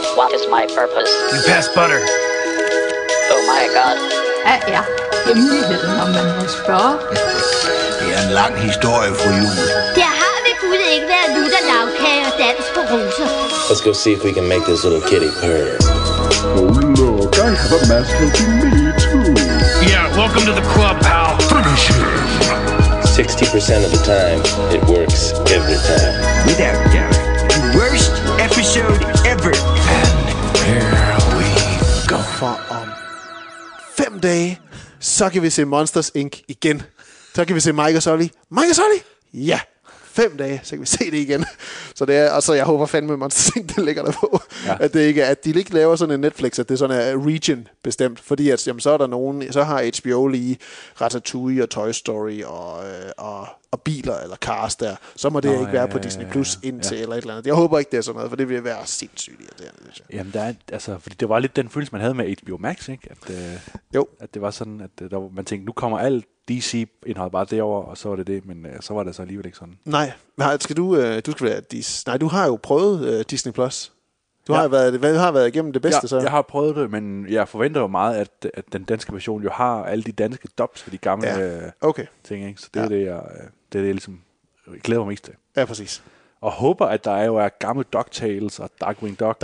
What is my purpose? You pass butter. Oh my god. Hvad er hemmeligheden, om man må spørge? Det er en lang historie, fru Jul. Der har ved Gud ikke været lutter lavkage og dans på roser. Let's go see if we can make this little kitty purr. Oh look, I have a mask helping me too. Yeah, welcome to the club, pal. Finish him. 60% of the time, it works every time. Without doubt, the worst episode ever. And here we go. For om 5 dage, så kan vi se Monsters Inc. igen. Så kan vi se Mike og Sully. Mike og Sully? Ja. 5 dage, så kan vi se det igen. Så det er, altså jeg håber fandme, Monsters Inc. det ligger der på. Ja. At det ikke er, at de ikke laver sådan en Netflix, at det er sådan en region bestemt. Fordi at, jamen, så er der nogen, så har HBO lige Ratatouille og Toy Story og biler eller Cars der. Så må det ikke være på Disney Plus indtil eller et eller andet. Jeg håber ikke, det er sådan noget, for det vil være sindssygt irriterende. Jamen, der er, altså, fordi det var lidt den følelse, man havde med HBO Max, ikke? At det var sådan, at man tænkte, nu kommer alt DC-indhold bare derover, og så var det det, men så var det så alligevel ikke sådan. Nej, skal du skal være Nej, du har jo prøvet Disney Plus. Du har været igennem det bedste, så. Jeg har prøvet det, men jeg forventer jo meget, at den danske version jo har alle de danske dubs for de gamle ting, ikke? Så det er det, jeg ligesom glæder mig mest til. Ja, præcis. Og håber, at der er gamle DuckTales og Darkwing Duck.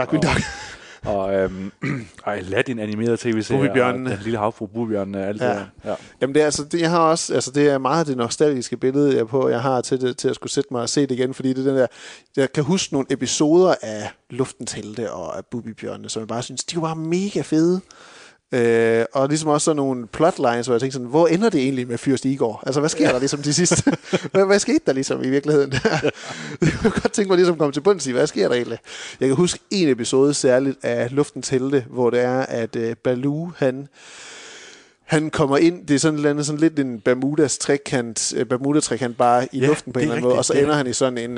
Og Aladdin animeret tv-serie, og den lille havfru Bubbebjørn, alt det. Ja. Jamen det er altså, jeg har også, altså det er meget det nostalgiske billede jeg har til at skulle sætte mig og se det igen, fordi det er den der, jeg kan huske nogle episoder af Luftens Helte og af Bubbebjørnene, som jeg bare synes, de var bare mega fede. Og ligesom også sådan nogle plotlines, hvor jeg tænkte sådan, hvor ender det egentlig med Fyrst Igor? Altså, hvad sker der ligesom de sidste? hvad skete der ligesom i virkeligheden? Jeg kunne godt tænke mig ligesom at komme til bunds i, hvad sker der egentlig? Jeg kan huske en episode særligt af Luftens Helte, hvor det er, at Baloo, han kommer ind, det er sådan lidt en Bermuda-trekant bare i luften på en eller anden måde, og så ender han i sådan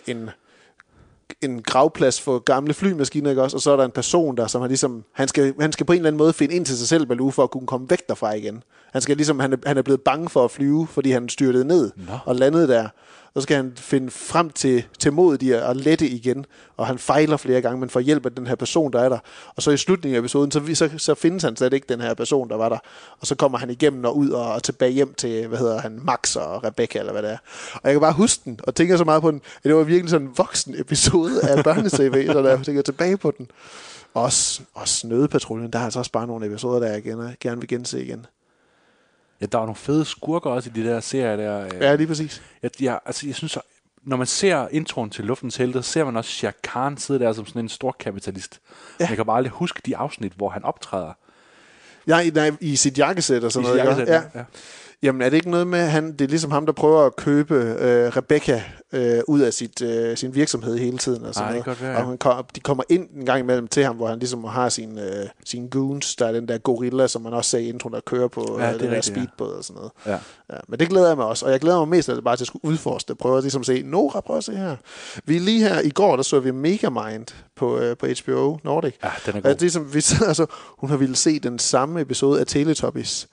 en gravplads for gamle flymaskiner, ikke også? Og så er der en person der, som han skal på en eller anden måde finde ind til sig selv, Baloo, for at kunne komme væk derfra igen. Han er blevet bange for at flyve, fordi han styrtede ned og landede der. Så skal han finde frem til modet i at lette igen, og han fejler flere gange, men får hjælp af den her person, der er der. Og så i slutningen af episoden, så findes han slet ikke den her person, der var der. Og så kommer han igennem og ud og tilbage hjem til, Max og Rebecca, eller hvad det er. Og jeg kan bare huske den, og tænker så meget på den, at det var virkelig sådan en voksen episode af børne-tv, så jeg tænker tilbage på den. Også Nødepatruljen, der er altså også bare nogle episoder, der jeg gerne vil gense igen. Ja, der er nogle fede skurker også i de der serier der. Ja, lige præcis. Jeg synes, når man ser introen til Luftens Helte, så ser man også Shere Khan sidde der som sådan en stor kapitalist. Ja. Jeg kan bare aldrig huske de afsnit, hvor han optræder. Ja, i sit jakkesæt og sådan noget. Ja. Jamen er det ikke noget med, det er ligesom ham, der prøver at købe Rebecca ud af sin virksomhed hele tiden. Og sådan noget. Og de kommer ind en gang imellem til ham, hvor han ligesom har sin goons, der er den der gorilla, som man også ser i introen, der kører på den der speedbåd og sådan noget. Ja. Ja, men det glæder jeg mig også, og jeg glæder mig mest af det bare til at skulle udforske det. Prøve at ligesom se, Nora, prøv at se her. Vi lige her i går, der så vi Megamind på HBO Nordic. Ja, den er god. Ligesom, hun har ville se den samme episode af Teletubbies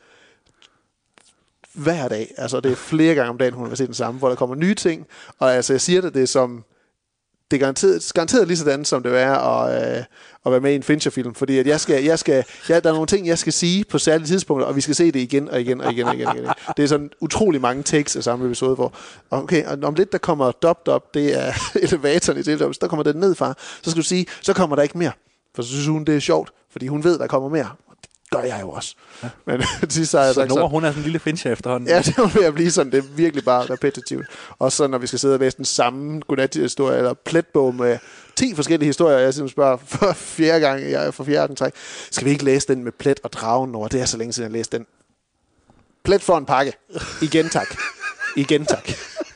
hver dag. Altså, det er flere gange om dagen, hun vil se den samme, hvor der kommer nye ting. Og altså, jeg siger det er som... Det er garanteret lige sådan, som det er at være med i en Fincher-film. Fordi at der er nogle ting, jeg skal sige på særlige tidspunkter, og vi skal se det igen og igen og igen og igen. Og igen. Det er sådan utrolig mange takes af samme episode, hvor... Okay, og om lidt, der kommer dop, det er elevatoren i Teletubbies, der kommer den ned fra. Så skal du sige, så kommer der ikke mere. For så synes hun, det er sjovt, fordi hun ved, der kommer mere. Gør jeg jo også. Ja. Men så Nora, hun er sådan en lille Fincher efterhånden. Ja, det vil jeg blive sådan. Det er virkelig bare repetitivt. Også så, når vi skal sidde og læse den samme godnat-historie, eller pletbog med 10 forskellige historier, jeg simpelthen spørger for fjerde gang træk. Skal vi ikke læse den med Plet og Dragen, Nora? Det er så længe siden, jeg læste den. Plet for en pakke. Igen tak. Igen tak.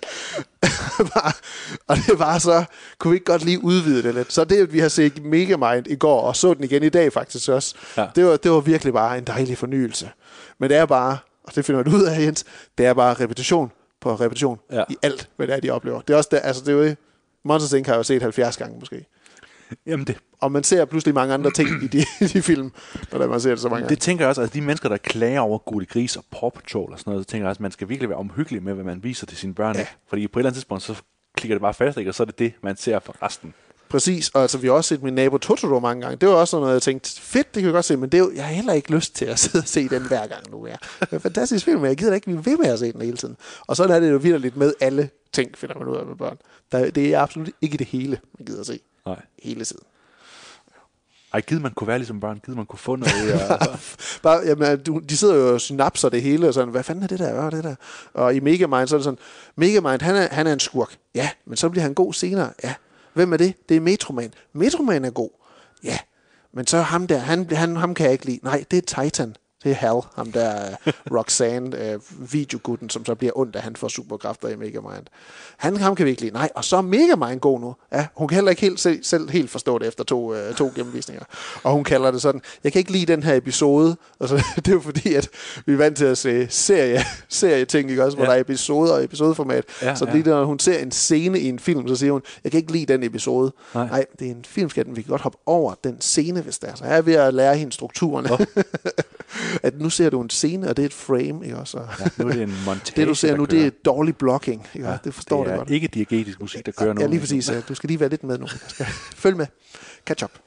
Og det var så, kunne vi ikke godt lige udvide det lidt. Så det, at vi har set Megamind i går, og så den igen i dag faktisk også, det var virkelig bare en dejlig fornyelse. Men det er bare, og det finder man ud af, Jens, det er bare repetition på repetition i alt, hvad det er, de oplever. Det er også det, altså det er jo Monsters Inc. har jeg jo set 70 gange måske. Jamen det. Og man ser pludselig mange andre ting i de film, når man ser det så mange gange. Det tænker jeg også, altså de mennesker, der klager over Gurli Gris og Paw Patrol og sådan noget, så tænker jeg også, at man skal virkelig være omhyggelig med, hvad man viser til sine børn. Ja. Fordi på et eller andet tidspunkt, så klikker det bare fast, ikke? Og så er det, man ser for resten. Præcis, og altså, vi har også set Min nabo Totoro mange gange. Det var også sådan noget, jeg tænkte, fedt, det kan vi godt se, men det er jo, jeg har heller ikke lyst til at sidde og se den hver gang nu. Det er en fantastisk film, men jeg gider da ikke blive ved med at se den hele tiden. Og sådan er det jo virkelig med alle ting, finder man ud af med børn. Det er absolut ikke det hele, man gider at se. Nej. Hele tiden. Ej, gider man kunne være ligesom børn, gider man kunne få noget. Bare, jamen, de sidder jo og synapser det hele, og sådan, hvad fanden er det der, hvad er det der? Og i Megamind, så er det sådan, Megamind, han er en skurk. Ja, men så bliver han god senere. Ja. Hvem er det? Det er Metroman. Metroman er god. Ja, men så ham der, ham kan jeg ikke lide. Nej, det er Titan. Det er Hal, ham der Roxanne, videogutten, som så bliver ondt, at han får superkræfter i Megamind. Ham kan vi ikke lide. Nej, og så er Megamind god nu. Ja, hun kan heller ikke selv helt forstå det efter to gennemvisninger. Og hun kalder det sådan, jeg kan ikke lide den her episode. Og så, det er jo fordi, at vi er vant til at se serie-ting, ikke også, hvor der er episoder og episodeformat. Ja, så lige når hun ser en scene i en film, så siger hun, jeg kan ikke lide den episode. Nej, det er en filmskat, vi kan godt hoppe over den scene, hvis det er. Så her er ved at lære hende strukturerne. At nu ser du en scene, og det er et frame, ikke også? Ja, nu er det en montage, det du ser nu, det er dårlig blocking, ikke? Ja, det forstår det du godt. Det er ikke diegetisk musik, der kører nu. Ja, lige præcis. Du skal lige være lidt med nu. Følg med. Catch up.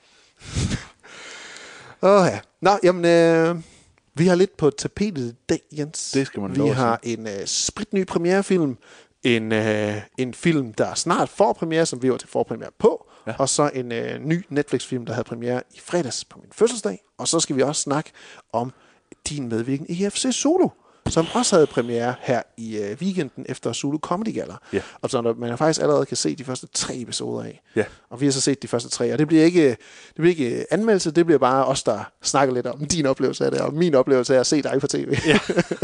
Ja. Nå, jamen, vi har lidt på tapetet i dag, Jens. Det skal man Vi har en spritny premierefilm. En film, der snart får premiere, som vi var til forpremiere på. Ja. Og så en ny Netflix-film, der havde premiere i fredags på min fødselsdag. Og så skal vi også snakke om din medvirken i FC Zulu, som også havde premiere her i weekenden efter Zulu Comedy Gala. Yeah. Og så man faktisk allerede kan se de første 3 episoder af. Yeah. Og vi har så set de første 3, og det bliver ikke anmeldelse, det bliver bare os, der snakker lidt om din oplevelse af det, og min oplevelse af at se dig på tv. Yeah.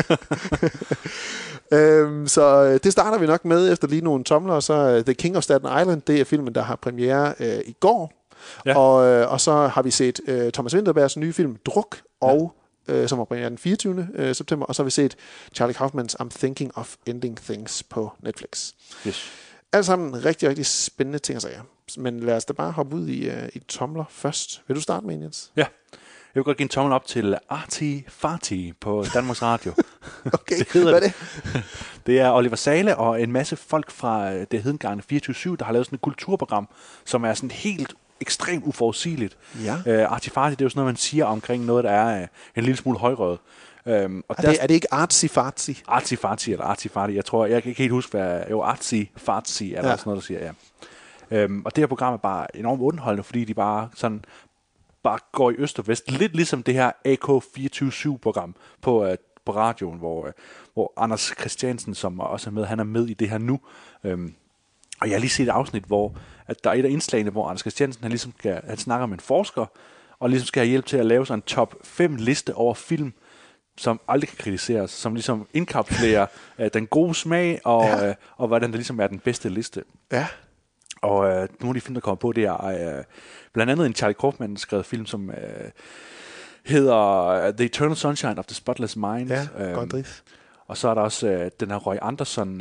Så det starter vi nok med efter lige nogle tomler, og så The King of Staten Island, det er filmen, der har premiere i går. Ja. Og så har vi set Thomas Vinterbergs nye film Druk, og som var premiere den 24. september, og så har vi set Charlie Kaufmans I'm Thinking of Ending Things på Netflix. Yes. Alt sammen rigtig, rigtig spændende ting at sige. Men lad os da bare hoppe ud i tomler først. Vil du starte med, Jens? Ja. Jeg vil godt give en tommel op til Arti Farti på Danmarks Radio. Okay, hvad er det? Det er Oliver Sale og en masse folk fra det hedengangne 24/7, der har lavet sådan et kulturprogram, som er sådan helt ekstremt uforudsigeligt. Ja. Arti Farti, det er jo sådan noget, man siger omkring noget, der er en lille smule højrøget. Er det ikke Artsy Fartsy? Artsy Fartsy eller Arti Farti. Jeg kan ikke helt huske, hvad... Jo, Artsy Fartsy er der også noget, der siger, ja. Og det her program er bare enormt underholdende, fordi de bare går i øst og vest. Lidt ligesom det her AK247-program på radioen, hvor Anders Christiansen, som også er med, han er med i det her nu. Og jeg har lige set et afsnit, hvor at der er et af indslagene, hvor Anders Christiansen han snakker med en forsker, og ligesom skal have hjælp til at lave sådan en top 5 liste over film, som aldrig kan kritiseres, som ligesom indkapslerer den gode smag, og hvordan der ligesom er den bedste liste. Ja. Og nogle af de film, der kommer på, det er blandt andet en Charlie Kaufman skrevet film, som hedder The Eternal Sunshine of the Spotless Mind. Ja, godt drift. Og så er der også den her Roy Andersson,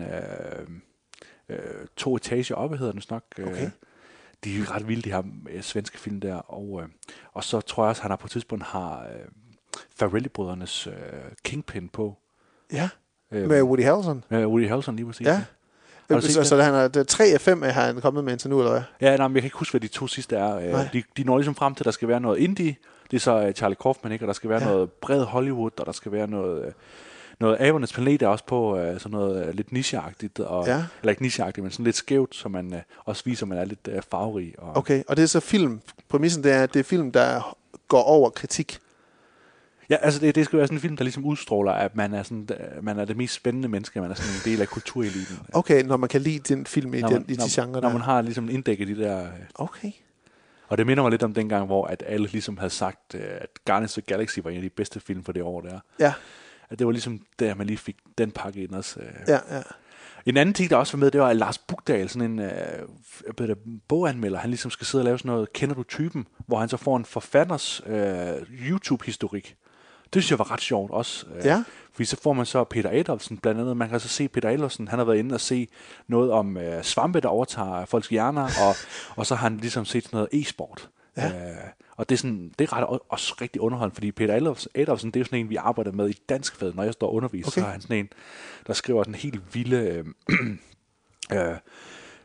2 etager oppe, hedder den nok. Okay. De er ret vilde, de her svenske film der. Og så tror jeg også, han har på et tidspunkt Farrelly-brødrenes Kingpin på. Ja, med Woody Harrelson. Woody Harrelson, lige præcis. Ja. Så han er 3 af 5 har han kommet med indtil nu, eller hvad? Ja, men jeg kan ikke huske, hvad de 2 sidste er. De når ligesom frem til, at der skal være noget indie. Det er så Charlie Kaufman, ikke? Og der skal være noget bred Hollywood, og der skal være noget Abernes Planet er også på sådan noget lidt nicheagtigt, eller ikke nicheagtigt, men sådan lidt skævt, så man også viser, at man er lidt farverig. Okay, og det er så film. Præmissen det er film, der går over kritik. Ja, altså det skal være sådan en film, der ligesom udstråler, at man er det mest spændende menneske, man er sådan en del af kultureliten. Okay, når man kan lide den film i de genre der. Når man har ligesom inddækket de der... Okay. Og det minder mig lidt om dengang, hvor at alle ligesom havde sagt, at Guardians of the Galaxy var en af de bedste film for det år der. Ja. At det var ligesom der, man lige fik den pakke ind også. Ja. En anden ting, der også var med, det var Lars Bukdal, sådan en boganmelder. Han ligesom skal sidde og lave sådan noget, kender du typen? Hvor han så får en forfatters YouTube-historik. Det synes jeg var ret sjovt også. Fordi så får man så Peter Adolfsen blandt andet. Man kan så se Peter Adolfsen, han har været inde og se noget om svampe, der overtager folks hjerner. og så har han ligesom set noget e-sport. Ja. Og det er ret også rigtig underholdende, fordi Peter Adolfsen, det er jo sådan en, vi arbejder med i danskfaget. Når jeg står og underviser, så er han sådan en, der skriver den helt vilde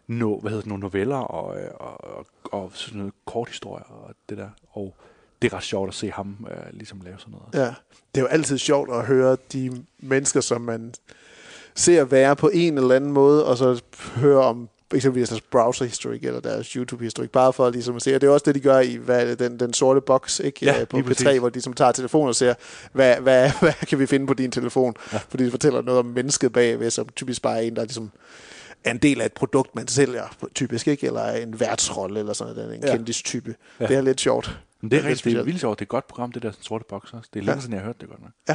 nogle noveller og sådan noget korthistorier og det der. Og det er ret sjovt at se ham ligesom lave sådan noget. Ja, det er jo altid sjovt at høre de mennesker, som man ser være på en eller anden måde, og så høre om eksempelvis deres browser-historik eller deres YouTube-historik, bare for ligesom at se. Og det er også det, de gør i den sorte boks, ikke? Ja, på P3, hvor de ligesom tager telefonen og ser, hvad kan vi finde på din telefon? Ja. Fordi de fortæller noget om mennesket bagved, som typisk bare er en, der ligesom er en del af et produkt, man sælger, typisk, ikke? Eller en værtsrolle, eller sådan noget, en kendistype. Ja. Det er lidt sjovt. Men det er rigtig vildt sjovt. Det er et godt program, det der sorte boks også. Det er længe siden, jeg har hørt det godt nok. Ja.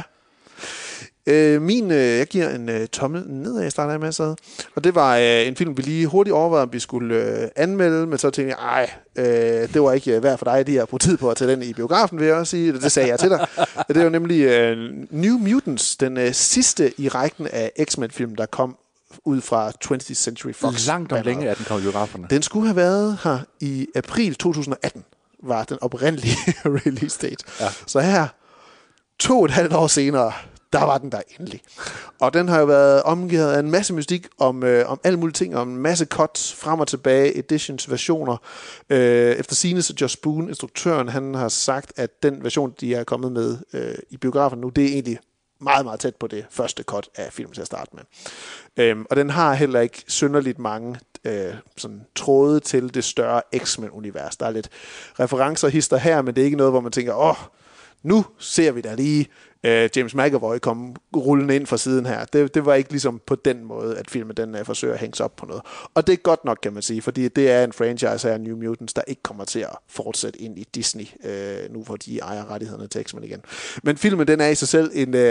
Jeg giver en tommel nedad, jeg starter med at sige. Og det var en film, vi lige hurtigt overvejede, om vi skulle anmelde, men så tænkte jeg, det var ikke værd for dig, de har brugt tid på at tage den i biografen, vil jeg også sige. Det sagde jeg til dig. Det var nemlig New Mutants, den sidste i rækken af X-Men-film, der kom ud fra 20th Century Fox. Langt om længe er den kom i biograferne. Den skulle have været her i april 2018, var den oprindelige release date. Ja. Så her, 2,5 år senere, der var den der endelig. Og den har jo været omgivet af en masse mystik om alle mulige ting, om en masse cuts, frem og tilbage, editions, versioner. Efter sigende så Joss Boone, instruktøren, han har sagt, at den version, de er kommet med i biografen nu, det er egentlig meget, meget tæt på det første cut af filmen til at starte med. Og den har heller ikke synderligt mange sådan tråde til det større X-Men-univers. Der er lidt referencer hister her, men det er ikke noget, hvor man tænker, nu ser vi da lige James McAvoy komme rullende ind fra siden her. Det var ikke ligesom på den måde, at filmen den forsøger at hænge sig op på noget. Og det er godt nok, kan man sige, fordi det er en franchise her, New Mutants, der ikke kommer til at fortsætte ind i Disney, nu hvor de ejer rettighederne til X-Men igen. Men filmen, den er i sig selv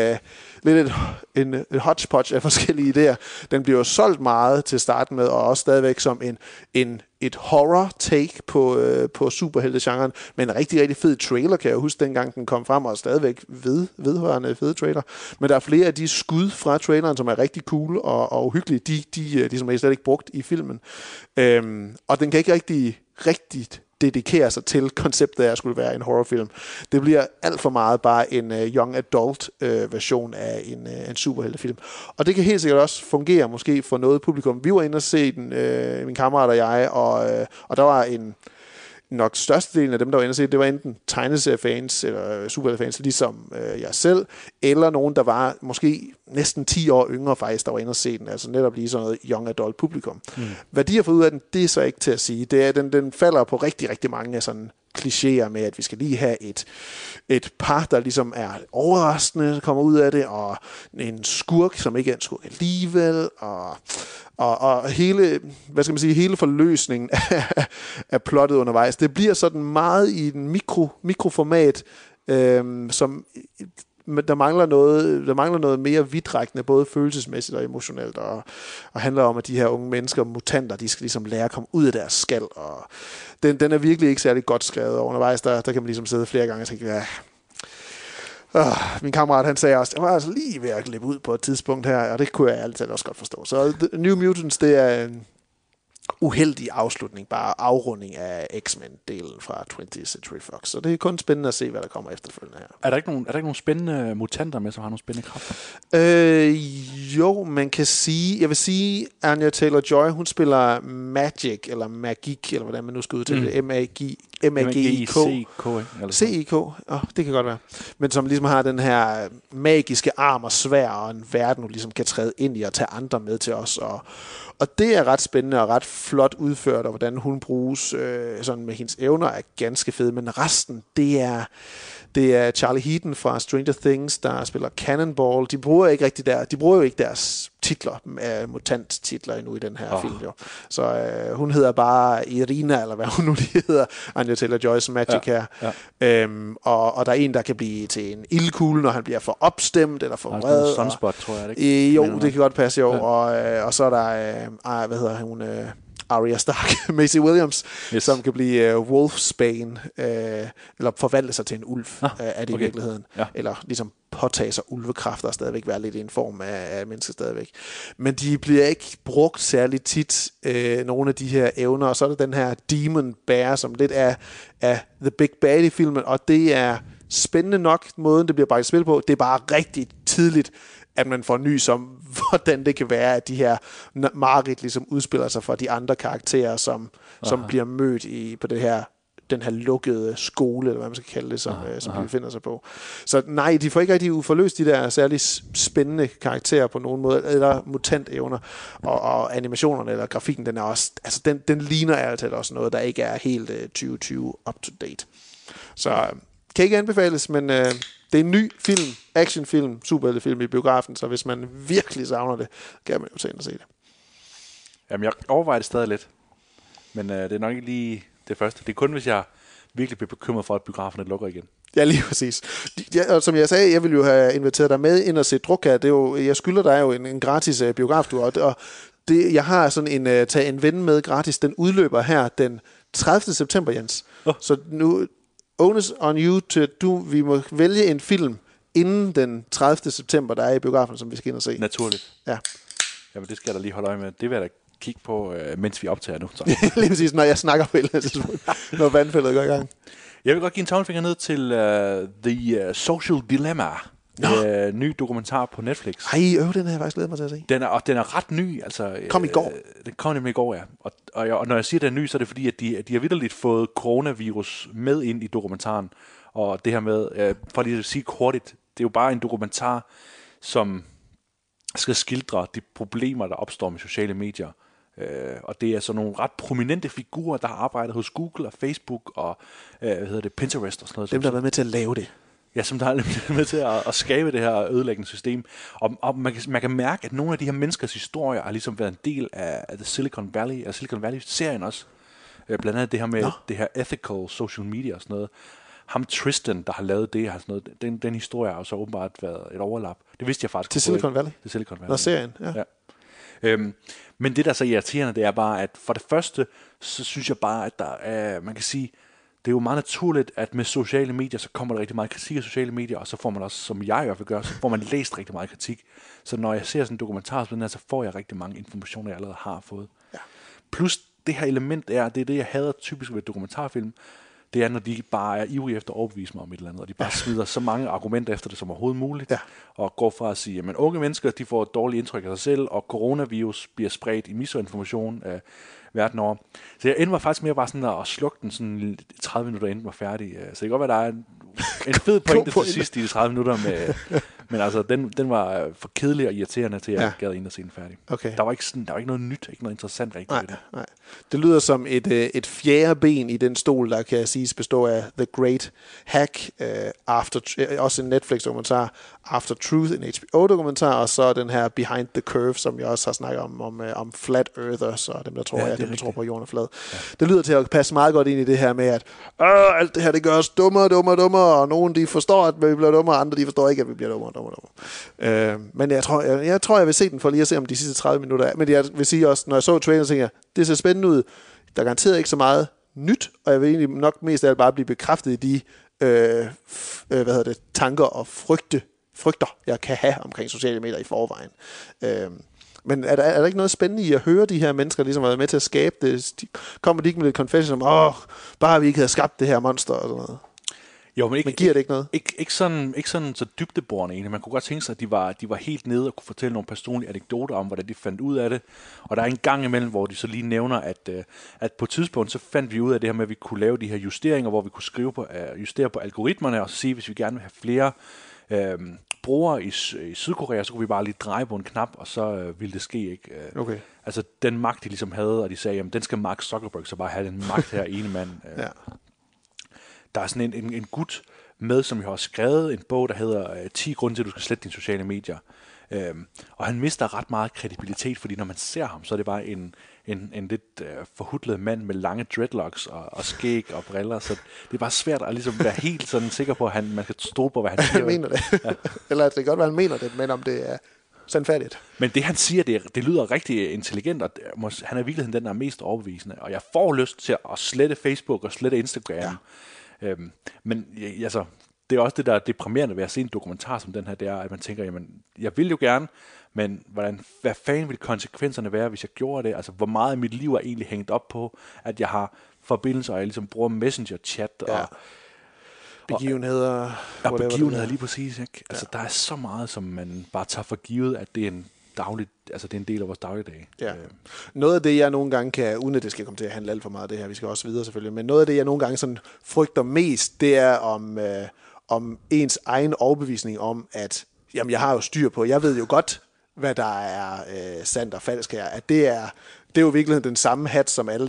en hodgepodge af forskellige idéer. Den bliver jo solgt meget til at starte med, og også stadigvæk som et horror-take på superheltegenren, men en rigtig, rigtig fed trailer, kan jeg huske, dengang den kom frem, og stadigvæk vedhørende fede trailer. Men der er flere af de skud fra traileren, som er rigtig cool og uhyggelige, de som er slet ikke brugt i filmen. Og den kan ikke rigtig dedikere sig til konceptet af at skulle være en horrorfilm. Det bliver alt for meget bare en young adult version af en superheltefilm. Og det kan helt sikkert også fungere måske for noget publikum. Vi var inde og se den, min kammerat og jeg, og der var nok størstedelen af dem, der var inde og se, det var enten tegneseriefans eller superheltefans, ligesom jeg selv, eller nogen, der var måske næsten 10 år yngre faktisk, der var inde og se den, altså netop lige sådan noget young adult publikum. Hvad de har fået ud af den, det er så ikke til at sige. Det er, den falder på rigtig, rigtig mange sådan klichéer med, at vi skal lige have et par, der ligesom er overraskende, kommer ud af det, og en skurk, som ikke er en skurk alligevel, og hele, hvad skal man sige, hele forløsningen af plottet undervejs. Det bliver sådan meget i en mikroformat, som der mangler noget mere vidtrækkende, både følelsesmæssigt og emotionelt, og handler om, at de her unge mennesker, mutanter, de skal ligesom lære at komme ud af deres skal, og den er virkelig ikke særlig godt skrevet, og undervejs, der kan man ligesom sidde flere gange og tænke, min kammerat, han sagde også, jeg var altså lige ved at glippe ud på et tidspunkt her, og det kunne jeg altid også godt forstå. Så New Mutants, det er en uheldig afslutning, bare afrunding af X-Men-delen fra 20th Century Fox. Så det er kun spændende at se, hvad der kommer efterfølgende her. Er der ikke nogen spændende mutanter med, som har nogle spændende kræfter? Jo, man kan sige, jeg vil sige, Anya Taylor-Joy, hun spiller Magic, eller Magik, eller hvordan man nu skal udtale det, M-A-G-I-K. C-I-K, det kan godt være. Men som ligesom har den her magiske arm og sværd, og en verden, du ligesom kan træde ind i og tage andre med til os, og det er ret spændende og ret flot udført, og hvordan hun bruges sådan med hendes evner er ganske fed, men resten, det er Charlie Heaton fra Stranger Things, der spiller Cannonball. De bruger jo ikke deres titler, mutant-titler endnu i den her film. Jo. Så hun hedder bare Irina, eller hvad hun nu hedder, Anya Taylor-Joy's Magic her. Ja. Og der er en, der kan blive til en ildkugle, når han bliver for opstemt, eller for vred. Sunspot, tror jeg, det ikke? Jo, det kan godt passe, jo. Ja. Og så er der, hvad hedder hun... Arya Stark, Maisie Williams, som kan blive Wolfsbane, eller forvandle sig til en ulv, er det i virkeligheden. Ja. Eller ligesom påtage sig ulvekræfter og stadigvæk være lidt i en form af mennesker stadigvæk. Men de bliver ikke brugt særlig tit, nogle af de her evner, og så er der den her Demon Bear, som lidt er The Big Bad i filmen, og det er spændende nok, måden det bliver bragt i spil på. Det er bare rigtig tidligt at man får nys om, hvordan det kan være, at de her mareridt ligesom udspiller sig for de andre karakterer, som bliver mødt på den her lukkede skole, eller hvad man skal kalde det, som de befinder sig på. Så nej, de får ikke rigtig forløst de der særlig spændende karakterer på nogen måde, eller mutantevner, og animationerne eller grafikken, den er også, altså den ligner altid også noget, der ikke er helt 2020 up to date. Så kan ikke anbefales, men det er en ny film, actionfilm, superheltefilm i biografen, så hvis man virkelig savner det, kan man jo tage ind og se det. Jamen, jeg overvejer det stadig lidt, men det er nok ikke lige det første. Det er kun, hvis jeg virkelig bliver bekymret for, at biograferne lukker igen. Ja, lige præcis. Og som jeg sagde, jeg ville jo have inviteret dig med ind og se Druk her. Det er jo, jeg skylder dig jo en gratis biograftur, og jeg har sådan en tag en ven med gratis. Den udløber her den 30. september, Jens. Så nu onus on you til vi må vælge en film inden den 30. september, der er i biografen, som vi skal ind og se. Naturligt. Ja. Jamen, det skal jeg da lige holde øje med. Det vil jeg da kigge på, mens vi optager nu. Lige præcis, når jeg snakker på et eller andet tidspunkt, når vandfældet går i gang. Jeg vil godt give en tommelfinger ned til The Social Dilemma. Ny dokumentar på Netflix. Den har jeg faktisk glædet mig til at se. Den er ret ny. Altså, kom i går. Den kom nemlig i går, ja. Og når jeg siger, at den er ny, så er det fordi, at de har vitterligt fået coronavirus med ind i dokumentaren. Og det her med, for lige at sige hurtigt, det er jo bare en dokumentar, som skal skildre de problemer, der opstår med sociale medier. Og det er så nogle ret prominente figurer, der har arbejdet hos Google og Facebook og Pinterest og sådan noget. Dem, der har været med til at lave det. Ja, som der er med til at skabe det her ødelæggende system. Og man kan mærke, at nogle af de her menneskers historier har ligesom været en del af The Silicon Valley, af Silicon Valley-serien også. Blandt andet det her med det her ethical social media og sådan noget. Ham Tristan, der har lavet det, har sådan noget, den historie har så åbenbart været et overlap. Det vidste jeg faktisk. Til Silicon Valley? Til Silicon Valley. Nå, serien, ja. Men det, der er så irriterende, det er bare, at for det første, så synes jeg bare, at der er, man kan sige, det er jo meget naturligt, at med sociale medier, så kommer der rigtig meget kritik af sociale medier, og så får man også, som jeg i hvert fald gør, så får man læst rigtig meget kritik. Så når jeg ser sådan en dokumentar, så får jeg rigtig mange informationer, jeg allerede har fået. Ja. Plus det her element det er det, jeg hader typisk ved dokumentarfilm, det er, når de bare er ivrige efter at overbevise mig om et eller andet, og de bare smider så mange argumenter efter det som overhovedet muligt, og går fra at sige, at unge mennesker, de får et dårligt indtryk af sig selv, og coronavirus bliver spredt i misinformation verden over. Så jeg endte mig faktisk mere bare sådan at slukke den sådan 30 minutter, inden den var færdig. Så det kan godt være, der er en fed pointe til sidst i de 30 minutter med... Men altså, den var for kedelig og irriterende til, at jeg gad ind og se den færdig. Okay. Der var ikke noget nyt, ikke noget interessant rigtigt ved det. Nej. Det lyder som et fjerde ben i den stol, der kan siges bestå af The Great Hack, også en Netflix-dokumentar, After Truth, en HBO-dokumentar, og så den her Behind the Curve, som jeg også har snakket om Flat Earthers, og dem, der tror på jorden er flad. Ja. Det lyder til at passe meget godt ind i det her med, at alt det her, det gør os dummere, og nogen, de forstår, at vi bliver dummere, og andre, de forstår ikke, at vi bliver dummere. Men jeg tror, jeg vil se den for lige at se om de sidste 30 minutter er. Men jeg vil sige også, når jeg så traileren, tænker jeg, det ser spændende ud. Der er garanteret ikke så meget nyt, og jeg vil egentlig nok mest af alt bare blive bekræftet i de tanker og frygter, jeg kan have omkring sociale medier i forvejen. Men er der ikke noget spændende i at høre de her mennesker, ligesom har været med til at skabe det? Kommer de ikke med lidt confession om, bare vi ikke havde skabt det her monster og sådan noget? Jo, men giver det ikke noget? Ikke sådan så dybdeborende egentlig. Man kunne godt tænke sig, at de var helt nede og kunne fortælle nogle personlige anekdoter om, hvordan de fandt ud af det. Og der er en gang imellem, hvor de så lige nævner, at på et tidspunkt, så fandt vi ud af det her med, at vi kunne lave de her justeringer, hvor vi kunne justere på algoritmerne, og så sige, hvis vi gerne vil have flere brugere i Sydkorea, så kunne vi bare lige dreje på en knap, og så ville det ske, ikke? Okay. Altså, den magt, de ligesom havde, og de sagde, jamen, den skal Mark Zuckerberg så bare have, den magt her ene mand. Ja. Der er sådan en gut med, som jeg har skrevet en bog, der hedder 10 grunde til, at du skal slette dine sociale medier. Og han mister ret meget kredibilitet, fordi når man ser ham, så er det bare en lidt forhudlet mand med lange dreadlocks og skæg og briller, så det er bare svært at ligesom være helt sådan sikker på, at man kan stole på, hvad han siger. Han mener det. Ja. Eller det kan godt være, han mener det, men om det er sandfærdigt. Men det han siger, det lyder rigtig intelligent, og han er i virkeligheden den, der er mest overbevisende, og jeg får lyst til at slette Facebook og slette Instagram. Ja. Men altså, det er også det, der er deprimerende ved at se en dokumentar som den her, det er, at man tænker, jamen, jeg vil jo gerne, men hvad fanden ville konsekvenserne være, hvis jeg gjorde det? Altså, hvor meget af mit liv er egentlig hængt op på, at jeg har forbindelser, og jeg ligesom bruger Messenger-chat, begivenheder. Og begivenheder lige præcis, ikke? Altså, der er så meget, som man bare tager for givet, at det er en det er en del af vores dagligdag. Ja. Noget af det, jeg nogle gange kan, uden at det skal komme til at handle alt for meget af det her, vi skal også videre selvfølgelig, men noget af det, jeg nogle gange sådan frygter mest, det er om ens egen overbevisning om, at jamen, jeg har jo styr på, jeg ved jo godt, hvad der er sandt og falsk her, at det er jo virkelig den samme hat, som alle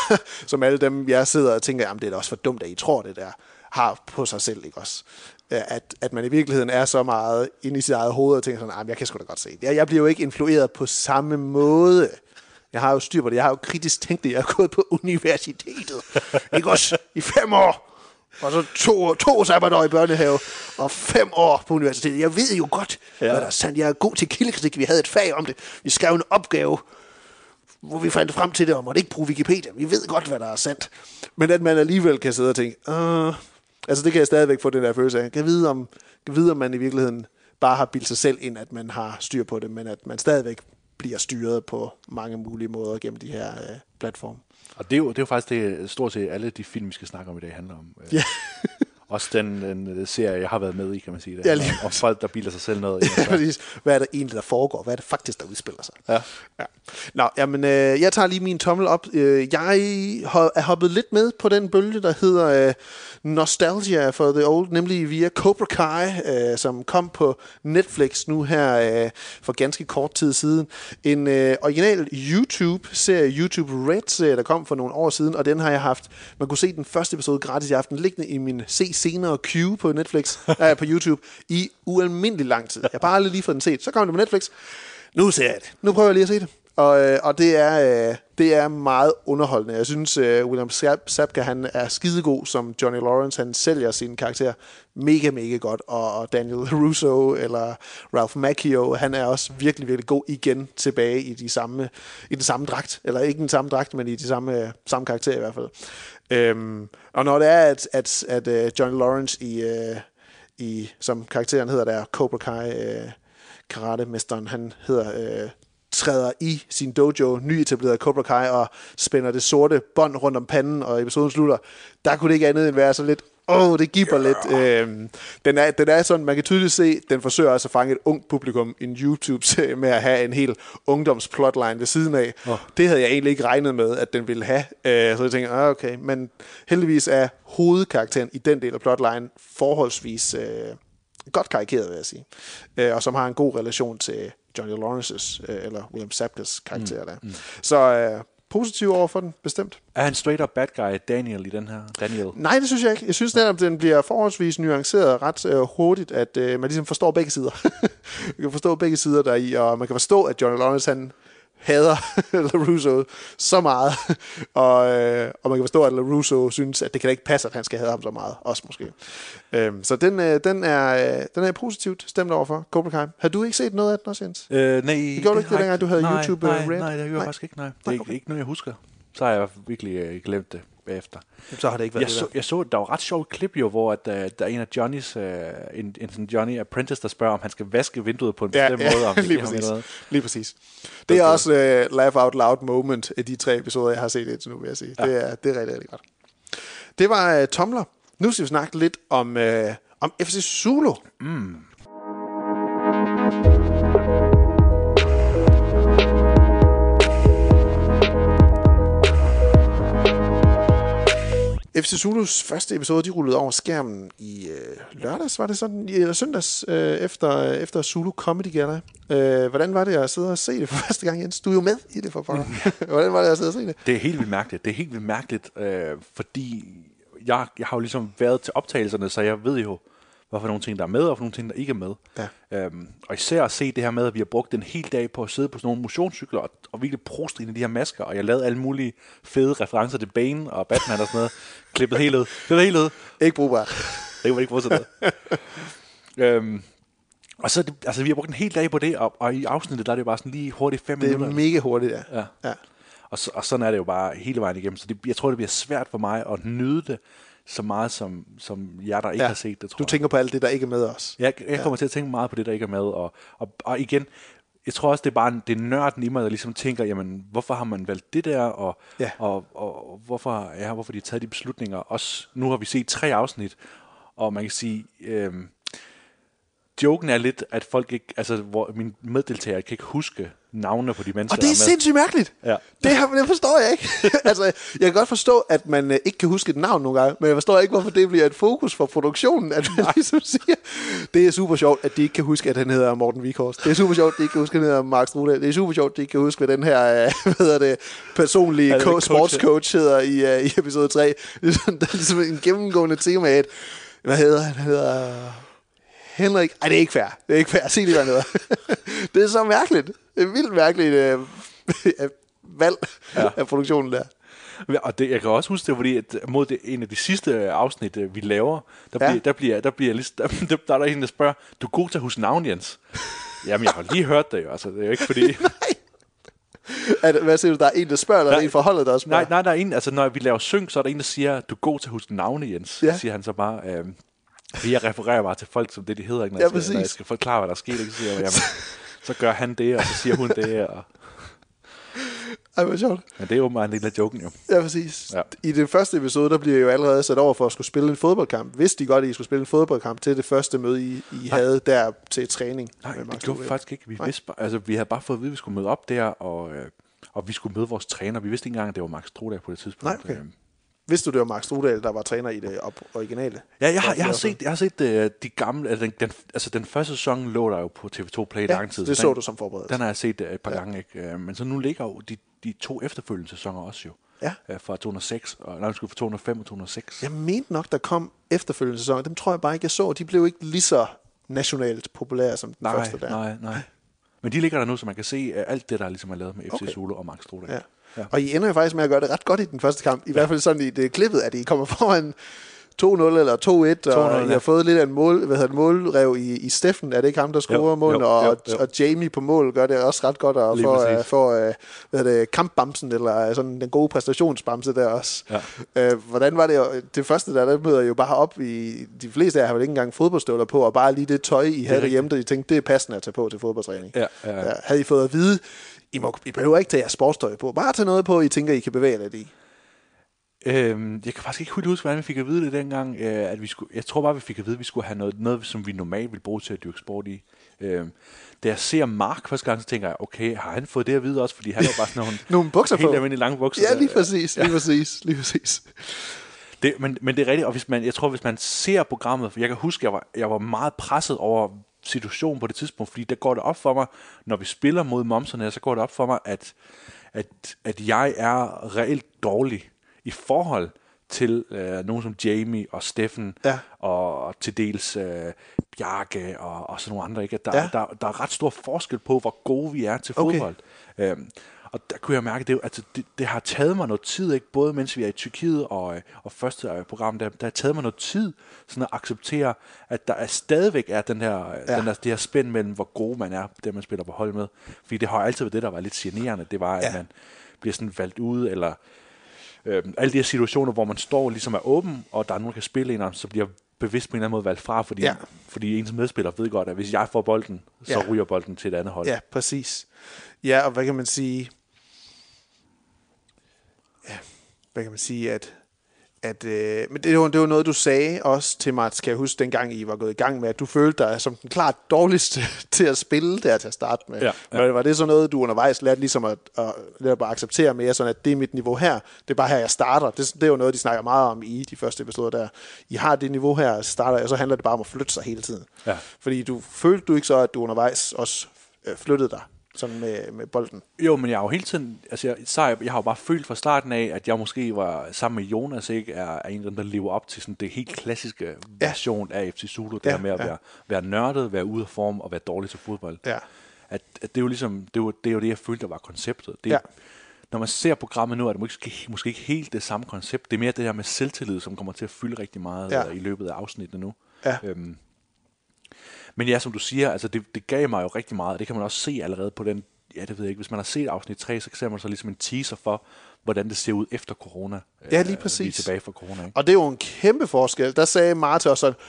dem, jeg sidder og tænker, jamen det er da også for dumt, at I tror det der, har på sig selv, ikke også? At man i virkeligheden er så meget inde i sit eget hoved og tænker sådan, jeg kan sgu da godt se det. Jeg bliver jo ikke influeret på samme måde. Jeg har jo styr på det. Jeg har jo kritisk tænkt det. Jeg har gået på universitetet. Ikke også? I 5 år. Og så 2 sabbatår i børnehave. Og 5 år på universitetet. Jeg ved jo godt, hvad der er sandt. Jeg er god til kildekritik. Vi havde et fag om det. Vi skrev en opgave, hvor vi fandt frem til det, og måtte ikke bruge Wikipedia. Vi ved godt, hvad der er sandt. Men at man alligevel kan sidde og tænke, altså det kan jeg stadigvæk få den der følelse af. Kan vide, om man i virkeligheden bare har bildt sig selv ind, at man har styr på det, men at man stadigvæk bliver styret på mange mulige måder gennem de her platforme. Og det er jo faktisk det, stort set alle de film, vi skal snakke om i dag, handler om. Ja. Også den serie, jeg har været med i, kan man sige det. Ja, om folk, der bilder sig selv noget. Hvad er der egentlig, der foregår? Hvad er det faktisk, der udspiller sig? Ja. Nå, jamen, jeg tager lige min tommel op. Jeg er hoppet lidt med på den bølge, der hedder Nostalgia for the Old, nemlig via Cobra Kai, som kom på Netflix nu her for ganske kort tid siden. En original YouTube-serie, YouTube Red-serie, der kom for nogle år siden, og den har jeg haft. Man kunne se den første episode gratis i aften, liggende i min senere queue på Netflix, på YouTube, i ualmindelig lang tid. Jeg har bare aldrig lige fået den set. Så kom det på Netflix. Nu ser jeg det. Nu prøver jeg lige at se det. Og det er meget underholdende. Jeg synes, William Zabka, han er skidegod som Johnny Lawrence. Han sælger sin karakter mega, mega godt. Og Daniel Russo eller Ralph Macchio, han er også virkelig, virkelig god igen tilbage i den samme dragt. Eller ikke den samme dragt, men i de samme karakter i hvert fald. Og når det er, at Johnny Lawrence i som karakteren hedder der, Cobra Kai karate-mesteren, han hedder... træder i sin dojo, nyetableret Cobra Kai, og spænder det sorte bånd rundt om panden, og episoden slutter. Der kunne det ikke andet end være så lidt, det giver lidt. Den er sådan, man kan tydeligt se, den forsøger altså at fange et ungt publikum, en YouTube-serie med at have en hel ungdomsplotline ved siden af. Det havde jeg egentlig ikke regnet med, at den ville have. Så jeg tænker, okay, men heldigvis er hovedkarakteren i den del af plotline forholdsvis godt karikeret, vil jeg sige. Og som har en god relation til Johnny Lawrence's, eller William Zabkas karakter der. Så positiv over for den, bestemt. Er han straight up bad guy, Daniel, i den her? Daniel? Nej, det synes jeg ikke. Jeg synes netop, den bliver forholdsvis nuanceret ret hurtigt, at man ligesom forstår begge sider. Man kan forstå begge sider deri, og man kan forstå, at Johnny Lawrence, han hader LaRusso så meget, og man kan forstå, at LaRusso synes, at det kan ikke passe, at han skal have ham så meget, også måske. Så den er positivt stemt overfor, Cobra Kai. Har du ikke set noget af den også, Jens? Nej. Det gjorde du ikke, dengang du havde YouTube Red? Nej, det gjorde jeg faktisk ikke, nej. Det er ikke noget, jeg husker. Så har jeg virkelig glemt det bagefter. Så har det ikke været jeg så, der var ret sjovt klip jo, hvor der er en af Johnnys, en Johnny Apprentice, der spørger, om han skal vaske vinduet på en bestemt måde. Om lige præcis. Det er også laugh out loud moment af de 3 episoder, jeg har set indtil nu, vil jeg sige. Ja. Det er rigtig, rigtig godt. Det var Tomler. Nu skal vi snakke lidt om FC Zulu. FC Zulus første episode, de rullede over skærmen i lørdags, var det sådan? Eller søndags, efter Zulu Comedy Gala. Hvordan var det at sidde og se det for første gang, Jens? Du er jo med i det for pokker. Hvordan var det at sidde og se det? Det er helt vildt mærkeligt. Fordi jeg har jo ligesom været til optagelserne, så jeg ved jo, hvorfor nogle ting, der er med, og for nogle ting, der ikke er med. Ja. Og især at se det her med, at vi har brugt en hel dag på at sidde på sådan nogle motionscykler, og virkelig prostrine de her masker, og jeg lavede alle mulige fede referencer til Bane og Batman og sådan noget. Klippet helt ud. Det var helt ud. Ikke brugbart. Det var ikke brugt sådan noget. Og så, vi har brugt en hel dag på det, og i afsnittet, der er det jo bare sådan lige hurtigt 5 minutter. Det er mega hurtigt, ja. Og sådan er det jo bare hele vejen igennem. Så jeg tror, det bliver svært for mig at nyde det så meget, som jer, der ikke har set det, tror jeg. Du tænker på alt det, der ikke er med os. Jeg kommer til at tænke meget på det, der ikke er med. Og igen, jeg tror også, det er bare det nørden i mig, der ligesom tænker, jamen, hvorfor har man valgt det der, og hvorfor de har taget de beslutninger. Også nu har vi set 3 afsnit, Og man kan sige, joken er lidt, at folk ikke, altså hvor mine meddeltagere kan ikke huske navnene på de mennesker. Og det er sindssygt mærkeligt. Ja. Det forstår jeg ikke. Altså, jeg kan godt forstå, at man ikke kan huske et navn nogle gange, men jeg forstår ikke, hvorfor det bliver et fokus for produktionen, at man ligesom siger, det er super sjovt, at de ikke kan huske, at han hedder Morten Wieghorst. Det er super sjovt, at de ikke kan huske, at han hedder Mark Strudal. Det er super sjovt, at de ikke kan huske, hvad den her personlige sportscoach hedder i episode 3. Det er ligesom en gennemgående tema af, hvad hedder han? Han hedder Henrik. Ej, det er ikke fair. Det er ikke fair. Sig lige, hvad han hedder. Det er så mærkeligt. Det er vildt mærkeligt valg af produktionen der. Og det, jeg kan også huske det, fordi at mod en af de sidste afsnit, vi laver, der er der en, der spørger, du er god til at huske navn, Jens? Jamen, jeg har lige hørt det jo. Altså, det er jo ikke fordi... Hvad siger du, der er en, der spørger, eller er der en forholdet, der også spørger? Nej, der er en, altså når vi laver synk, så er der en, der siger, du er god til at huske navne, Jens. Ja. Så siger han så bare, jeg refererer bare til folk, som det de hedder, ikke? Når jeg skal forklare, hvad der er sket, ikke? Så siger jeg, jamen, så gør han det, og så siger hun det, og... Ej, hvor sjovt. Men det er åbenbart en del af joken, jo. Ja, præcis. Ja. I den første episode, der bliver jo allerede sat over for at skulle spille en fodboldkamp. Vidste de godt, at I skulle spille en fodboldkamp til det første møde, I havde der til træning? Nej, det gjorde vi faktisk ikke. Vi havde bare fået at vide, at vi skulle møde op der, og vi skulle møde vores træner. Vi vidste ikke engang, at det var Mark Strudal på det tidspunkt. Nej, okay. Vidste du, det var Mark Strudal, der var træner i det originale? Ja, jeg har set de gamle, altså den første sæson lå der jo på TV2 Play lang tid. Det så du som forberedelse. Den har jeg set et par gange, ikke? Men så nu ligger jo de 2 efterfølgende sæsoner også jo. Ja. Fra 2006, fra 2005 og 2006. Jeg mente nok, der kom efterfølgende sæsoner. Dem tror jeg bare ikke, jeg så. De blev ikke lige så nationalt populære som den første der. Nej. Men de ligger der nu, så man kan se alt det, der ligesom er lavet med FC Zulu og Mark Strudal. Ja. Ja. Og I ender jo faktisk med at gøre det ret godt i den første kamp. I hvert fald sådan i det klippet, at I kommer foran 2-0 eller 2-1, og I har fået lidt af en målrev i Steffen. Er det ikke ham, der scorer målen? Og Jamie på mål gør det også ret godt, og får kampbamsen, eller sådan den gode præstationsbamse der også. Ja. Hvordan var det? Det første der møder jo bare op i... De fleste af jer har vel ikke engang fodboldstøvler på, og bare lige det tøj, I havde derhjemme, der I tænkte, det er passende at tage på til fodboldtræning. Ja. Havde I fået at vide... I behøver ikke tage jeres sportstøj på. Bare tage noget på, I tænker, I kan bevæge lidt i. Jeg kan faktisk ikke helt huske, hvordan vi fik at vide det dengang. Jeg tror bare, vi fik at vide, at vi skulle have noget som vi normalt ville bruge til at dyrke sport i. Da jeg ser Mark første gang, så tænker jeg, okay, har han fået det at vide også? Fordi han har bare sådan nogle bukser helt almindelige lange bukser. Ja, lige præcis. Men det er rigtigt, og jeg tror, hvis man ser programmet, for jeg kan huske, jeg var meget presset over situationen på det tidspunkt, fordi der går det op for mig, når vi spiller mod momserne, så går det op for mig, at jeg er reelt dårlig i forhold til nogen som Jamie og Steffen, og til dels Bjarke og sådan nogle andre. Ikke? At der er ret stor forskel på, hvor gode vi er til fodbold. Og der kunne jeg mærke, det har taget mig noget tid, ikke? Både mens vi er i Tyrkiet og første program, der har taget mig noget tid sådan at acceptere, at der stadigvæk er det her spænd mellem, hvor god man er, det man spiller på hold med. Fordi det har altid været det, der var lidt generende. Det var, at man bliver sådan valgt ud, eller alle de her situationer, hvor man står ligesom er åben, og der er nogen, der kan spille en, så bliver bevidst på en eller anden måde valgt fra, fordi ens medspiller ved godt, at hvis jeg får bolden, så ryger bolden til et andet hold. Ja, præcis. Ja, og hvad kan man sige... men det var noget, du sagde også til mig, skal jeg huske, dengang I var gået i gang med, at du følte dig som den klart dårligste til at spille der til at starte med. Ja. Var det så noget, du undervejs lærte ligesom at bare acceptere mere, sådan at det er mit niveau her, det er bare her, jeg starter. Det er jo noget, de snakker meget om i de første episoder der. I har det niveau her, starter, og så handler det bare om at flytte sig hele tiden. Ja. Fordi følte du ikke så, at du undervejs også flyttede dig? Sådan med bolden. Jo, men jeg har jo hele tiden, altså jeg har jo bare følt fra starten af, at jeg måske var sammen med Jonas, ikke, er en af dem, der lever op til sådan det helt klassiske version af FC Zulu, det her med at være nørdet, være ude af form og være dårlig til fodbold. Ja. At det er jo ligesom, det er jo det, jeg følte, der var konceptet. Når man ser programmet nu, er det måske ikke helt det samme koncept. Det er mere det her med selvtillid, som kommer til at fylde rigtig meget i løbet af afsnittene nu. Ja. Men ja, som du siger, altså det gav mig jo rigtig meget, og det kan man også se allerede på den, det ved jeg ikke, hvis man har set afsnit 3, så ser man så ligesom en teaser for, hvordan det ser ud efter corona. Ja, lige præcis. Lige tilbage fra corona, ikke? Og det er jo en kæmpe forskel. Der sagde Martha også sådan,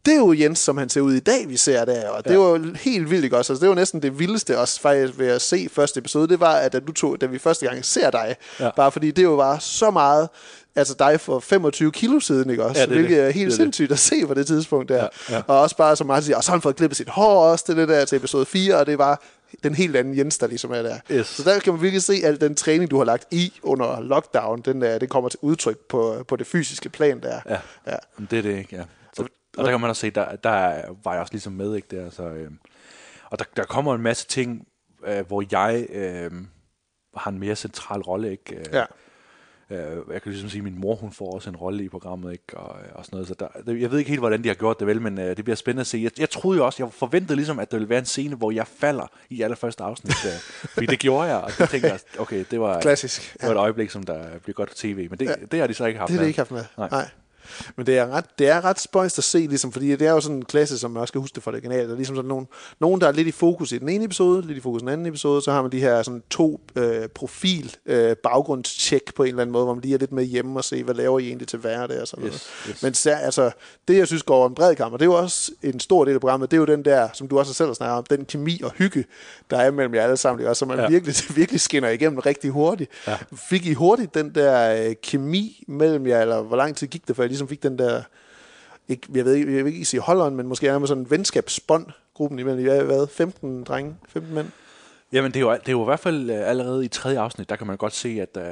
det er jo Jens, som han ser ud i dag, vi ser der, og det var jo helt vildt, ikke også? Altså, det var næsten det vildeste også faktisk ved at se første episode, det var, at da vi første gang ser dig, bare fordi det jo var så meget, altså dig for 25 kilo siden, ikke også? Hvilket er helt sindssygt at se på det tidspunkt der. Og også bare, som Martin siger, og så har han fået klippet sit hår også til det der til episode 4, og det var den helt anden Jens, der ligesom er der. Yes. Så der kan man virkelig se, at den træning, du har lagt i under lockdown, den kommer til udtryk på det fysiske plan der. Ja. Det er det, ikke? Ja. Og der kan man også se, der var jeg også ligesom med, ikke der. Så, og der kommer en masse ting, hvor jeg har en mere central rolle, ikke? Jeg kan ligesom sige, at min mor, hun får også en rolle i programmet, ikke? Og sådan noget. Så jeg ved ikke helt, hvordan de har gjort det vel, men det bliver spændende at se. Jeg troede jo også, jeg forventede ligesom, at der ville være en scene, hvor jeg falder i allerførste afsnit. Fordi det gjorde jeg, og det tænkte jeg, okay, det var klassisk. Det var et øjeblik, som der bliver godt på tv, men det har de så ikke haft med. Det har de ikke haft med. Nej. Men det er ret spøjst at se, ligesom, fordi det er jo sådan en klasse, som man også skal huske det fra det originale. Der er ligesom sådan nogen, der er lidt i fokus i den ene episode, lidt i fokus i den anden episode, så har man de her sådan 2 baggrundstjek på en eller anden måde, hvor man lige er lidt med hjemme og se, hvad laver I egentlig til hverdag og sådan noget. Yes. Men altså, det jeg synes går over en bred kamp, og det er jo også en stor del af programmet, det er jo den der, som du også selv har snakket om, den kemi og hygge, der er mellem jer alle sammen, også, så man virkelig skinner igennem rigtig hurtigt. Ja. Fik I hurtigt den der kemi mellem jer, eller hvor lang tid gik det, før I ligesom fik den der, jeg vil ikke sige holderen, men måske er med sådan en venskabsbånd, gruppen imellem, 15 drenge, 15 mænd? Jamen, det er jo i hvert fald allerede i 3. afsnit, der kan man godt se, at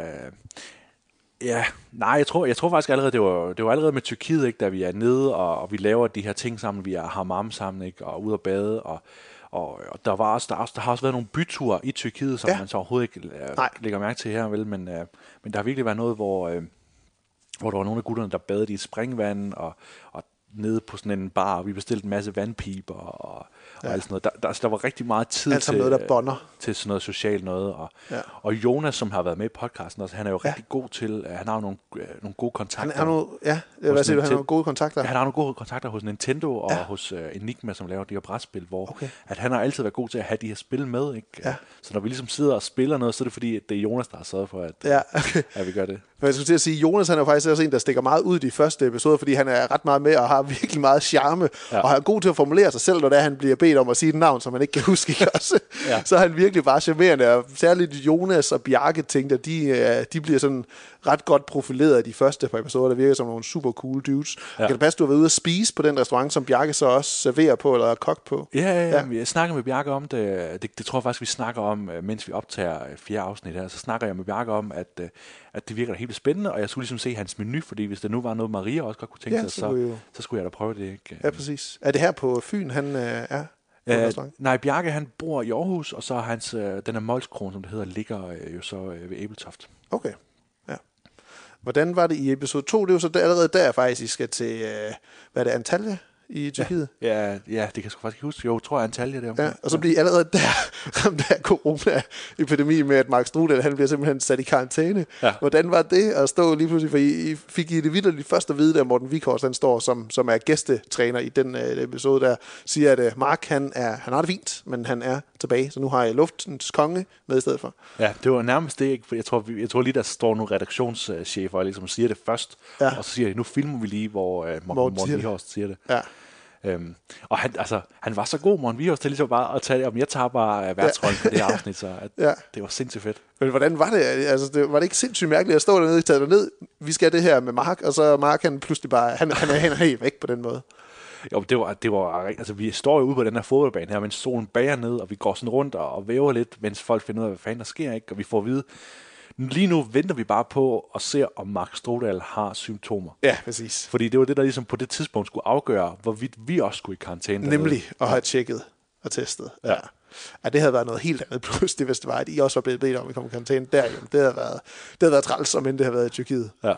jeg tror faktisk allerede, det var allerede med Tyrkiet, ikke, da vi er nede, og vi laver de her ting sammen, vi er hammam sammen, ikke, og ude at bade, og der har også været nogle byture i Tyrkiet, som man så overhovedet ikke lægger mærke til her, vel, men der har virkelig været noget, hvor der var nogle af gutterne, der badede i springvand, og nede på sådan en bar, og vi bestilte en masse vandpiber, og alt sådan noget. Der var rigtig meget tid til, noget, der bonder. Til sådan noget socialt noget. Og Jonas, som har været med i podcasten også, han er jo rigtig god til, han har jo nogle gode kontakter. Han har nogle gode kontakter. Han har nogle gode kontakter hos Nintendo og hos Enigma, som laver de her brætspil, hvor at han har altid været god til at have de her spil med. Ikke? Ja. Så når vi ligesom sidder og spiller noget, så er det fordi, at det er Jonas, der har sørget for, at vi gør det. Men jeg skulle til at sige, Jonas han er jo faktisk også en, der stikker meget ud i de første episoder, fordi han er ret meget med og har virkelig meget charme, og er god til at formulere sig selv, når han bliver bedt om at sige et navn, som man ikke kan huske. Så er han virkelig bare charmerende, og særligt Jonas og Bjarke tænkte, at de bliver sådan ret godt profileret i de første par episoder, der virker som nogle super cool dudes. Kan det passe, du har været ude at spise på den restaurant, som Bjarke så også serverer på, eller er kok på? Ja. Jeg snakker med Bjarke om det. Det tror jeg faktisk, vi snakker om, mens vi optager 4. afsnit her. Så snakker jeg med Bjarke om, at det virker helt spændende, og jeg skulle ligesom se hans menu, fordi hvis det nu var noget, Maria også godt kunne tænke sig, så skulle jeg da prøve det. Ikke? Ja, præcis. Er det her på Fyn, han er? Nej, Bjarke, han bor i Aarhus, og så er hans, den her Molskron, som det hedder, ligger jo så ved Ebeltoft. Okay, ja. Hvordan var det i episode 2? Det er jo så allerede der faktisk, I skal til, hvad er det, Antalya i Tyrkiet? Ja, det kan jeg sgu faktisk ikke huske. Jo, tror jeg Antalya der. Ja, og så bliver allerede der corona-epidemi med, at Mark Strudel, han bliver simpelthen sat i karantæne. Ja. Hvordan var det at stå lige pludselig, for I fik I det vitterligt først at vide, der Morten Wieghorst, han står som er gæstetræner i den episode der, siger, at Mark, han har det fint, men han er tilbage, så nu har jeg luftens konge med i stedet for. Ja, det var nærmest det, ikke? For jeg tror lige, der står nogle redaktionschefer, og ligesom siger det først, og så siger de, nu filmer vi lige, hvor Morten Wieghorst siger det. Ja. Og han var så god, Morten Wieghorst, til ligesom bare at tage, om jeg tager bare værtsrollen på det afsnit, så det var sindssygt fedt. Men hvordan var det? Altså, var det ikke sindssygt mærkeligt at stå dernede, tage derned, vi skal det her med Mark, og så Mark, han pludselig bare, han er helt væk på den måde. Jo, det var altså vi står jo ude på den her fodboldbane her, mens solen bager ned, og vi går sådan rundt og væver lidt, mens folk finder ud af, hvad fanden der sker, ikke? Og vi får at vide, lige nu venter vi bare på og ser, om Mark Strudal har symptomer. Ja, præcis. Fordi det var det, der ligesom på det tidspunkt skulle afgøre, hvorvidt vi også skulle i karantæne. Nemlig at have tjekket og testet. Ja. Ja, det havde været noget helt andet pludselig, hvis det var, at I også var blevet bedt om at komme i karantæne der. Det havde været træls, om end det havde været i Tyrkiet. Ja.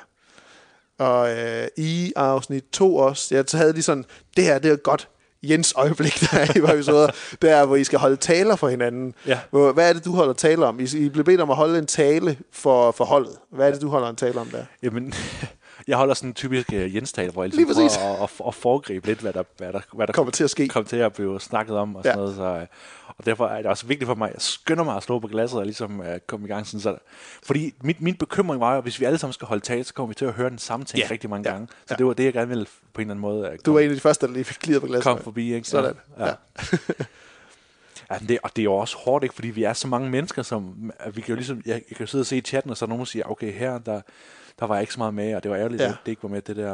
Og i afsnit 2 også, jeg havde lige sådan, det er godt Jens øjeblik, der er i episoder, der hvor I skal holde taler for hinanden. Ja. Hvad er det, du holder taler om? I blev bedt om at holde en tale for holdet. Hvad er det, du holder en tale om der? Jeg holder sådan en typisk Jens-tal, hvor jeg ligesom prøver at foregribe lidt, hvad der kommer til at ske. Kommer til at blive snakket om og sådan noget. Så, og derfor er det også vigtigt for mig, at jeg skynder mig at slå på glasset og ligesom komme i gang. Sådan, så, fordi min bekymring var jo, at hvis vi alle sammen skal holde tale, så kommer vi til at høre den samme ting rigtig mange gange. Så det var det, jeg gerne ville på en eller anden måde. Du var en af de første, der lige fik glidet på glasset. Kom forbi, ikke? Sådan. Ja. Ja, og det er jo også hårdt, ikke? Fordi vi er så mange mennesker, som vi kan jo ligesom, jeg kan jo sidde og se i chatten, og så nogen siger, okay, her, der var jeg ikke så meget med, og det var ærgerligt, at det ikke var med det der,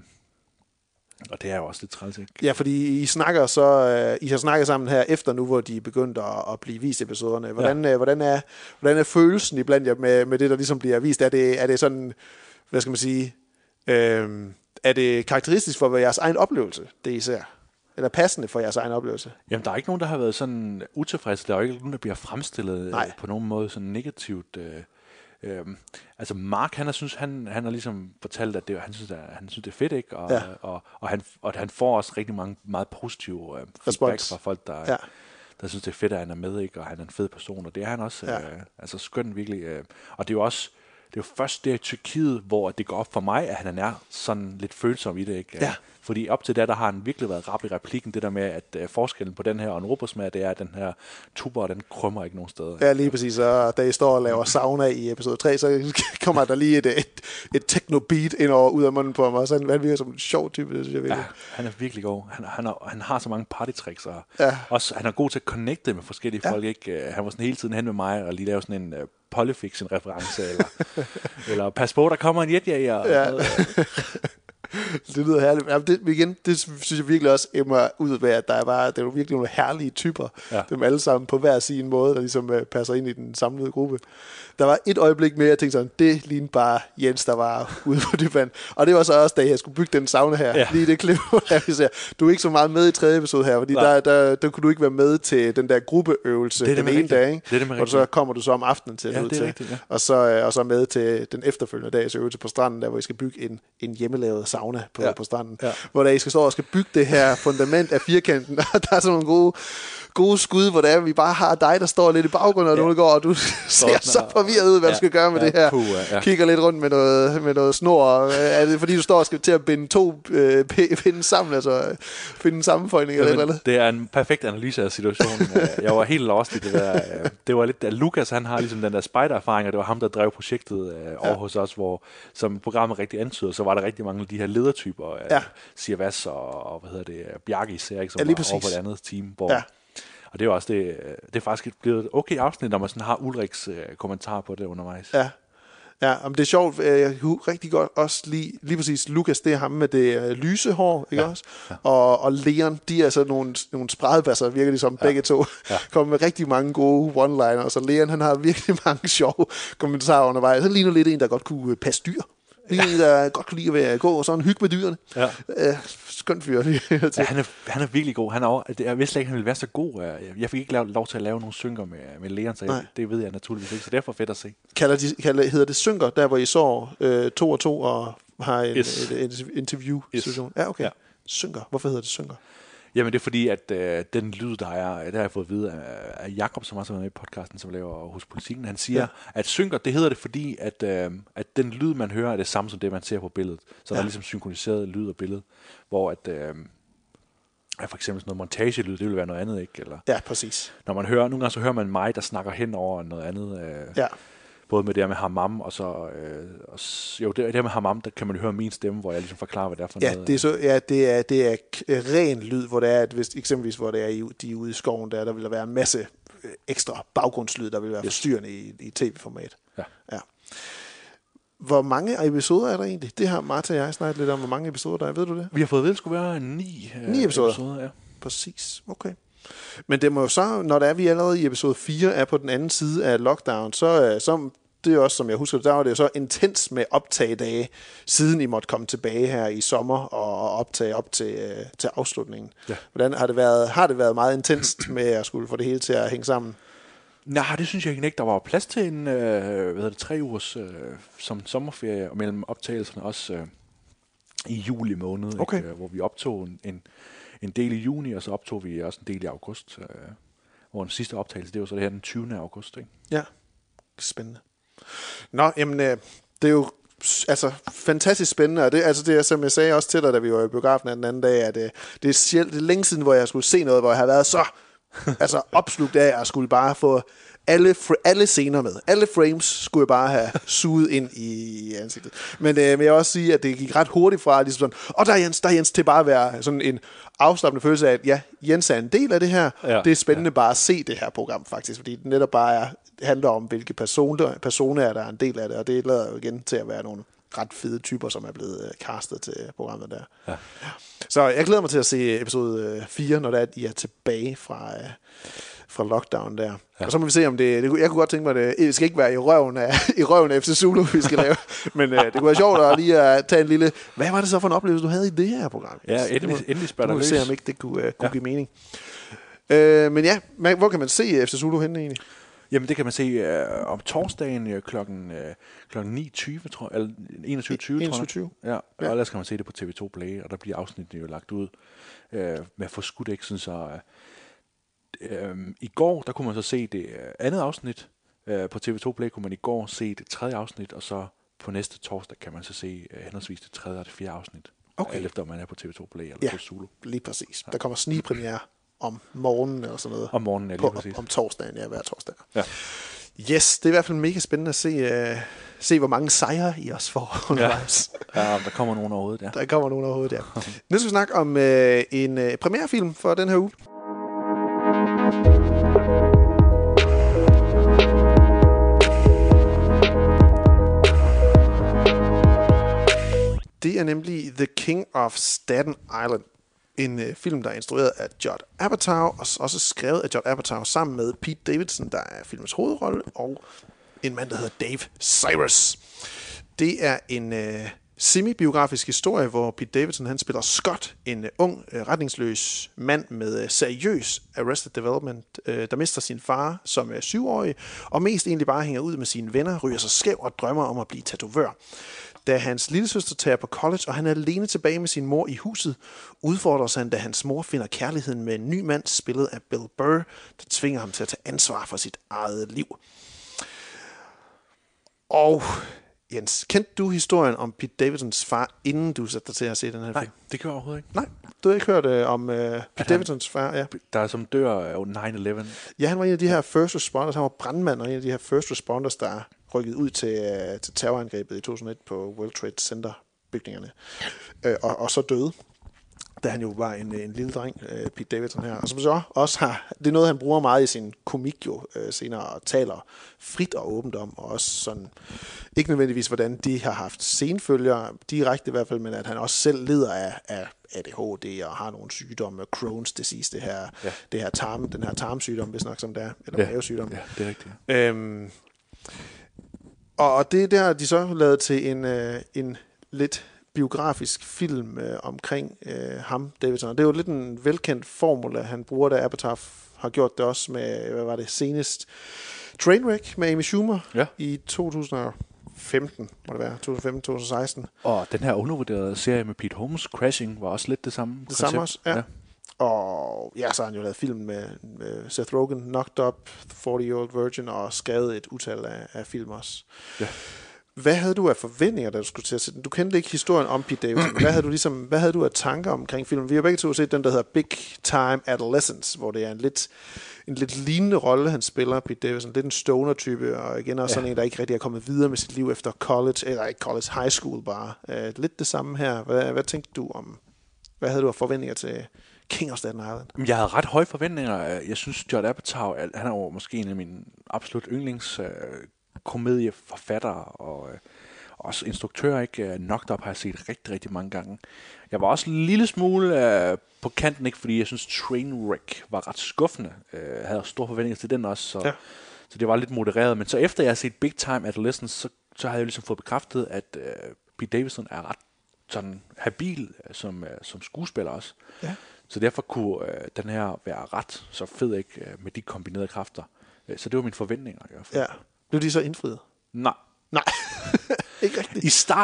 og det er jo også lidt træls, ikke? Ja, fordi I har snakket sammen her efter nu, hvor de er begyndt at blive vist episoderne. Hvordan er følelsen iblandt jer med det, der ligesom bliver vist? Er det sådan, hvad skal man sige, er det karakteristisk for jeres egen oplevelse, det I ser? Eller passende for jeres egen oplevelse? Jamen, der er ikke nogen, der har været sådan utilfredse. Der er jo ikke nogen, der bliver fremstillet på nogen måde sådan negativt. Altså Mark, han har ligesom fortalt, at han synes, det er fedt, ikke? Og han får også rigtig mange meget positive feedback fra folk, der synes, det er fedt, at han er med, ikke? Og han er en fed person, og det er han også. Altså skøn virkelig. Og det er jo også først der i Tyrkiet, hvor det går op for mig, at han er sådan lidt følsom i det, ikke? Ja. Fordi op til der har han virkelig været rap i replikken, det der med, at forskellen på den her og en robotsmad, det er, at den her tuber, den krømmer ikke nogen steder. Ja, lige præcis. Og da I står og laver sauna i episode 3, så kommer der lige et techno-beat ind over ud af munden på mig, og så han virker som en sjov type, det synes jeg virkelig. Ja, han er virkelig god. Han har så mange partytricks, og også, han er god til at connecte med forskellige folk, ikke? Han var sådan hele tiden hen med mig, og lige lave sådan en Polyfix, en reference, eller pas på, der kommer en jetjager. Ja. Det lyder herligt. Jamen det synes jeg virkelig også emmer ud af, at det er jo virkelig nogle herlige typer. Ja. Dem alle sammen på hver sin måde, der ligesom passer ind i den samlede gruppe. Der var et øjeblik mere, jeg tænkte sådan, det lignede bare Jens, der var ude på det vand. Og det var så også, da jeg skulle bygge den sauna her. Ja. Lige det klip, der vi ser. Du er ikke så meget med i 3. episode her, fordi der kunne du ikke være med til den der gruppeøvelse den ene dag, ikke? Og så kommer du så om aftenen til det rigtigt, ja. Og så med til den efterfølgende dags øvelse på stranden, der hvor I skal bygge en hjemmelavet sauna på stranden. Ja. Hvor der I skal stå og skal bygge det her fundament af firkanten, og der er sådan nogle gode skud, hvor det er, vi bare har dig, der står lidt i baggrunden, og du går, og du ser så forvirret ud, hvad du skal gøre med det her. Kigger lidt rundt med noget snor. Er det fordi, du står og skal til at binde 2 pinde sammen, altså finde en sammenføjning eller noget? Det er en perfekt analyse af situationen. Jeg var helt lost i det der. Det var lidt, Lukas, han har ligesom den der spider-erfaring, og det var ham, der drev projektet over hos os, hvor som programmet rigtig antyder, så var der rigtig mange af de her ledertyper, Sirvas og Bjarke især, ikke, som var over på et andet team, hvor og det er jo også det er faktisk blevet et okay afsnit, når man sådan har Ulriks kommentar på det undervejs. Ja, men det er sjovt. Jeg rigtig godt også lige præcis Lukas, det er ham med det lyse hår, ikke også? Ja. Og Leon, de er så nogle spredebasser, virker de som begge to. Ja. Kommer med rigtig mange gode one-liners, og Leon, han har virkelig mange sjove kommentarer undervejs. Han ligner lidt en, der godt kunne passe dyr. En, der godt kunne lide at gå og sådan hygge med dyrene. Ja. Skønt fyr. Han er virkelig god. Jeg vidste ikke, han ville være så god. Jeg fik ikke lov til at lave nogle synker med Leon, så det ved jeg naturligvis ikke, så derfor fedt at se. Hedder det synker, der hvor I så 2 og 2 og har et interview-situation? Ja, okay. Ja. Synker. Hvorfor hedder det synker? Jamen det er fordi, at den lyd, der har jeg fået at vide af Jakob, som også er med i podcasten, som laver hos Politikken, han siger, at synker, det hedder det fordi, at den lyd, man hører, er det samme som det, man ser på billedet. Så der er ligesom synkroniseret lyd og billede, hvor at for eksempel sådan noget montagelyd, det vil være noget andet, ikke? Eller, ja, præcis. Når man hører, nogle gange så hører man mig, der snakker hen over noget andet. Både med det her med Hammam, og så det her med Hammam, der kan man høre min stemme, hvor jeg ligesom forklarer, hvad det er for noget. Det er ren lyd, hvor det er, at hvis, eksempelvis hvor det er de er ude i skoven, der vil der være en masse ekstra baggrundslyd, der vil være forstyrrende i tv-format. Ja. Hvor mange episoder er der egentlig? Det har Martha og jeg snakket lidt om, hvor mange episoder der er. Ved du det? Vi har fået at vide, at det skulle være 9 episoder. Ja. Præcis, okay. Men det må jo så, når der er vi allerede i episode 4, er på den anden side af lockdown, så det er også, som jeg husker, der var det jo så intens med optagedage, siden I måtte komme tilbage her i sommer og optage op til afslutningen. Ja. Hvordan har det været meget intenst med at skulle få det hele til at hænge sammen? Nej, det synes jeg ikke. Der var plads til en 3 ugers som sommerferie og mellem optagelserne også i juli måned, okay. Hvor vi optog en del i juni, og så optog vi også en del i august, hvor den sidste optagelse, det var så det her den 20. august. Ikke? Ja, spændende. Nå, jamen, det er jo altså fantastisk spændende, og det er, som jeg sagde også til dig, da vi var i biografen den anden dag, at det er længe siden, hvor jeg skulle se noget, hvor jeg har været så opslugt af, at jeg skulle bare få alle scener med. Alle frames skulle jeg bare have suget ind i ansigtet. Men jeg vil også sige, at det gik ret hurtigt fra, ligesom sådan, der er Jens, til bare at være sådan en afslappende følelse af, at ja, Jens er en del af det her. Ja, det er spændende bare at se det her program, faktisk, fordi det netop bare handler om, hvilke personer der er en del af det, og det lader jo igen til at være nogle ret fede typer, som er blevet castet til programmet der. Ja. Så jeg glæder mig til at se episode 4, når I er tilbage fra lockdown der. Ja. Og så må vi se, om det jeg kunne godt tænke mig, at det skal ikke være i røven af FC Zulu, vi skal lave. Men det kunne være sjovt at lige at tage en lille... Hvad var det så for en oplevelse, du havde i det her program? Ja, endelig spørger løs. Nu må vi se, om ikke det kunne give mening. Men ja, hvor kan man se FC Zulu henne egentlig? Jamen, det kan man se om torsdagen klokken 9:20, tror jeg, eller 21:20, tror jeg. Ja, og ellers kan man se det på TV2 Play, og der bliver afsnittet jo lagt ud med forskudt, ikke? Sådan så... I går, der kunne man så se det andet afsnit. På TV2 Play kunne man i går se det tredje afsnit, og så på næste torsdag kan man så se henholdsvis det tredje og det fjerde afsnit. Okay. Alt efter, om man er på TV2 Play eller på Zulu. Lige præcis. Der kommer snigpremiere om morgenen eller sådan noget. Om morgenen, ja, lige præcis. Om torsdagen, ja, hver torsdag. Ja. Yes, det er i hvert fald mega spændende at se hvor mange sejre I også får undervejs. Ja, der kommer nogen overhovedet, ja. Der kommer nogen overhovedet, ja. Nu skal vi snakke om en premierefilm for den her uge. Det er nemlig The King of Staten Island. En film, der er instrueret af Judd Apatow, og også skrevet af Judd Apatow sammen med Pete Davidson, der er filmens hovedrolle, og en mand, der hedder Dave Cyrus. Det er en semi-biografisk historie, hvor Pete Davidson han spiller Scott, en ung, retningsløs mand med seriøs Arrested Development, der mister sin far som 7-årig, og mest egentlig bare hænger ud med sine venner, ryger sig skæv og drømmer om at blive tatovør. Da hans lillesøster tager på college, og han er alene tilbage med sin mor i huset, udfordres han, da hans mor finder kærligheden med en ny mand, spillet af Bill Burr, der tvinger ham til at tage ansvar for sit eget liv. Og Jens, kendte du historien om Pete Davidsons far, inden du satte dig til at se den her film? Nej, det gør jeg overhovedet ikke. Nej, du har ikke hørt om Pete Davidsons far? Ja. Der er som dør 9/11. Ja, han var en af de her first responders. Han var brandmand, og en af de her first responders, der rykket ud til terrorangrebet i 2001 på World Trade Center-bygningerne. Og så døde, da han jo var en lille dreng, Pete Davidson her. Og som så også har, det er noget, han bruger meget i sin komik jo senere, og taler frit og åbent om, og også sådan, ikke nødvendigvis, hvordan de har haft senfølger, direkte i hvert fald, men at han også selv lider af ADHD og har nogle sygdomme, Crohn's disease, den her tarmsygdom, hvis nok som det er, eller mavesygdom. Ja, det er rigtigt. Og det der, de så lavet til en lidt biografisk film omkring ham, Davidson. Og det er jo lidt en velkendt formel, han bruger, da Apatow har gjort det også med, hvad var det senest? Trainwreck med Amy Schumer i 2015, må det være, 2015-2016. Og den her undervurderede serie med Pete Holmes, Crashing, var også lidt det samme. Det samme også, ja. Og ja, så har han jo lavet film med Seth Rogen, Knocked Up, 40-Year-Old Virgin, og skrevet et utal af film også. Ja. Hvad havde du af forventninger, da du skulle til at se den? Du kendte ikke historien om Pete Davidson. Hvad havde du af tanker omkring filmen? Vi har begge to set den, der hedder Big Time Adolescence, hvor det er en lidt lignende rolle, han spiller, Pete Davidson. Lidt en stoner-type, og igen også sådan en, der ikke rigtig er kommet videre med sit liv efter college, eller ikke college, high school bare. Lidt det samme her. Hvad tænkte du om, hvad havde du af forventninger til King of Staten Island? Jeg havde ret høje forventninger. Jeg synes, Judd Apatow, han er jo måske en af mine absolut yndlings komedieforfatter og også instruktør, ikke? Knocked Up har jeg set rigtig, rigtig mange gange. Jeg var også en lille smule på kanten, ikke? Fordi jeg synes, Trainwreck var ret skuffende. Jeg havde store forventninger til den også, så det var lidt modereret. Men så efter jeg har set Big Time Adolescence, så havde jeg ligesom fået bekræftet, at Pete Davidson er ret sådan habil som skuespiller også. Ja. Så derfor kunne den her være ret så fed, ikke? Med de kombinerede kræfter. Så det var mine forventninger i hvert fald. Ja. Blev de så indfriet? Nej. Ikke rigtigt.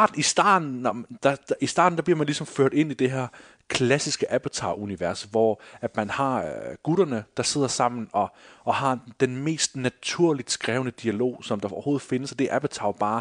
I starten der bliver man ligesom ført ind i det her klassiske Apatow-univers, hvor at man har gutterne, der sidder sammen og har den mest naturligt skrevne dialog, som der overhovedet findes, og det er Apatow bare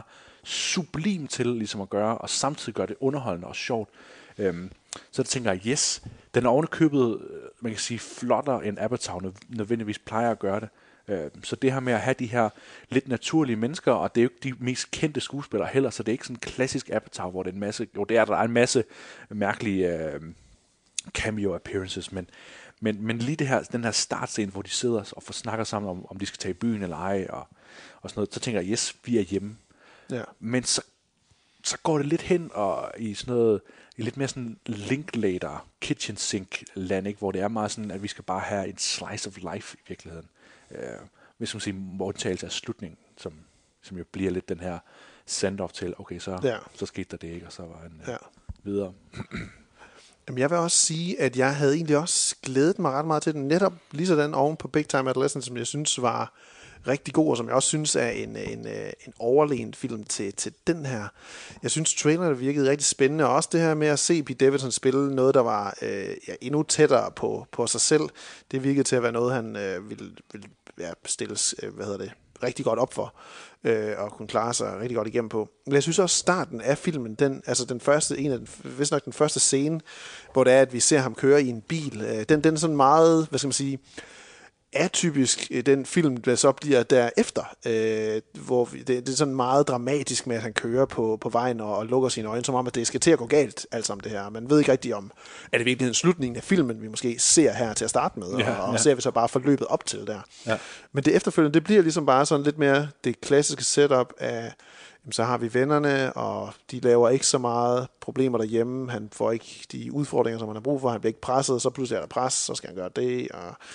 sublim til ligesom at gøre, og samtidig gøre det underholdende og sjovt. Så der tænker jeg, yes, den er ovenikøbet, man kan sige, flottere end Apatow nødvendigvis plejer at gøre det. Så det her med at have de her lidt naturlige mennesker, og det er jo ikke de mest kendte skuespillere heller, så det er ikke sådan en klassisk Apatow, hvor det er en masse, jo det er der er en masse mærkelige cameo appearances, men lige den her startscene, hvor de sidder og får snakker sammen om de skal tage i byen eller ej, og sådan noget, så tænker jeg, yes, vi er hjemme. Ja. Men så går det lidt hen og i sådan noget, i lidt mere sådan Linklater, kitchen sink land, ikke? Hvor det er meget sådan, at vi skal bare have en slice of life i virkeligheden. Hvis man siger, modtagelse af slutningen, som jo bliver lidt den her send-off til, okay, så skete der det ikke, og så var han videre. Jamen, jeg vil også sige, at jeg havde egentlig også glædet mig ret meget til den, netop lige sådan oven på Big Time Adolescence, som jeg synes var rigtig god, og som jeg også synes er en overlegen film til den her. Jeg synes, trailerne virkede rigtig spændende, og også det her med at se Pete Davidson spille noget, der var endnu tættere på sig selv. Det virkede til at være noget, han ville stilles, rigtig godt op for, og kunne klare sig rigtig godt igennem på. Men jeg synes også, starten af filmen, den første scene, hvor det er, at vi ser ham køre i en bil, den er sådan meget, hvad skal man sige, atypisk den film, der så bliver derefter, hvor det er sådan meget dramatisk med, at han kører på vejen og lukker sine øjne, som om, at det skal til at gå galt, alt sammen det her. Man ved ikke rigtig om, er det virkelig en slutning af filmen, vi måske ser her til at starte med, og ser vi så bare forløbet op til der. Ja. Men det efterfølgende, det bliver ligesom bare sådan lidt mere det klassiske setup af, så har vi vennerne, og de laver ikke så meget problemer derhjemme, han får ikke de udfordringer, som han har brug for, han bliver ikke presset, så pludselig er der pres, så skal han gøre det,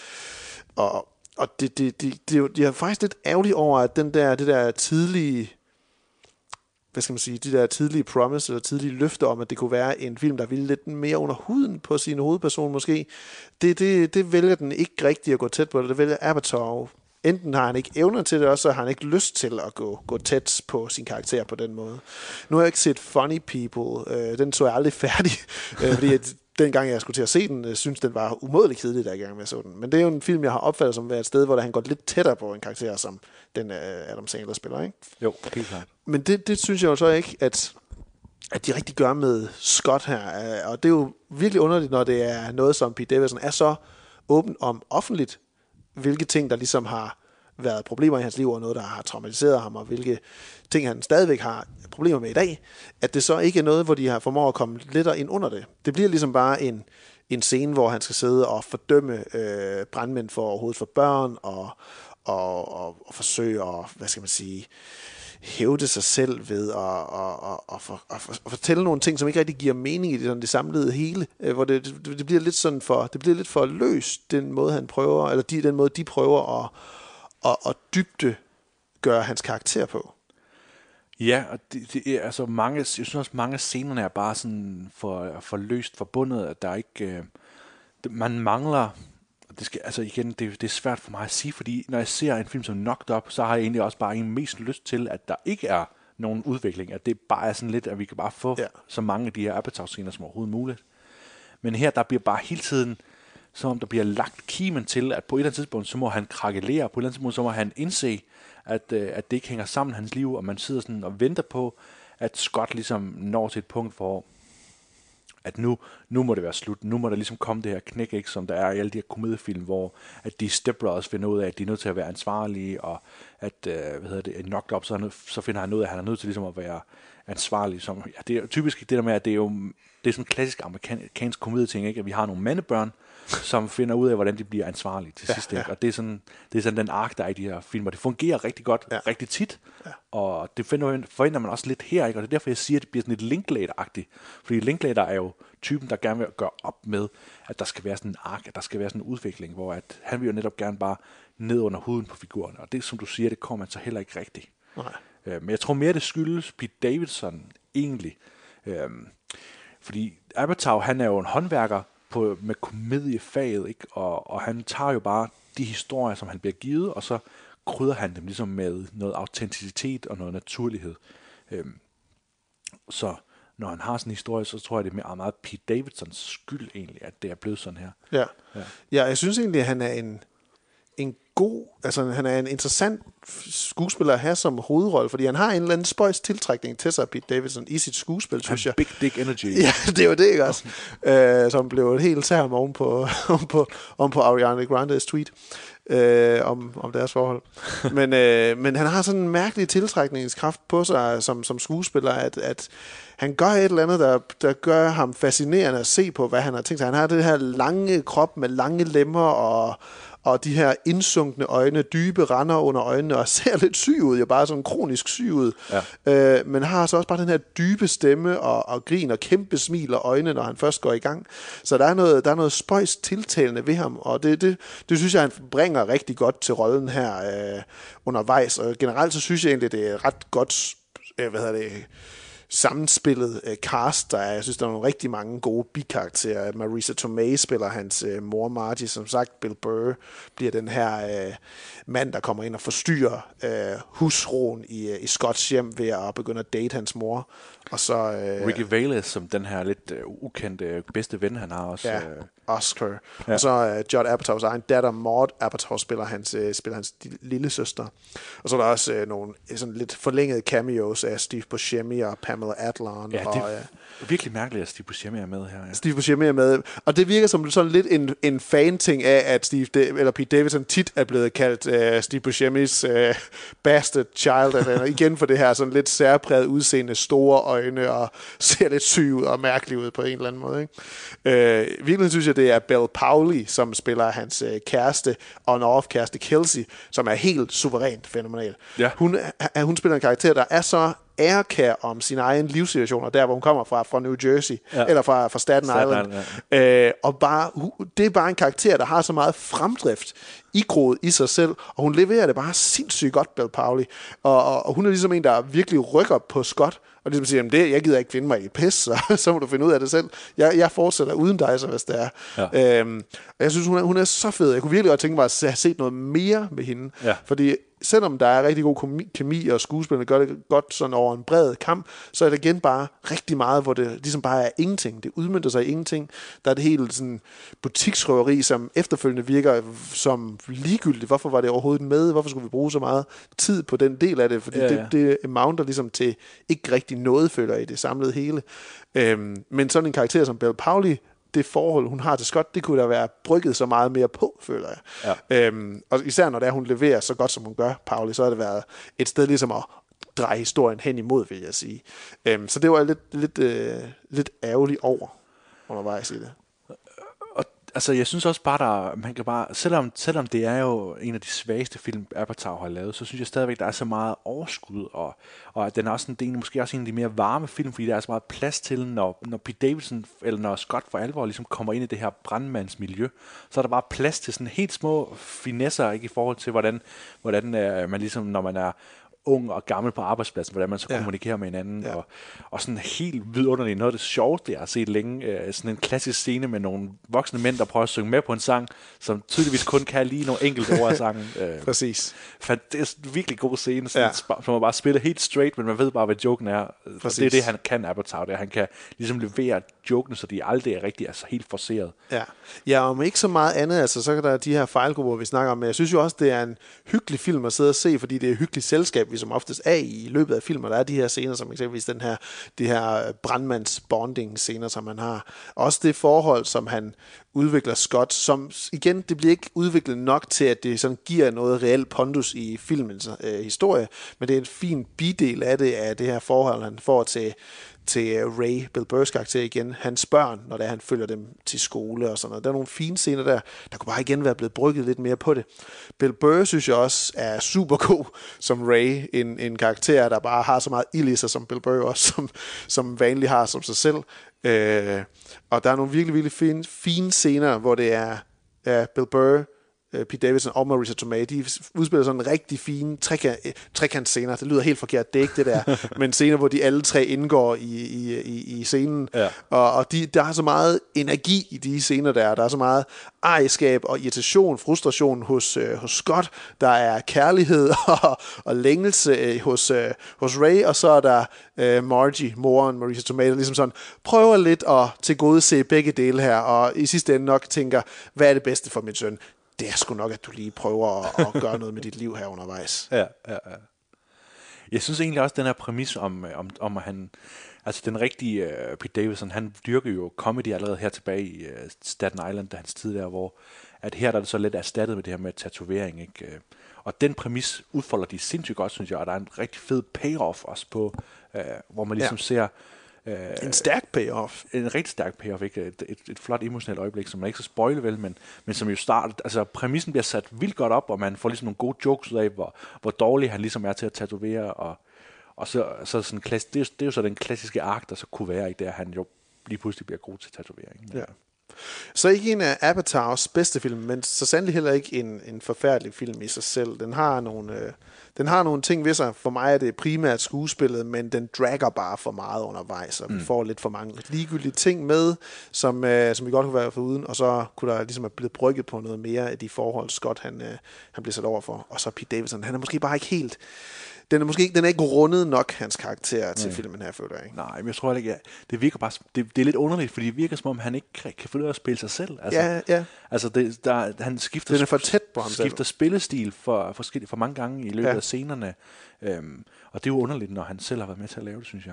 og de er faktisk lidt ærgerlige over, at det der tidlige, hvad skal man sige, de der tidlige promise, eller tidlige løfter om, at det kunne være en film, der ville lidt mere under huden på sin hovedperson måske, det vælger den ikke rigtig at gå tæt på, det vælger Apatow. Enten har han ikke evner til det, og så har han ikke lyst til at gå tæt på sin karakter på den måde. Nu har jeg ikke set Funny People, den så jeg aldrig færdig, fordi dengang jeg skulle til at se den, synes den var umådelig kedelig, da jeg med så den. Men det er jo en film, jeg har opfattet som et sted, hvor han går lidt tættere på en karakter, som den Adam Sandler spiller, ikke? Jo, helt klart. Men det synes jeg jo så ikke, at de rigtig gør med Scott her. Og det er jo virkelig underligt, når det er noget, som Pete Davidson er så åben om offentligt, hvilke ting, der ligesom har været problemer i hans liv, og noget, der har traumatiseret ham, og hvilke ting, han stadigvæk har problemer med i dag, at det så ikke er noget, hvor de har formået at komme lidt ind under det. Det bliver ligesom bare en scene, hvor han skal sidde og fordømme brandmænd for overhovedet for børn, og forsøge at, hvad skal man sige, hævde sig selv ved at fortælle nogle ting, som ikke rigtig giver mening i det samlede hele, hvor det bliver lidt sådan for løst, den måde han prøver, eller den måde de prøver at dybde gøre hans karakter på. Ja, og det er altså mange, jeg synes også mange af scenerne er bare sådan for løst forbundet, at der ikke man mangler. Det skal, altså igen, det er svært for mig at sige, fordi når jeg ser en film som Knocked Up, så har jeg egentlig også bare mest lyst til, at der ikke er nogen udvikling, at det bare er sådan lidt, at vi kan bare få så mange af de her Apatow-scener som overhovedet muligt. Men her, der bliver bare hele tiden, som om der bliver lagt kimen til, at på et eller andet tidspunkt, så må han krakelere, på et eller andet tidspunkt, så må han indse, at det ikke hænger sammen hans liv, og man sidder sådan og venter på, at Scott ligesom når til et punkt, hvor at nu må det være slut. Nu må der ligesom komme det her knæk, ikke, som der er i alle de her komediefilm, hvor at de stepbrothers finder ud af, at de er nødt til at være ansvarlige, og at, Knocked Up, så finder han ud af, at han er nødt til ligesom at være ansvarlig. Som, ja, det er typisk det der med, at det er sådan en klassisk amerikansk komedieting, ikke, at vi har nogle mandebørn, som finder ud af, hvordan de bliver ansvarlige til sidst. Ikke? Og det er sådan den ark, der er i de her film, og det fungerer rigtig godt, rigtig tit, og det forventer man også lidt her, ikke? Og det er derfor, jeg siger, at det bliver sådan lidt Linklater-agtigt, fordi Linklater er jo typen, der gerne vil gøre op med, at der skal være sådan en ark, at der skal være sådan en udvikling, hvor at han vil jo netop gerne bare ned under huden på figurerne, og det, som du siger, det kommer man så heller ikke rigtigt. Men jeg tror mere, det skyldes Pete Davidson egentlig, fordi Apatow, han er jo en håndværker, med komediefaget, ikke? Og han tager jo bare de historier, som han bliver givet, og så krydder han dem ligesom med noget autenticitet og noget naturlighed. Så når han har sådan en historie, så tror jeg, det er meget Pete Davidsons skyld egentlig, at det er blevet sådan her. Ja, jeg synes egentlig, at han er en god, altså han er en interessant skuespiller at have som hovedrolle, fordi han har en eller anden spøjs tiltrækning til sig, Pete Davidson, i sit skuespil, synes jeg. Big dick energy. Ja, det var det, ikke også? Som blev et helt term oven på Ariana Grandes tweet om deres forhold. Men han har sådan en mærkelig tiltrækningskraft på sig som skuespiller, at han gør et eller andet, der gør ham fascinerende at se på, hvad han har tænkt sig. Han har det her lange krop med lange lemmer og de her indsunkne øjne, dybe render under øjnene, og ser lidt syg ud, bare sådan kronisk syg ud. Ja. Men har så også bare den her dybe stemme og grin og kæmpe smil og øjne, når han først går i gang. Så der er noget spøjs tiltalende ved ham, og det synes jeg, han bringer rigtig godt til rollen her undervejs. Og generelt så synes jeg egentlig, det er ret godt, sammenspillet cast, der er. Jeg synes, der er nogle rigtig mange gode bikarakterer. Marisa Tomei spiller hans mor Margie. Som sagt, Bill Burr bliver den her mand, der kommer ind og forstyrrer husroen i Scotts hjem ved at begynde at date hans mor. Og så Ricky Valens som den her lidt ukendte bedste ven, han har også. Ja, Oscar. Ja. Og så Judd Apatows egen datter Maud Apatow spiller hans lille søster. Og så er der også nogle sådan lidt forlængede cameos af Steve Buscemi og Pamela Adlon. Ja, det er virkelig mærkeligt, at Steve Buscemi er med her. Ja. Steve Buscemi er med, og det virker som sådan lidt en fan-ting af, at Pete Davidson tit er blevet kaldt Steve Buscemis bastard child, igen for det her sådan lidt særpræget udseende, store øjne og ser lidt syg ud og mærkelig ud på en eller anden måde. Ikke? Virkelig synes jeg, det er Belle Powley, som spiller hans kæreste, on-off kæreste Kelsey, som er helt suverænt fænomenal. Ja. Hun spiller en karakter, der er så ærkær om sin egen livssituationer, der hvor hun kommer fra New Jersey, eller fra Staten Island. Og det er bare en karakter, der har så meget fremdrift igroet i sig selv, og hun leverer det bare sindssygt godt, Belle Powley. Og hun er ligesom en, der virkelig rykker på Scott, og ligesom siger, jamen jeg gider ikke finde mig i et pis, så må du finde ud af det selv. Jeg fortsætter uden dig, så hvis det er. Ja. Og jeg synes, hun er så fed. Jeg kunne virkelig godt tænke mig at have set noget mere med hende, fordi selvom der er rigtig god kemi, og skuespillerne gør det godt sådan over en bred kamp, så er det igen bare rigtig meget, hvor det ligesom bare er ingenting. Det udmønter sig i ingenting. Der er det helt sådan butiksrøveri, som efterfølgende virker som ligegyldigt. Hvorfor var det overhovedet med? Hvorfor skulle vi bruge så meget tid på den del af det? Fordi det amounter ligesom til ikke rigtig noget, føler i det samlede hele. Men sådan en karakter som Belle Powley, det forhold, hun har til Scott, det kunne der være brygget så meget mere på, føler jeg. Ja. Og især når hun leverer så godt, som hun gør, Powley, så har det været et sted ligesom at dreje historien hen imod, vil jeg sige. Så det var lidt ærgerligt over undervejs i det. Altså, jeg synes også bare, man kan bare, selvom det er jo en af de svageste film, Apatow har lavet, så synes jeg stadigvæk, der er så meget overskud, og den er også måske også en af de mere varme film, fordi der er så meget plads til, når Pete Davidson, eller når Scott for alvor ligesom kommer ind i det her brandmandsmiljø, så er der bare plads til sådan helt små finesser, ikke, i forhold til, hvordan man ligesom, når man er ung og gammel på arbejdspladsen, hvordan man så kommunikerer med hinanden, og sådan helt vidunderligt, noget af det sjoveste, jeg har set længe, sådan en klassisk scene med nogle voksne mænd, der prøver at synge med på en sang, som tydeligvis kun kan lige nogle enkelte ord af sangen. Præcis. Det er en virkelig god scene, som man bare spiller helt straight, men man ved bare, hvad joken er. Og det er det, han kan, Apatow, det er, han kan ligesom levere jokene, så de aldrig er rigtig helt forceret. Ja, om ikke så meget andet, altså, så kan der de her fejlgrupper, vi snakker om, men jeg synes jo også, det er en hyggelig film at sidde og se, fordi det er et hyggeligt selskab, vi som oftest er i løbet af filmer. Der er de her scener, som eksempelvis de her brandmands bonding scener, som han har. Også det forhold, som han udvikler Scott, som igen, det bliver ikke udviklet nok til, at det sådan giver noget reelt pondus i filmens historie, men det er en fin bidel af det her forhold, han får til Ray, Bill Burrs karakter igen, hans børn, når han følger dem til skole og sådan noget. Der er nogle fine scener der kunne bare igen være blevet brygget lidt mere på det. Bill Burr synes jeg også er super god som Ray, en karakter, der bare har så meget ild i sig, som Bill Burr også, som vanligt har som sig selv. Og der er nogle virkelig, virkelig fine scener, hvor det er Bill Burr, Pete Davidson og Marisa Tomei, de udspiller sådan en rigtig fine trekantscener. Det lyder helt forkert, det er ikke det der, men scener, hvor de alle tre indgår i scenen. Ja. Og der er så meget energi i de scener der. Der er så meget ejerskab og irritation, frustration hos Scott. Der er kærlighed og længelse hos Ray, og så er der Margie, moren, Marisa Tomei, der ligesom sådan prøver lidt at tilgodese begge dele her, og i sidste ende nok tænker, hvad er det bedste for min søn? det er sgu nok, at du lige prøver at gøre noget med dit liv her undervejs. Ja. Jeg synes egentlig også, den her præmis om at han... Altså den rigtige Pete Davidson, han dyrker jo comedy allerede her tilbage i Staten Island, da hans tid der, hvor at her der er det så lidt erstattet med det her med tatovering, ikke? Og den præmis udfolder de sindssygt godt, synes jeg, og der er en rigtig fed payoff også på, hvor man ligesom ser... en stærk payoff. En rigtig stærk payoff, ikke? Et flot emotionelt øjeblik, som man ikke skal spoile vel, men som jo starter... Altså præmissen bliver sat vildt godt op, og man får ligesom nogle gode jokes ud af, hvor dårlig han ligesom er til at tatovere, og så sådan det er jo så den klassiske ark, der så kunne være, ikke, der han jo lige pludselig bliver god til tatovering. Ja. Så ikke en af Avatars bedste film, men så sandelig heller ikke en forfærdelig film i sig selv. Den har nogle ting ved sig. For mig er det primært skuespillet, men den dragger bare for meget undervejs, og vi får lidt for mange ligegyldige ting med, som vi godt kunne være foruden, og så kunne der ligesom have blevet brygget på noget mere af de forhold, Scott han bliver sat over for. Og så Pete Davidson, han er måske bare ikke helt... Den er ikke rundet nok, hans karakter, til filmen her, føler jeg, ikke? Nej, men jeg tror ikke, det virker bare... Det er lidt underligt, fordi det virker som om, han ikke kan finde ud af at spille sig selv. Altså, ja. Altså, han skifter... Den er for tæt på ham skifter spillestil for mange gange i løbet af scenerne. Og det er jo underligt, når han selv har været med til at lave det, synes jeg.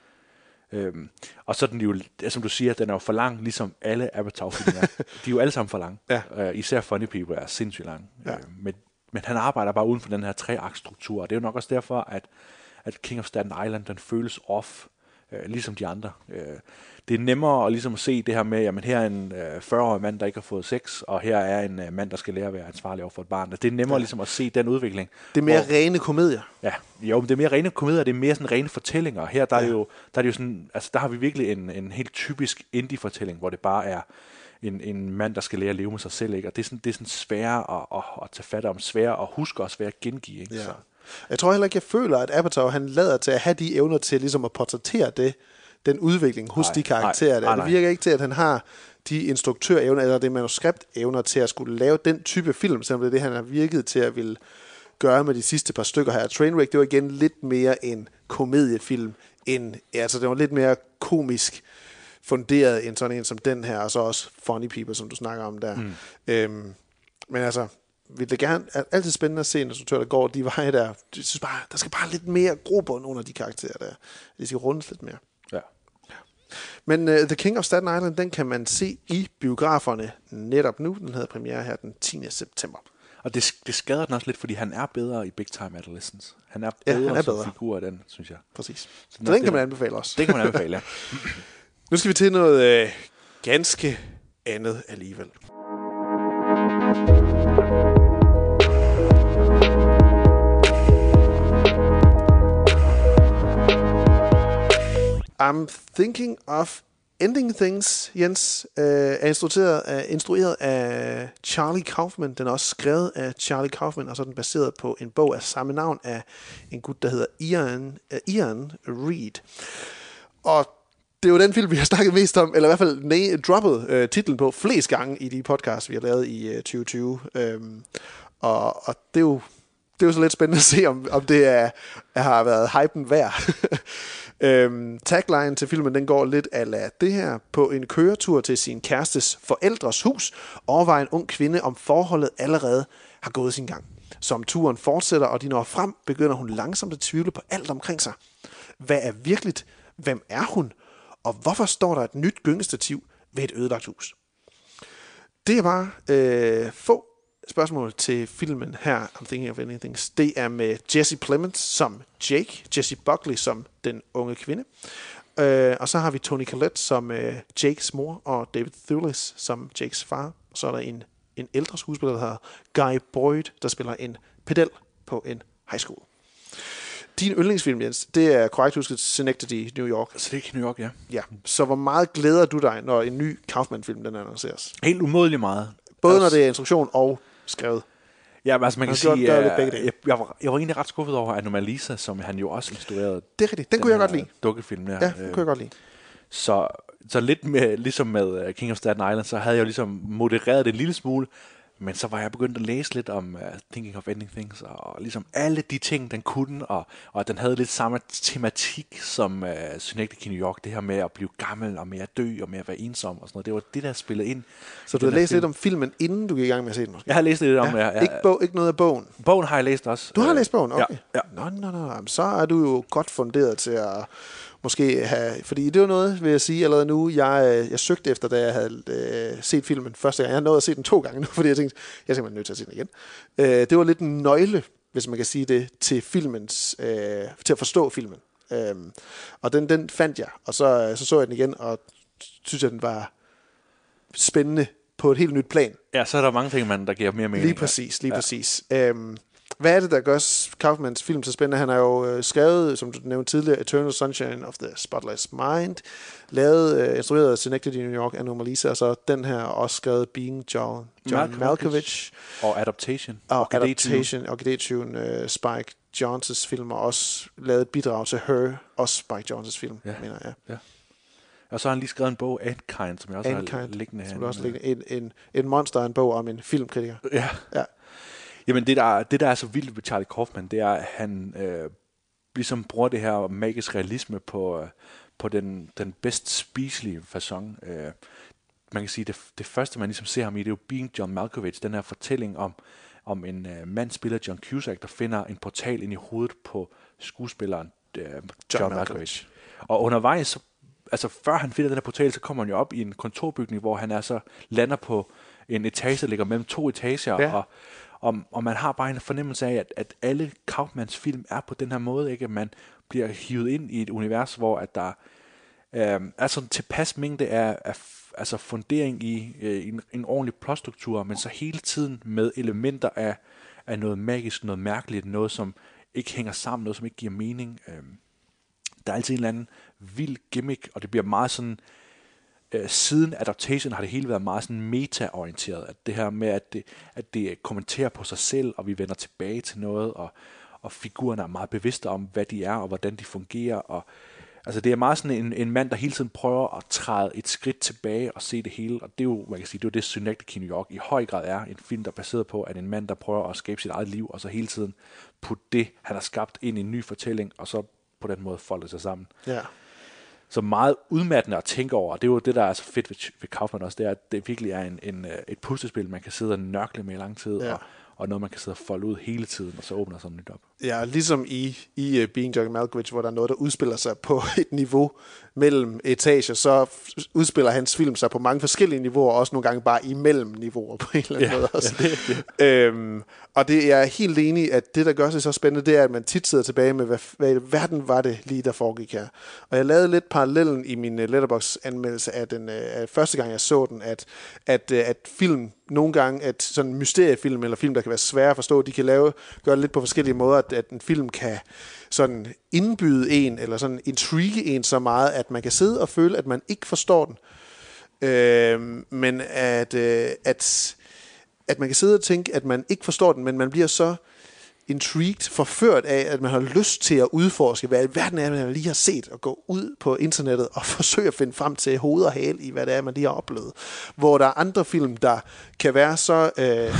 Ja. Og så er den jo, som du siger, den er jo for lang, ligesom alle Avatar-filmer. De er jo alle sammen for lang. Ja. Især Funny People er sindssygt lang. Ja. Men han arbejder bare uden for den her treaktstruktur, og det er jo nok også derfor, at King of Staten Island, den føles off, ligesom de andre. Det er nemmere at ligesom se det her med, jamen her er en 40-årig mand, der ikke har fået sex, og her er en mand, der skal lære at være ansvarlig over for et barn. Det er nemmere ligesom at se den udvikling. Det er mere rene komedier. Ja, jo, men det er mere rene komedier, det er mere sådan rene fortællinger. Her der er det jo sådan, altså der har vi virkelig en helt typisk indie-fortælling, hvor det bare er en mand, der skal lære at leve med sig selv, ikke? Og det er sådan svære at tage fat om, svære at huske og svære at gengive, ikke? Ja. Så. Jeg tror heller ikke, jeg føler, at Apatow, han lader til at have de evner til ligesom at portrættere den udvikling hos de karakterer der. Det virker ikke til, at han har de instruktørevner, eller det manuskriptevner til at skulle lave den type film, selvom det er det, han har virket til at ville gøre med de sidste par stykker her. Trainwreck, det var igen lidt mere en komediefilm, altså det var lidt mere komisk funderet end sådan en som den her, og så også Funny People, som du snakker om der. Men altså, det er altid spændende at se en instruktør, der går de veje der. Jeg synes bare, der skal bare lidt mere grobund under de karakterer der. De skal rundes lidt mere. Ja. Men The King of Staten Island, den kan man se i biograferne netop nu. Den havde premiere her den 10. september. Og det skader den også lidt, fordi han er bedre i Big Time Adolescence. Han er bedre som figur af den, synes jeg. Præcis. Så den kan man anbefale også. Det kan man anbefale, ja. Nu skal vi til noget ganske andet alligevel. I'm Thinking of Ending Things, Jens, er instrueret af Charlie Kaufman. Den er også skrevet af Charlie Kaufman, og så er den baseret på en bog af samme navn af en gut, der hedder Ian Reed. Og det er jo den film, vi har snakket mest om, eller i hvert fald droppet titlen på flest gange i de podcasts, vi har lavet i 2020. Og det er jo så lidt spændende at se, om det har været hypen værd. Tagline til filmen, den går lidt a det her. På en køretur til sin kærestes forældres hus overvejer en ung kvinde, om forholdet allerede har gået sin gang. Som turen fortsætter, og de når frem, begynder hun langsomt at tvivle på alt omkring sig. Hvad er virkeligt? Hvem er hun? Og hvorfor står der et nyt gyngestativ ved et ødelagt hus? Det er bare få spørgsmål til filmen her, I'm Thinking of Ending Things. Det er med Jesse Plemons som Jake, Jessie Buckley som den unge kvinde, og så har vi Toni Collette som Jakes mor, og David Thewlis som Jakes far. Så er der en ældre skuespiller, der hedder Guy Boyd, der spiller en pedel på en high school. Din yndlingsfilm, Jens, det er korrekt husket Synecdoche, New York. Synecdoche, New York, ja. Ja. Så hvor meget glæder du dig, når en ny Kaufman-film den annonceres? Helt umådeligt meget. Både når det er instruktion og skrevet. Ja, altså man kan sige, jeg var egentlig ret skuffet over Anomalisa, som han jo også instruerede. Det er rigtigt, den kunne jeg godt lide. Dukkefilm der. Ja, den kunne jeg godt lide. Så lidt med, ligesom med King of Staten Island, så havde jeg jo ligesom modereret det en lille smule, Men så var jeg begyndt at læse lidt om Thinking of Ending Things, og ligesom alle de ting, den kunne, og den havde lidt samme tematik som Synecdoche i New York, det her med at blive gammel, og med at dø, og med at være ensom, og sådan noget. Det var det, der spillede ind. Så du har læst lidt om filmen, inden du gik i gang med at se den, måske? Jeg har læst lidt om Ikke noget af bogen? Bogen har jeg læst også. Du har læst bogen? Okay. Ja. Nå. Så er du jo godt funderet til at måske have... Fordi det var noget, vil jeg sige, allerede nu. Jeg søgte efter, da jeg havde set filmen første gang. Jeg har nået at se den 2 gange nu, fordi jeg tænkte, jeg er simpelthen nødt til at se den igen. Det var lidt en nøgle, hvis man kan sige det, til filmens... til at forstå filmen. Og den fandt jeg, og så jeg den igen, og synes jeg, den var spændende på et helt nyt plan. Ja, så er der mange ting, der giver mere mening. Lige præcis. Hvad er det, der gør Kaufmans film så spændende? Han har jo skrevet, som du nævnte tidligere, Eternal Sunshine of the Spotless Mind, lavet, instrueret af Synecdoche i New York, Anomalisa, og så den her også skrevet Being John Malkovich. Og Adaptation. Og Orkidé-tyven, Spike Jonze's film, og også lavet et bidrag til Her, også Spike Jonze's film, mener jeg. Ja. Og så har han lige skrevet en bog, Antkind, som jeg også har liggende her. Som også liggende. En monster, en bog om en filmkritiker. Ja. Jamen det der er så vildt ved Charlie Kaufman, det er, at han ligesom bruger det her magisk realisme på den bedst spiselige facon. Man kan sige, det første, man ligesom ser ham i, det er jo Being John Malkovich, den her fortælling om en mand, spiller John Cusack, der finder en portal ind i hovedet på skuespilleren John Malkovich. Og undervejs, altså før han finder den her portal, så kommer han jo op i en kontorbygning, hvor han lander på en etage, der ligger mellem 2 etager, og man har bare en fornemmelse af, at alle Kaufmans film er på den her måde, ikke? At man bliver hivet ind i et univers, hvor at der er sådan tilpas mængde af altså fundering i en ordentlig plotstruktur, men så hele tiden med elementer af noget magisk, noget mærkeligt, noget som ikke hænger sammen, noget som ikke giver mening. Der er altid en eller anden vild gimmick, og det bliver meget sådan... Siden Adaptation har det hele været meget sådan meta-orienteret, at det her med, at det kommenterer på sig selv, og vi vender tilbage til noget, og figurerne er meget bevidste om, hvad de er, og hvordan de fungerer, og altså det er meget sådan en mand, der hele tiden prøver at træde et skridt tilbage og se det hele, og det er jo, man kan sige, det er jo det Synecdoche i New York i høj grad er, en film, der er baseret på, at en mand, der prøver at skabe sit eget liv, og så hele tiden putte det, han har skabt, ind i en ny fortælling, og så på den måde folde sig sammen. Ja. Så meget udmattende at tænke over, og det er jo det, der er så fedt ved Kaufman også, det er, at det virkelig er et puslespil, man kan sidde og nørkle med i lang tid, og noget, man kan sidde og folde ud hele tiden, og så åbner sådan nyt op. Ja, ligesom i Being John Malkovich, hvor der er noget, der udspiller sig på et niveau mellem etager, så udspiller hans film sig på mange forskellige niveauer, også nogle gange bare imellem niveauer på en eller anden måde også. Og det er helt enig, at det, der gør sig så spændende, det er, at man tit sidder tilbage med, hvad i verden var det lige, der foregik her. Og jeg lavede lidt parallellen i min Letterboxd-anmeldelse af første gang, jeg så den, at film nogle gange, at sådan mysteriefilm eller film, der kan være svære at forstå, de kan gøre det lidt på forskellige måder, at en film kan sådan indbyde en, eller sådan intrigue en så meget, at man kan sidde og føle, at man ikke forstår den. Men at man kan sidde og tænke, at man ikke forstår den, men man bliver så intrigued, forført af, at man har lyst til at udforske, hvad i verden er, man lige har set, og gå ud på internettet og forsøge at finde frem til hoved og hale i, hvad det er, man lige har oplevet. Hvor der er andre film, der kan være så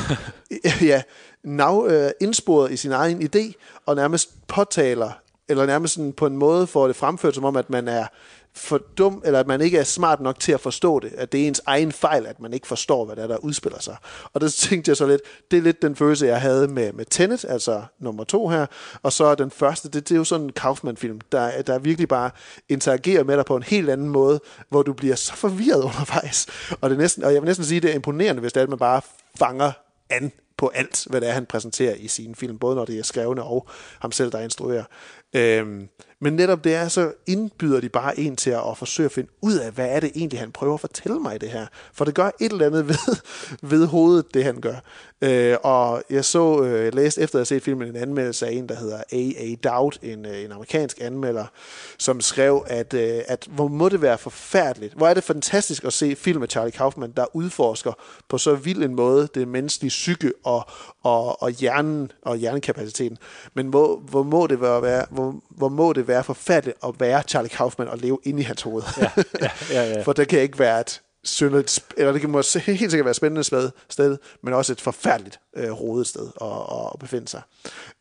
indsporet i sin egen idé, og nærmest påtaler, eller nærmest sådan på en måde får det fremført, som om, at man er for dum, eller at man ikke er smart nok til at forstå det, at det er ens egen fejl, at man ikke forstår, hvad der udspiller sig. Og der tænkte jeg så lidt, det er lidt den følelse, jeg havde med Tenet, altså nummer 2 her, og så den første, det er jo sådan en Kaufman-film, der virkelig bare interagerer med dig på en helt anden måde, hvor du bliver så forvirret undervejs. Og jeg vil næsten sige, det er imponerende, hvis det er, at man bare fanger an på alt, hvad det er, han præsenterer i sine film, både når det er skrevne og ham selv, der instruerer. Men netop det er, så indbyder de bare en til at forsøge at finde ud af, hvad er det egentlig, han prøver at fortælle mig i det her. For det gør et eller andet ved hovedet, det han gør. Og jeg læste efter at have set filmen en anmeldelse af en, der hedder A.A. Dowd, en amerikansk anmelder, som skrev, at hvor må det være forfærdeligt. Hvor er det fantastisk at se film af Charlie Kaufman, der udforsker på så vild en måde det menneskelige psyke og hjernen og hjernekapaciteten. Men hvor må det være forfærdeligt at være Charlie Kaufman og leve inde i hans hoved. Ja. For der kan ikke være eller det kan måske helt sikkert være et spændende sted, men også et forfærdeligt rodet sted at befinde sig.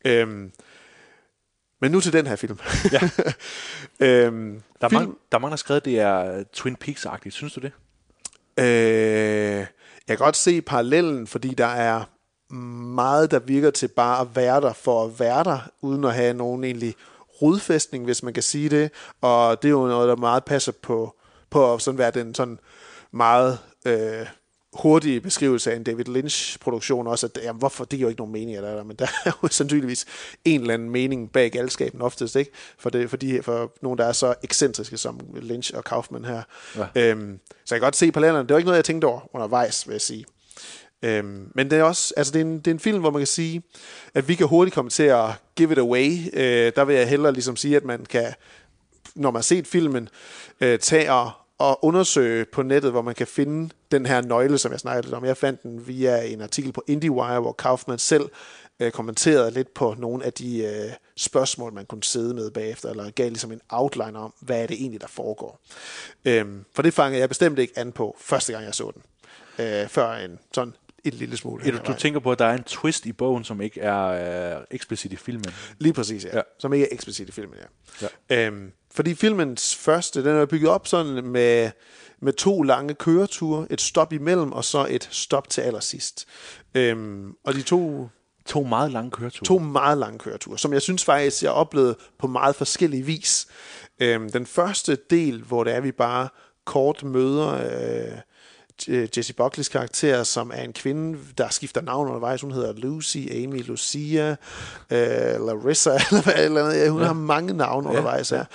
Men nu til den her film. Ja. Der er mange, der har skrevet, det er Twin Peaks-agtigt. Synes du det? Jeg kan godt se parallellen, fordi der er meget, der virker til bare at være der for at være der, uden at have nogen egentlig rodfæstning, hvis man kan sige det. Og det er jo noget, der meget passer på at sådan være den sådan meget hurtige beskrivelse af en David Lynch-produktion også, at jamen, hvorfor, det giver jo ikke nogen mening, men der er jo sandsynligvis en eller anden mening bag galskaben oftest, ikke? For nogen, der er så ekscentriske som Lynch og Kaufman her. Ja. Så jeg kan godt se parallellerne. Det var ikke noget, jeg tænkte over undervejs, vil jeg sige. Men det er også, altså det er en film, hvor man kan sige, at vi kan hurtigt komme til at give it away. Der vil jeg hellere ligesom sige, at man kan, når man har set filmen, tage og undersøge på nettet, hvor man kan finde den her nøgle, som jeg snakkede lidt om. Jeg fandt den via en artikel på IndieWire, hvor Kaufman selv kommenterede lidt på nogle af de spørgsmål, man kunne sidde med bagefter, eller gav ligesom en outline om, hvad er det egentlig, der foregår. For det fangede jeg bestemt ikke an på, første gang jeg så den. Før en sådan et lille smule. Ja, du tænker på, at der er en twist i bogen, som ikke er eksplicit i filmen. Lige præcis, ja. Som ikke er eksplicit i filmen, ja. Fordi filmens første, den er bygget op sådan med 2 lange køreture, et stop imellem, og så et stop til allersidst. Og de to meget lange køreture. 2 meget lange køreture, som jeg synes faktisk, jeg oplevede på meget forskellige vis. Den første del, hvor det er, vi bare kort møder Jessie Buckley's karakter, som er en kvinde, der skifter navn undervejs. Hun hedder Lucy, Amy, Lucia, Larissa, eller andet. Hun har mange navne undervejs her.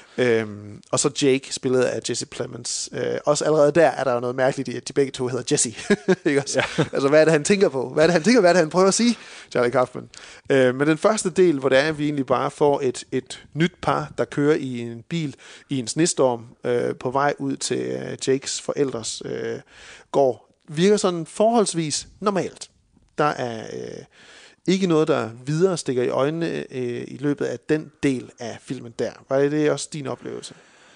Og så Jake, spillet af Jesse Plemons. Også allerede der er der jo noget mærkeligt i, at de begge to hedder Jesse. Ikke også? Ja. Altså, hvad er det, han tænker på? Hvad er det, han prøver at sige, Charlie Kaufman? Men den første del, hvor det er, at vi egentlig bare får et nyt par, der kører i en bil i en snestorm på vej ud til Jakes forældres gård, virker sådan forholdsvis normalt. Der er ikke noget, der videre stikker i øjnene i løbet af den del af filmen der. Var det også din oplevelse?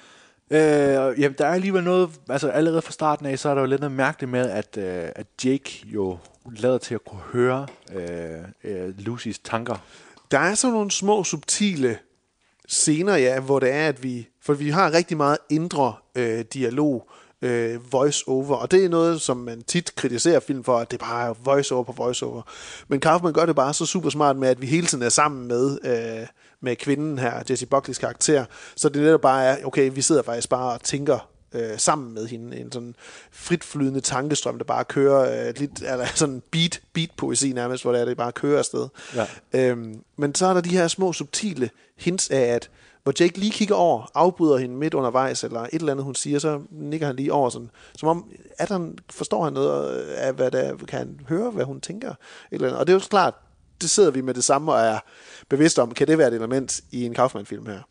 Jamen, der er alligevel noget, altså allerede fra starten af, så er der jo lidt noget mærkeligt med, at Jake jo lader til at kunne høre Lucys tanker. Der er sådan nogle små, subtile scener, ja, hvor det er, at vi har rigtig meget indre dialog, voice-over, og det er noget, som man tit kritiserer film for, at det bare er voice-over på voice-over. Men Kaufman gør det bare så super smart med, at vi hele tiden er sammen med kvinden her, Jessie Buckley's karakter, så det netop bare er, okay, vi sidder faktisk bare og tænker sammen med hende, en sådan fritflydende tankestrøm, der bare kører lidt, eller sådan beat-poesi nærmest, hvor det bare kører afsted. Ja. Men så er der de her små subtile hints af, at hvor Jake lige kigger over, afbryder hende midt undervejs, eller et eller andet, hun siger, så nikker han lige over, sådan, som om, forstår han noget af, hvad der kan han høre, hvad hun tænker? Et eller andet. Og det er jo klart, det sidder vi med det samme, og er bevidst om, kan det være et element i en Kaufman-film her?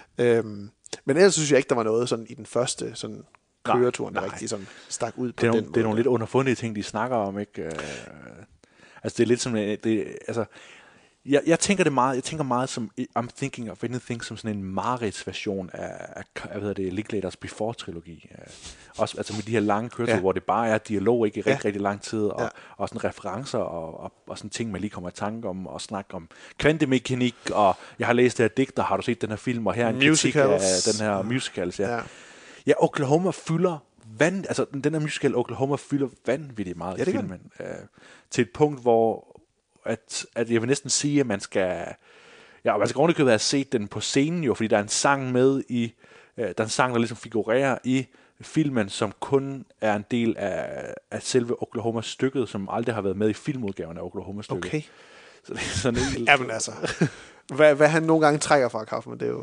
Men ellers synes jeg ikke, der var noget sådan i den første sådan køreturen, der rigtig sådan stak ud på den måde. Det er nogle lidt underfundige ting, de snakker om, ikke? Altså, det er lidt som, altså, jeg tænker meget som I'm Thinking of Anything, som sådan en Marits-version af Linklaters Before-trilogi. Også altså med de her lange køreture, hvor det bare er dialog, ikke i rigtig lang tid, og sådan referencer og sådan ting, man lige kommer i tanke om, og snakke om kvantemekanik, og jeg har læst det her digter, har du set den her film, og her er en kritik af den her musicals. Ja, Oklahoma fylder altså den her musical Oklahoma fylder vanvittigt meget i filmen. Til et punkt, hvor at jeg vil næsten sige, at man skal ordentligt have set den på scenen jo, fordi der er en sang med i, der er en sang, der ligesom figurerer i filmen, som kun er en del af selve Oklahoma-stykket, som aldrig har været med i filmudgaven af Oklahoma-stykket. Okay. Så det er sådan helt... Jamen altså, hvad han nogle gange trækker fra Kaufman, det er jo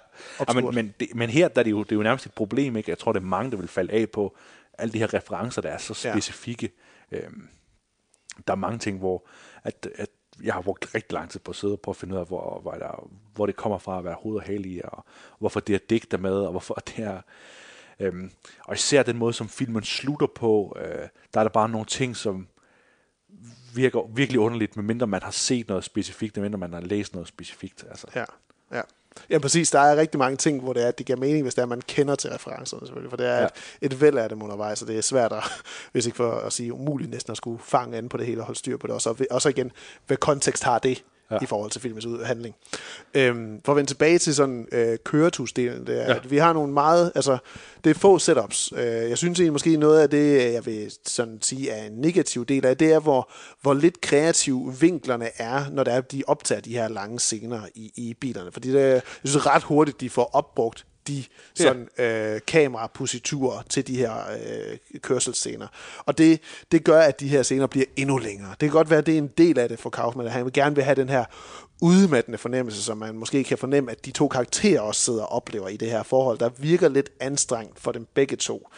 men her der er det er jo nærmest et problem, ikke? Jeg tror, det er mange, der vil falde af på alle de her referencer, der er så specifikke. Der er mange ting, hvor at jeg har brugt rigtig lang tid på at sidde og prøve at finde ud af, hvor det kommer fra at være hoved og hale i, og hvorfor det er digter med, og hvorfor det er... og især den måde, som filmen slutter på, der er der bare nogle ting, som virker virkelig underligt, medmindre man har set noget specifikt, medmindre man har læst noget specifikt. Altså. Ja. Ja, præcis. Der er rigtig mange ting, hvor det er, at det giver mening, hvis det er, man kender til referencerne, selvfølgelig. For det er et væld af dem undervejs, og det er svært at, hvis ikke for at sige umuligt næsten, at skulle fange an på det hele og holde styr på det. Og så igen, hvad kontekst har det i forhold til filmens handling. For at vende tilbage til sådan køretusdelen, det er, at vi har nogle meget, altså det er få setups. Jeg synes egentlig måske noget af det, jeg vil sådan sige er en negativ del af, det er, hvor lidt kreative vinklerne er, når de optager de her lange scener i bilerne. Fordi det er ret hurtigt, de får opbrugt de sådan kamerapositurer til de her kørselsscener. Og det gør, at de her scener bliver endnu længere. Det kan godt være, at det er en del af det for Kaufman, at han vil gerne vil have den her udmattende fornemmelse, som man måske kan fornemme, at de to karakterer også sidder og oplever i det her forhold, der virker lidt anstrengt for dem begge to.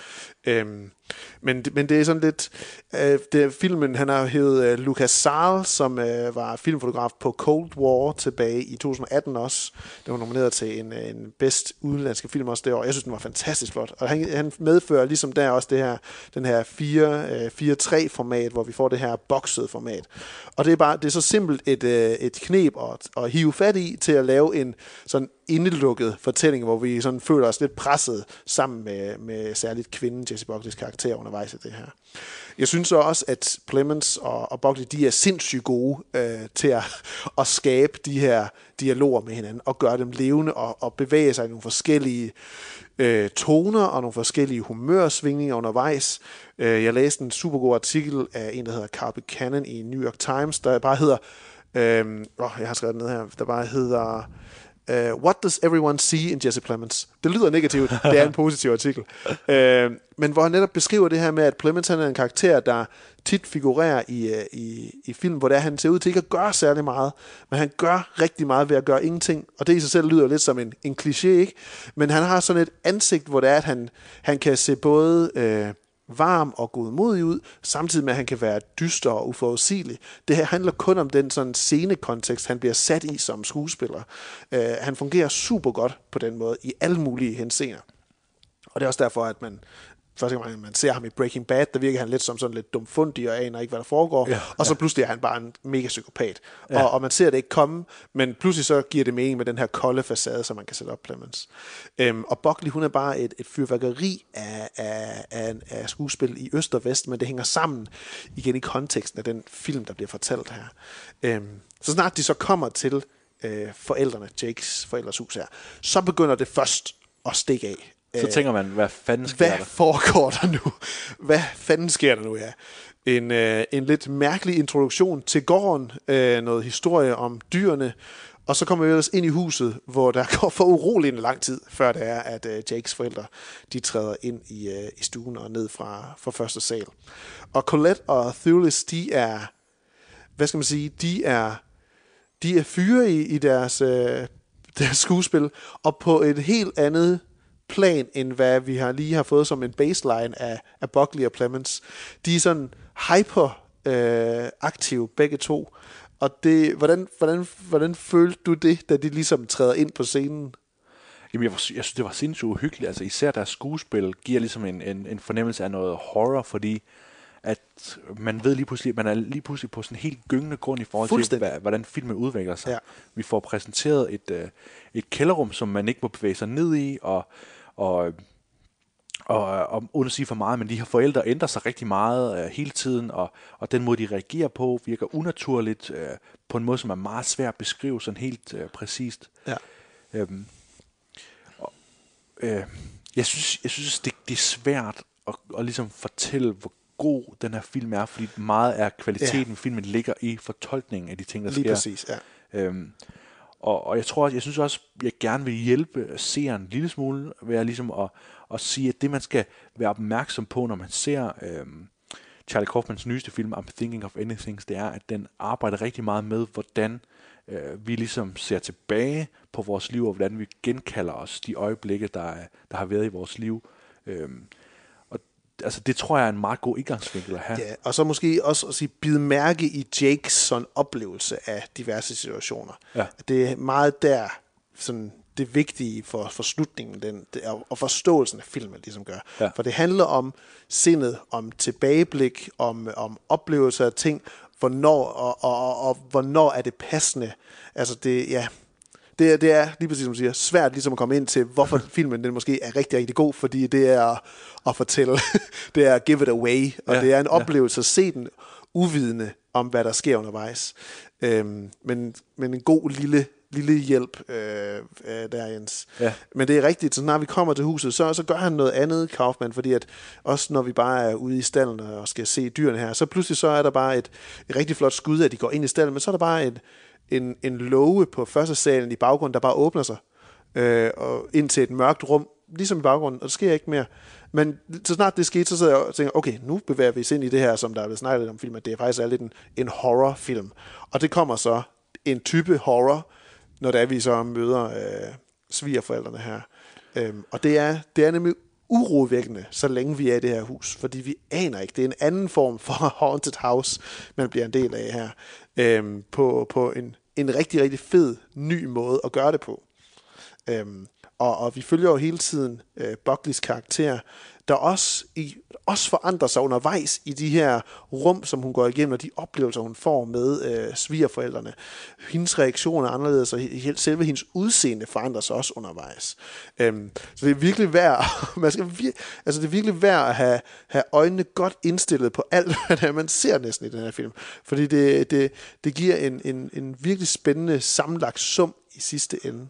Men det er sådan lidt... filmen, han har hævet Lucas Saal, som var filmfotograf på Cold War tilbage i 2018 også. Den var nomineret til en bedst udenlandske film også det år. Jeg synes, den var fantastisk flot. Og han medfører ligesom der også den her 4:3-format, hvor vi får det her boxede format. Og det er så simpelt et knep at hive fat i til at lave en sådan indelukket fortælling, hvor vi sådan føler os lidt presset sammen med særligt kvinden Jessie Buckleys karakter undervejs i det her. Jeg synes så også, at Plemons og Buckley, de er sindssygt gode til at skabe de her dialoger med hinanden, og gøre dem levende og bevæge sig i nogle forskellige toner og nogle forskellige humørsvingninger undervejs. Jeg læste en super god artikel af en, der hedder Carl Buchanan i New York Times, der bare hedder, jeg har skrevet den ned her, der bare hedder... What does everyone see in Jesse Plemons? Det lyder negativt, det er en positiv artikel. Men hvor han netop beskriver det her med, at Plemons han er en karakter, der tit figurerer i film, hvor han ser ud til ikke at gøre særlig meget, men han gør rigtig meget ved at gøre ingenting, og det i sig selv lyder lidt som en kliché, ikke? Men han har sådan et ansigt, hvor det er, at han kan se både... varm og godmodig ud, samtidig med, at han kan være dyster og uforudsigelig. Det her handler kun om den sådan scenekontekst, han bliver sat i som skuespiller. Han fungerer super godt på den måde i alle mulige henseender. Og det er også derfor, at første gang man ser ham i Breaking Bad, der virker han lidt som sådan lidt dumfundig og aner ikke, hvad der foregår. Og så pludselig er han bare en mega psykopat. Og man ser det ikke komme, men pludselig så giver det mening med den her kolde facade, som man kan sætte op Plemons. Og Buckley, hun er bare et fyrværkeri af skuespil i øst og vest, men det hænger sammen igen i konteksten af den film, der bliver fortalt her. Så snart de så kommer til forældrene, Jakes forældres hus her, så begynder det først at stikke af. Så tænker man, hvad fanden sker der? Hvad foregår der nu? Hvad fanden sker der nu, ja? En lidt mærkelig introduktion til gården, noget historie om dyrene, og så kommer vi ellers ind i huset, hvor der går for uroligt en lang tid, før det er, at Jakes forældre, de træder ind i stuen og ned fra første sal. Og Colette og Thulis, de er, hvad skal man sige, de er fyre i deres skuespil, og på et helt andet plan, end hvad vi lige har fået som en baseline af Buckley og Plemons. De er sådan hyperaktive begge to. Og det, hvordan følte du det, da de ligesom træder ind på scenen? Jamen, jeg synes, det var sindssygt uhyggeligt. Altså, især deres skuespil giver ligesom en fornemmelse af noget horror, fordi at man ved lige pludselig, man er lige pludselig på sådan en helt gyngende grund i forhold til, hvordan filmen udvikler sig. Ja. Vi får præsenteret et kælderrum, som man ikke må bevæge sig ned i, og uden at sige for meget, men de her forældre ændrer sig rigtig meget hele tiden, og den måde, de reagerer på, virker unaturligt, på en måde, som er meget svær at beskrive sådan helt præcist. Ja. Jeg synes det er svært at ligesom fortælle, hvor god den her film er, fordi meget af kvaliteten filmen ligger i fortolkningen af de ting, der sker. Lige præcis, ja. Og jeg synes også, jeg gerne vil hjælpe seeren en lille smule ved at ligesom at sige, at det man skal være opmærksom på, når man ser Charlie Kaufmans nyeste film, I'm Thinking of Anything, det er, at den arbejder rigtig meget med, hvordan vi ligesom ser tilbage på vores liv, og hvordan vi genkalder os de øjeblikke, der har været i vores liv. Altså, det tror jeg er en meget god indgangsvinkel at have. Ja, og så måske også at sige, bide mærke i Jakes sådan oplevelse af diverse situationer. Ja. Det er meget der, sådan det vigtige for slutningen, og forståelsen af filmen, ligesom gør. Ja. For det handler om sindet, om tilbageblik, om oplevelser af ting, hvornår og hvornår er det passende. Altså det er lige præcis som du siger, svært ligesom at komme ind til, hvorfor filmen den måske er rigtig, rigtig god, fordi det er at fortælle, det er give it away, og det er en oplevelse at se den uvidende om, hvad der sker undervejs. Men en god lille hjælp der, Jens. Ja. Men det er rigtigt, så når vi kommer til huset, så gør han noget andet, Kaufman, fordi at også når vi bare er ude i stallen og skal se dyrene her, så pludselig så er der bare et rigtig flot skud, at de går ind i stallen, men så er der bare en låge på første salen i baggrunden, der bare åbner sig og ind til et mørkt rum, ligesom i baggrunden, og der sker ikke mere. Men så snart det skete, så sidder jeg og tænker, okay, nu bevæger vi os ind i det her, som der er blevet snakket lidt om film, at det er faktisk lidt en horrorfilm. Og det kommer så en type horror, når det er, vi så møder svigerforældrene her. Og det er nemlig urovækkende, så længe vi er i det her hus, fordi vi aner ikke. Det er en anden form for haunted house, man bliver en del af her, på en rigtig, rigtig fed, ny måde at gøre det på. Og vi følger jo hele tiden Buckleys karakter, der også forandrer sig undervejs i de her rum, som hun går igennem, og de oplevelser, hun får med svigerforældrene. Hendes reaktioner er anderledes, og selve hendes udseende forandrer sig også undervejs. Så det er virkelig værd, det er virkelig værd at have øjnene godt indstillet på alt, hvad man ser næsten i den her film. Fordi det giver en virkelig spændende sammenlagt sum i sidste ende.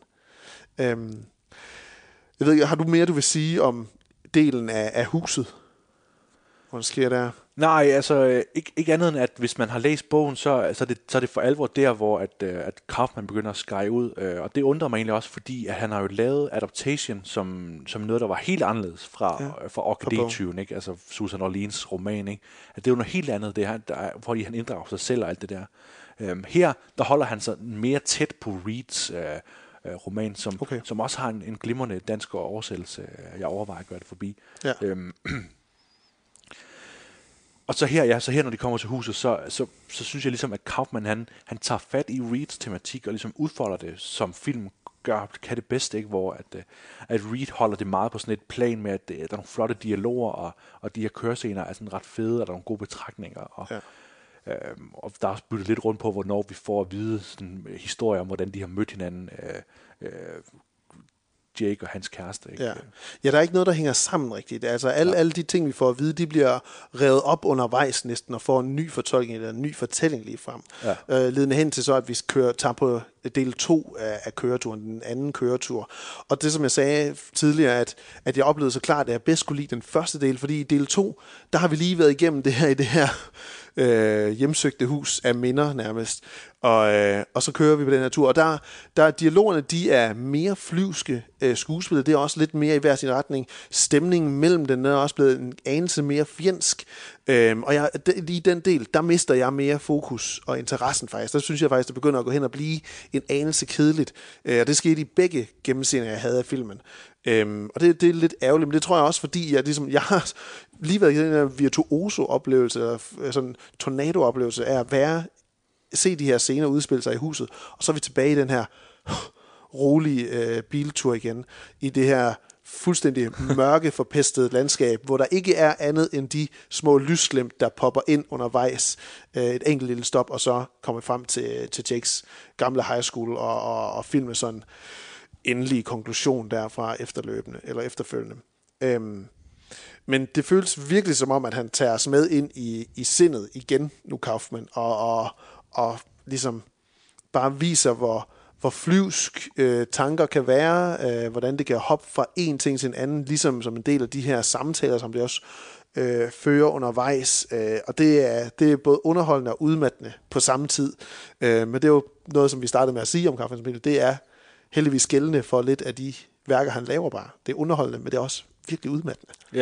Jeg ved ikke, har du mere, du vil sige om delen af huset? Hvad sker der? Nej, altså ikke andet end, at hvis man har læst bogen, så er det for alvor der, hvor at Kaufman begynder at skære ud. Og det undrer mig egentlig også, fordi at han har jo lavet Adaptation som noget, der var helt anderledes fra Orkidé-tyven, ikke? Altså Susan Orleans roman, ikke? At det er jo noget helt andet, det her, fordi han inddrager sig selv og alt det der. Her, der holder han sig mere tæt på Reeds roman, som også har en glimrende dansk oversættelse. Jeg overvejer at gøre det forbi. Ja. Og så her, når de kommer til huset, så synes jeg ligesom, at Kaufman, han tager fat i Reeds tematik og ligesom udfolder det, som film kan det bedst, ikke? Hvor at Reed holder det meget på sådan et plan med, at der er nogle flotte dialoger, og de her kørescener er sådan ret fede, og der er nogle gode betragtninger, og der er også byttet lidt rundt på, hvornår vi får at vide sådan historier om, hvordan de har mødt hinanden, Jake og hans kæreste. Ikke? Ja, der er ikke noget, der hænger sammen rigtigt. Altså alle de ting, vi får at vide, de bliver revet op undervejs næsten, og får en ny fortolkning eller en ny fortælling lige frem. Ledende hen til så, at vi tager på del 2 af køreturen, den anden køretur. Og det, som jeg sagde tidligere, at jeg oplevede så klart, at jeg bedst kunne lide den første del, fordi i del 2, der har vi lige været igennem det her i det her hjemsøgte hus af minder nærmest. Og så kører vi på den her tur. Og der dialogerne, de er mere flyvske. Skuespillet, det er også lidt mere i hver sin retning. Stemningen mellem den er også blevet en anelse mere fjendsk. Og i den del, der mister jeg mere fokus og interessen faktisk. Der synes jeg faktisk, det begynder at gå hen og blive en anelse kedeligt. Og det skete i begge gennemseender, jeg havde af filmen. Og det er lidt ærgerligt, men det tror jeg også, fordi jeg har lige været i den her virtuoso-oplevelse, eller sådan tornado-oplevelse af at se de her scener udspille sig i huset, og så er vi tilbage i den her rolige biltur igen, i det her fuldstændig mørke, forpestede landskab, hvor der ikke er andet end de små lysglimt, der popper ind undervejs. Et enkelt lille stop, og så kommer vi frem til Jakes gamle high school, og filme sådan endelig konklusion derfra efterfølgende. Men det føles virkelig som om, at han tager os med ind i sindet igen nu, Kaufman, og ligesom bare viser, hvor flyvsk tanker kan være, hvordan det kan hoppe fra en ting til en anden, ligesom som en del af de her samtaler, som det også fører undervejs. Og det er både underholdende og udmattende på samme tid. Men det er jo noget, som vi startede med at sige om Kaufmans film. Det er heldigvis gældende for lidt af de værker, han laver bare. Det er underholdende, men det er også virkelig udmattende. Ja.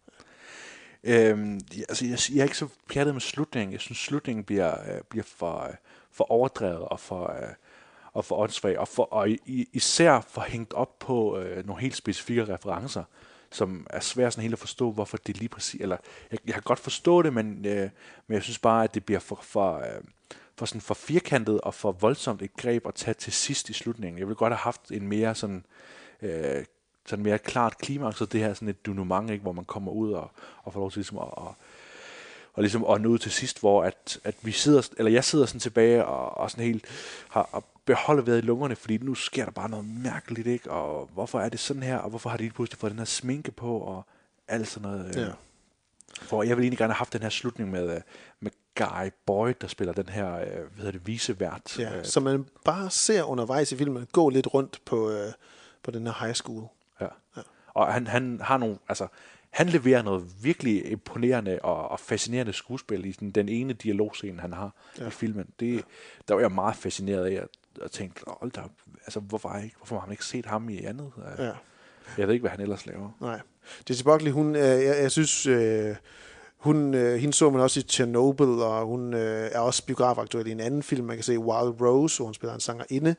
Jeg er ikke så pjattet med slutningen. Jeg synes, slutningen bliver for overdrevet og for åndssvag, og især for hængt op på nogle helt specifikke referencer, som er svært sådan helt at forstå, hvorfor det lige præcis, eller jeg kan godt forstå det, men jeg synes bare, at det bliver for firkantet og for voldsomt et greb at tage til sidst i slutningen. Jeg ville godt have haft en mere sådan mere klart klimaks, og det her sådan et denouement, ikke, hvor man kommer ud og får lov til ligesom ligesom og nå ud til sidst, hvor at vi sidder, eller jeg sidder sådan tilbage og sådan helt har beholdet vejret i lungerne, fordi nu sker der bare noget mærkeligt, ikke? Og hvorfor er det sådan her, og hvorfor har de lige pludselig fået den her sminke på, og alt sådan noget. Ja. For jeg ville egentlig gerne have haft den her slutning med Guy Boyd, der spiller den her, vicevært. Ja, så man bare ser undervejs i filmen gå lidt rundt på den her high school. Ja. Og han har nogle, altså, han leverer noget virkelig imponerende og fascinerende skuespil i den ene dialogscene, han har i filmen. Der var jeg meget fascineret af at tænke, hold da, altså, hvorfor har man ikke set ham i andet? Ja. Jeg ved ikke, hvad han ellers laver. Nej. Jessie Buckley, hun, jeg synes, hende så man også i Chernobyl, og hun er også biografaktuel i en anden film, man kan se Wild Rose, hvor hun spiller en sangerinde.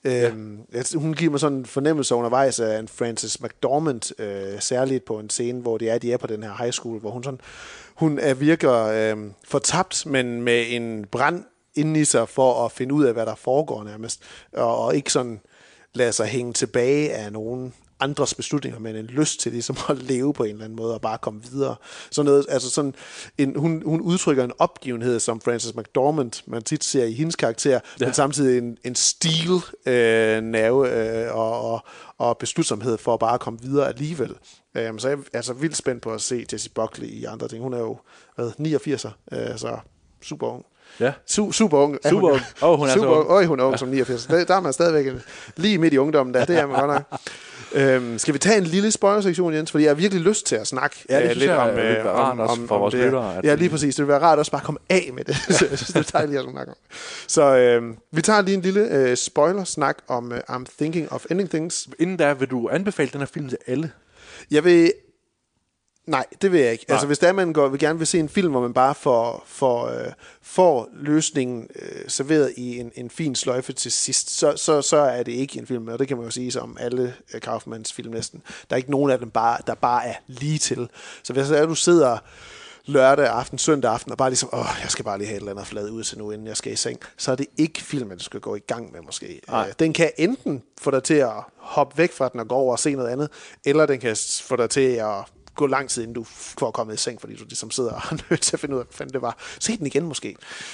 Hun giver mig sådan en fornemmelse undervejs af en Frances McDormand, særligt på en scene, hvor de er på den her high school, hvor hun virker fortabt, men med en brand inde i sig for at finde ud af, hvad der foregår nærmest, og ikke sådan lade sig hænge tilbage af nogen andres beslutninger, men en lyst til ligesom at leve på en eller anden måde og bare komme videre. Sådan noget, altså sådan hun udtrykker en opgivenhed, som Frances McDormand, man tit ser i hendes karakter, men samtidig en stil, nerve og beslutsomhed for at bare komme videre alligevel. Så jeg er altså vildt spændt på at se Jessie Buckley i andre ting. Hun er jo 89'er, så super ung. Ja. Super ung. Super ung. Hun er super ung. Hun er ung som 89. Der er man stadigvæk lige midt i ungdommen der. Det er man godt nok. Skal vi tage en lille spoiler-sektion, Jens? Fordi jeg har virkelig lyst til at snakke lidt om vores det. lyttere. Ja, lige præcis. Det vil være rart også bare at komme af med det. Så jeg synes, det er dejligt at snakke om. Så vi tager lige en lille spoiler-snak om I'm Thinking of Ending Things. Inden da, vil du anbefale den her film til alle? Jeg vil... Nej, det vil jeg ikke. Altså, hvis der man vil gerne vil se en film, hvor man bare får løsningen serveret i en fin sløjfe til sidst, så er det ikke en film, og det kan man jo sige om alle Kaufmans film næsten. Der er ikke nogen af dem, der bare er lige til. Så hvis du sidder lørdag aften, søndag aften, og bare ligesom, jeg skal bare lige have et eller andet flad ud til nu, inden jeg skal i seng, så er det ikke filmen, du skal gå i gang med måske. Den kan enten få dig til at hoppe væk fra den og gå over og se noget andet, eller den kan få dig til at gå lang tid, inden du får kommet i seng, fordi du ligesom sidder og har nødt til at finde ud af, hvad fanden det var. Se den igen måske.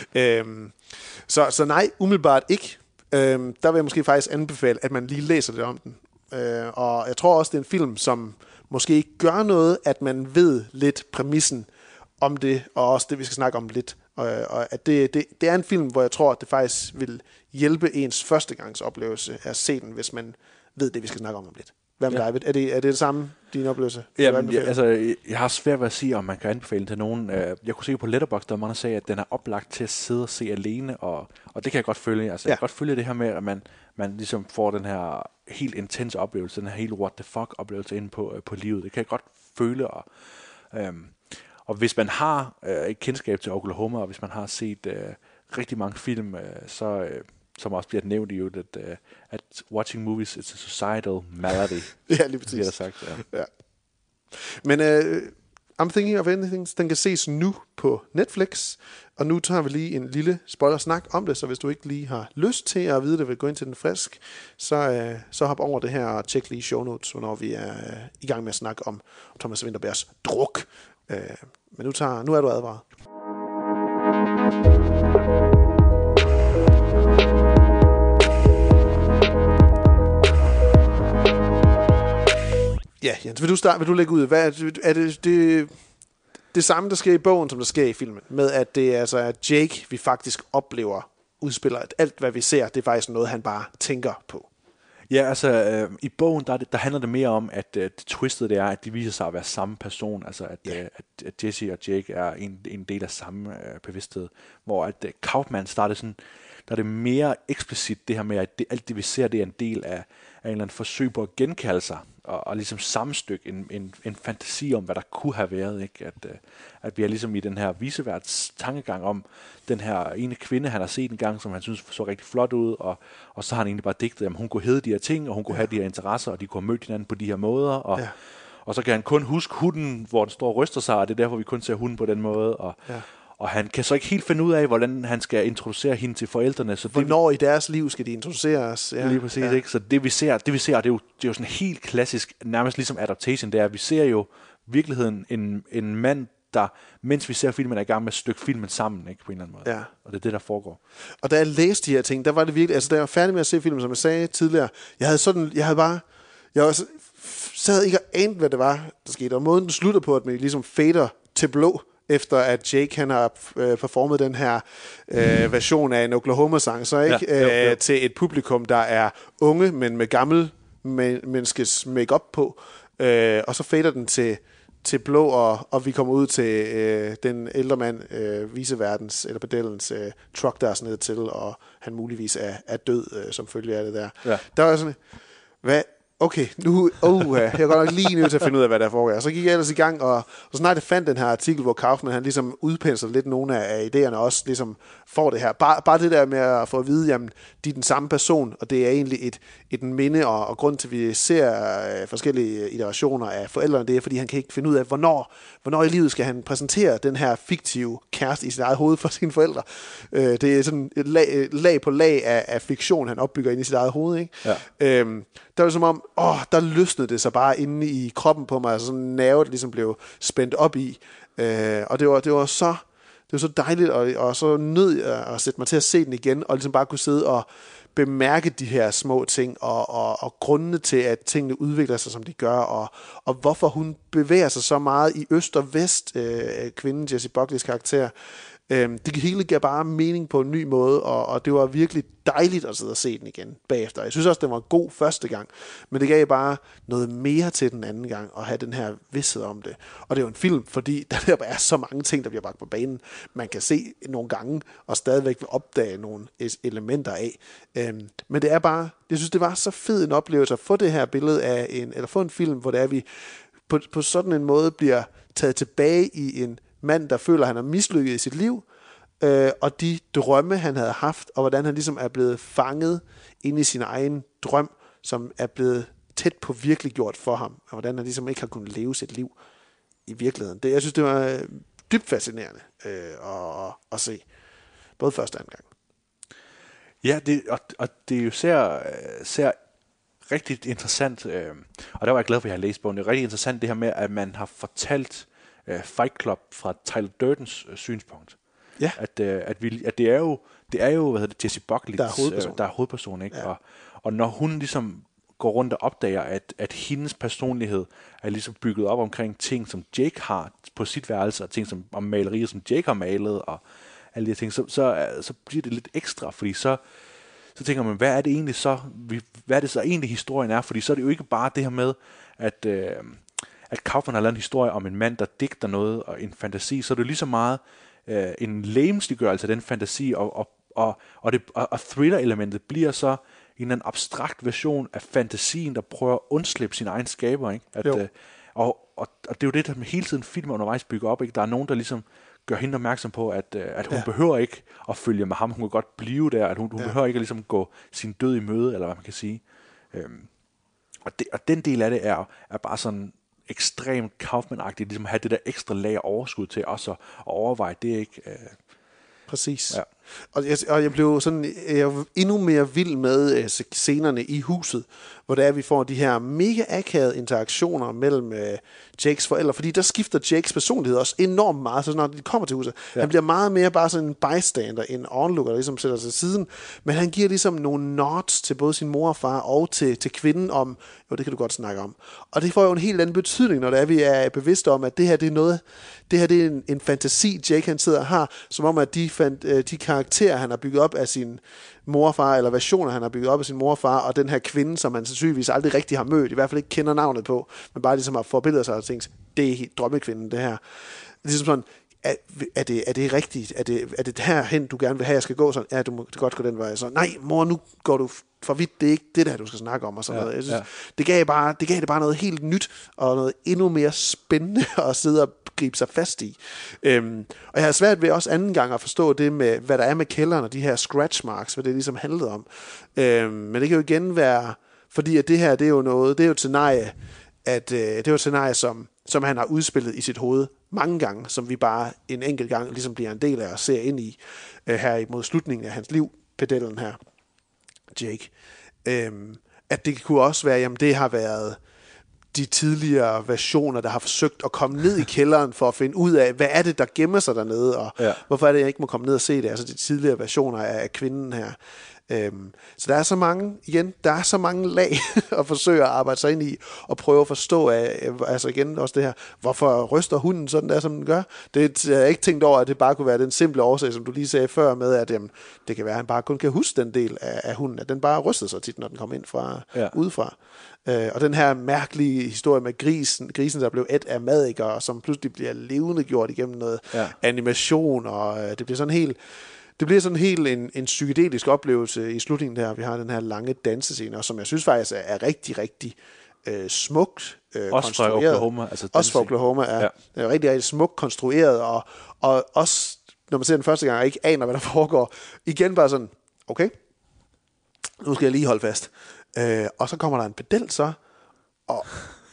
Så nej, umiddelbart ikke. Der vil jeg måske faktisk anbefale, at man lige læser lidt om den. Og jeg tror også, det er en film, som måske ikke gør noget, at man ved lidt præmissen om det, og også det, vi skal snakke om lidt. Og at det er en film, hvor jeg tror, at det faktisk vil hjælpe ens førstegangsoplevelse at se den, hvis man ved det, vi skal snakke om lidt. Hvad med dig? Er det samme, din oplevelse? Jamen, jeg har svært ved at sige, om man kan anbefale til nogen. Jeg kunne se på Letterboxd, der man sagde, at den er oplagt til at sidde og se alene, og det kan jeg godt følge. Altså, jeg kan godt følge det her med, at man ligesom får den her helt intense oplevelse, den her helt what the fuck oplevelse inde på livet. Det kan jeg godt føle, og hvis man har et kendskab til Oklahoma, og hvis man har set rigtig mange film, som også bliver nævnt i at watching movies is a societal malady. Ja, lige præcis. Det er sagt, ja. Men I'm Thinking of Ending Things, den kan ses nu på Netflix, og nu tager vi lige en lille spoiler-snak om det, så hvis du ikke lige har lyst til at vide det, vil gå ind til den frisk, så hop over det her og tjek lige show notes, når vi er i gang med at snakke om Thomas Vinterbergs druk. Men nu er du advaret. Ja, Jens, vil du lægge ud? Er det samme, der sker i bogen, som der sker i filmen? Med at det er altså Jake, vi faktisk oplever, udspiller, at alt, hvad vi ser, det er faktisk noget, han bare tænker på. Ja, altså i bogen, der handler det mere om, at twistet det er, at de viser sig at være samme person, altså at Jesse og Jake er en del af samme bevidsthed, hvor at Kaufman starter sådan, der er det mere eksplicit det her med, at alt det vi ser, det er en del af en eller anden forsøg på at genkalde sig, og ligesom sammenstykke en fantasi om, hvad der kunne have været, ikke? At vi er ligesom i den her viceværts tankegang om den her ene kvinde, han har set en gang, som han synes så rigtig flot ud, og så har han egentlig bare digtet, at hun kunne hedde de her ting, og hun kunne have de her interesser, og de kunne have mødt hinanden på de her måder, og så kan han kun huske hunden, hvor den står og ryster sig, og det er derfor, vi kun ser hunden på den måde, og han kan så ikke helt finde ud af, hvordan han skal introducere hende til forældrene. Så hvornår i deres liv skal de introduceres? Ja. Lige præcis, ikke? Så det vi ser, det er jo sådan helt klassisk, nærmest ligesom adaptation, det er, at vi ser jo virkeligheden en mand, der, mens vi ser filmen, er i gang med at stykke filmen sammen, ikke, på en eller anden måde. Ja. Og det er det, der foregår. Og da jeg læste de her ting, der var det virkelig, altså da jeg var færdig med at se filmen, som jeg sagde tidligere, jeg sad ikke og anede, hvad det var, der skete. Og måden den slutter på, at man ligesom fader til blå, efter at Jake han har performet den her version af en Oklahoma-sang, så ikke til et publikum, der er unge, men med gammel menneskes make-up på. Og så fader den til blå, og vi kommer ud til den ældre mand, viceverdens, eller pedellens truck, der er sådan ned til, og han muligvis er død, som følge af det der. Ja. Der var sådan, hvad? Okay, nu jeg er godt nok lige nødt til at finde ud af, hvad der foregår. Så gik jeg ellers i gang, og snart jeg fandt den her artikel, hvor Kaufman han ligesom udpensler lidt nogle af idéerne, også ligesom får det her. Bare det der med at få at vide, jamen, de er den samme person, og det er egentlig et minde, og grund til, at vi ser forskellige iterationer af forældrene, det er, fordi han kan ikke finde ud af, hvornår i livet skal han præsentere den her fiktive kæreste i sit eget hoved for sine forældre. Det er sådan et lag på lag af fiktion, han opbygger ind i sit eget hoved, ikke? Ja. Der var det som om, der løsnede det sig bare inde i kroppen på mig, altså sådan en nerve, der ligesom blev spændt op i. Og det var så dejligt, og så nød jeg at sætte mig til at se den igen, og ligesom bare kunne sidde og bemærke de her små ting, og grundene til, at tingene udvikler sig, som de gør, og hvorfor hun bevæger sig så meget i øst og vest, kvinden Jessie Buckley's karakter. Det hele gav bare mening på en ny måde, og det var virkelig dejligt at sidde og se den igen bagefter. Jeg synes også, den var god første gang, men det gav bare noget mere til den anden gang, at have den her vished om det. Og det er jo en film, fordi der er så mange ting, der bliver bragt på banen, man kan se nogle gange, og stadigvæk vil opdage nogle elementer af. Men det er bare, jeg synes, det var så fed en oplevelse at få det her billede af eller få en film, hvor det er, vi på sådan en måde bliver taget tilbage i en mand, der føler, at han har mislykket i sit liv, og de drømme, han havde haft, og hvordan han ligesom er blevet fanget inde i sin egen drøm, som er blevet tæt på virkeliggjort for ham, og hvordan han ligesom ikke har kunnet leve sit liv i virkeligheden. Jeg synes, det var dybt fascinerende at se, både første og anden gang. Ja, det er jo ser rigtig interessant, og der var jeg glad for, at jeg har læst bogen. Det er rigtig interessant det her med, at man har fortalt Fight Club fra Tyler Durdens synspunkt. Ja. At det er jo Jessie Buckley, der er hovedperson, ikke? Ja. Og når hun ligesom går rundt og opdager, at hendes personlighed er ligesom bygget op omkring ting, som Jake har på sit værelse, og ting om malerier, som Jake har malet, og alle de ting, så bliver det lidt ekstra, fordi så tænker man, hvad er det så egentlig historien er? Fordi så er det jo ikke bare det her med, at Kaufman har lavet en historie om en mand, der digter noget og en fantasi, så er det lige så meget en legemsliggørelse af den fantasi, og thriller-elementet bliver så en eller anden abstrakt version af fantasien, der prøver at undslippe sine egne skaber, ikke? Og det er jo det, der hele tiden film undervejs bygger op, ikke? Der er nogen, der ligesom gør hende opmærksom på, at hun behøver ikke at følge med ham, hun kan godt blive der, at hun behøver ikke at ligesom gå sin død i møde, eller hvad man kan sige. Og den del af det er bare sådan ekstremt Kaufman-agtigt, ligesom at have det der ekstra lag overskud til også at overveje det, ikke? Præcis. Ja. Og jeg blev endnu mere vild med scenerne i huset, hvor det er, vi får de her mega akavede interaktioner mellem Jakes forældre, fordi der skifter Jakes personlighed også enormt meget, så når de kommer til huset. Ja. Han bliver meget mere bare sådan en bystander, en onlooker, der ligesom sætter sig til siden, men han giver ligesom nogle nods til både sin mor og far og til kvinden om, jo, det kan du godt snakke om. Og det får jo en helt anden betydning, når det er, vi er bevidste om, at det her er en fantasi, Jake han sidder og har, som om at de karakterer, han har bygget op af sin mor og far, eller versioner, han har bygget op af sin mor og far, og den her kvinde, som han sandsynligvis aldrig rigtig har mødt, i hvert fald ikke kender navnet på, men bare ligesom har forbilledet sig og tænkt, det er drømmekvinden, det her. Ligesom sådan, er det rigtigt? Er det herhen, du gerne vil have, jeg skal gå? Sådan, ja, du må godt gå den vej. Så, nej, mor, nu går du for vidt, det er ikke det der, du skal snakke om, og sådan noget. Jeg synes, det gav det bare noget helt nyt, og noget endnu mere spændende at sidde og gribe sig fast i. Og jeg har svært ved også anden gang at forstå det med, hvad der er med kælderen, og de her scratch marks, hvad det ligesom handlede om. Men det kan jo igen være, fordi at det her, det er jo et scenarie, som han har udspillet i sit hoved mange gange, som vi bare en enkelt gang ligesom bliver en del af og ser ind i her mod slutningen af hans liv, pedellen her, Jake. At det kunne også være, jamen det har været de tidligere versioner, der har forsøgt at komme ned i kælderen for at finde ud af, hvad er det, der gemmer sig dernede, og hvorfor er det, jeg ikke må komme ned og se det, altså de tidligere versioner af kvinden her. Så der er så mange, der er så mange lag at forsøge at arbejde sig ind i, og prøve at forstå, altså igen også det her, hvorfor ryster hunden sådan der, som den gør. Det jeg ikke tænkt over, at det bare kunne være den simple årsag, som du lige sagde før med, at det kan være, at han bare kun kan huske den del af hunden, at den bare rystede sig tit, når den kom ind fra udefra. Og den her mærkelige historie med grisen der blev et af madikker, og som pludselig bliver levende gjort igennem noget animation, og det bliver sådan helt en psykedelisk oplevelse i slutningen der. Vi har den her lange dansescene, som jeg synes faktisk er rigtig, rigtig smukt også fra Oklahoma. Altså også fra Oklahoma, er rigtig, rigtig smukt konstrueret, og også, når man ser den første gang, og ikke aner, hvad der foregår, igen bare sådan, okay, nu skal jeg lige holde fast. Og så kommer der en pedel så, og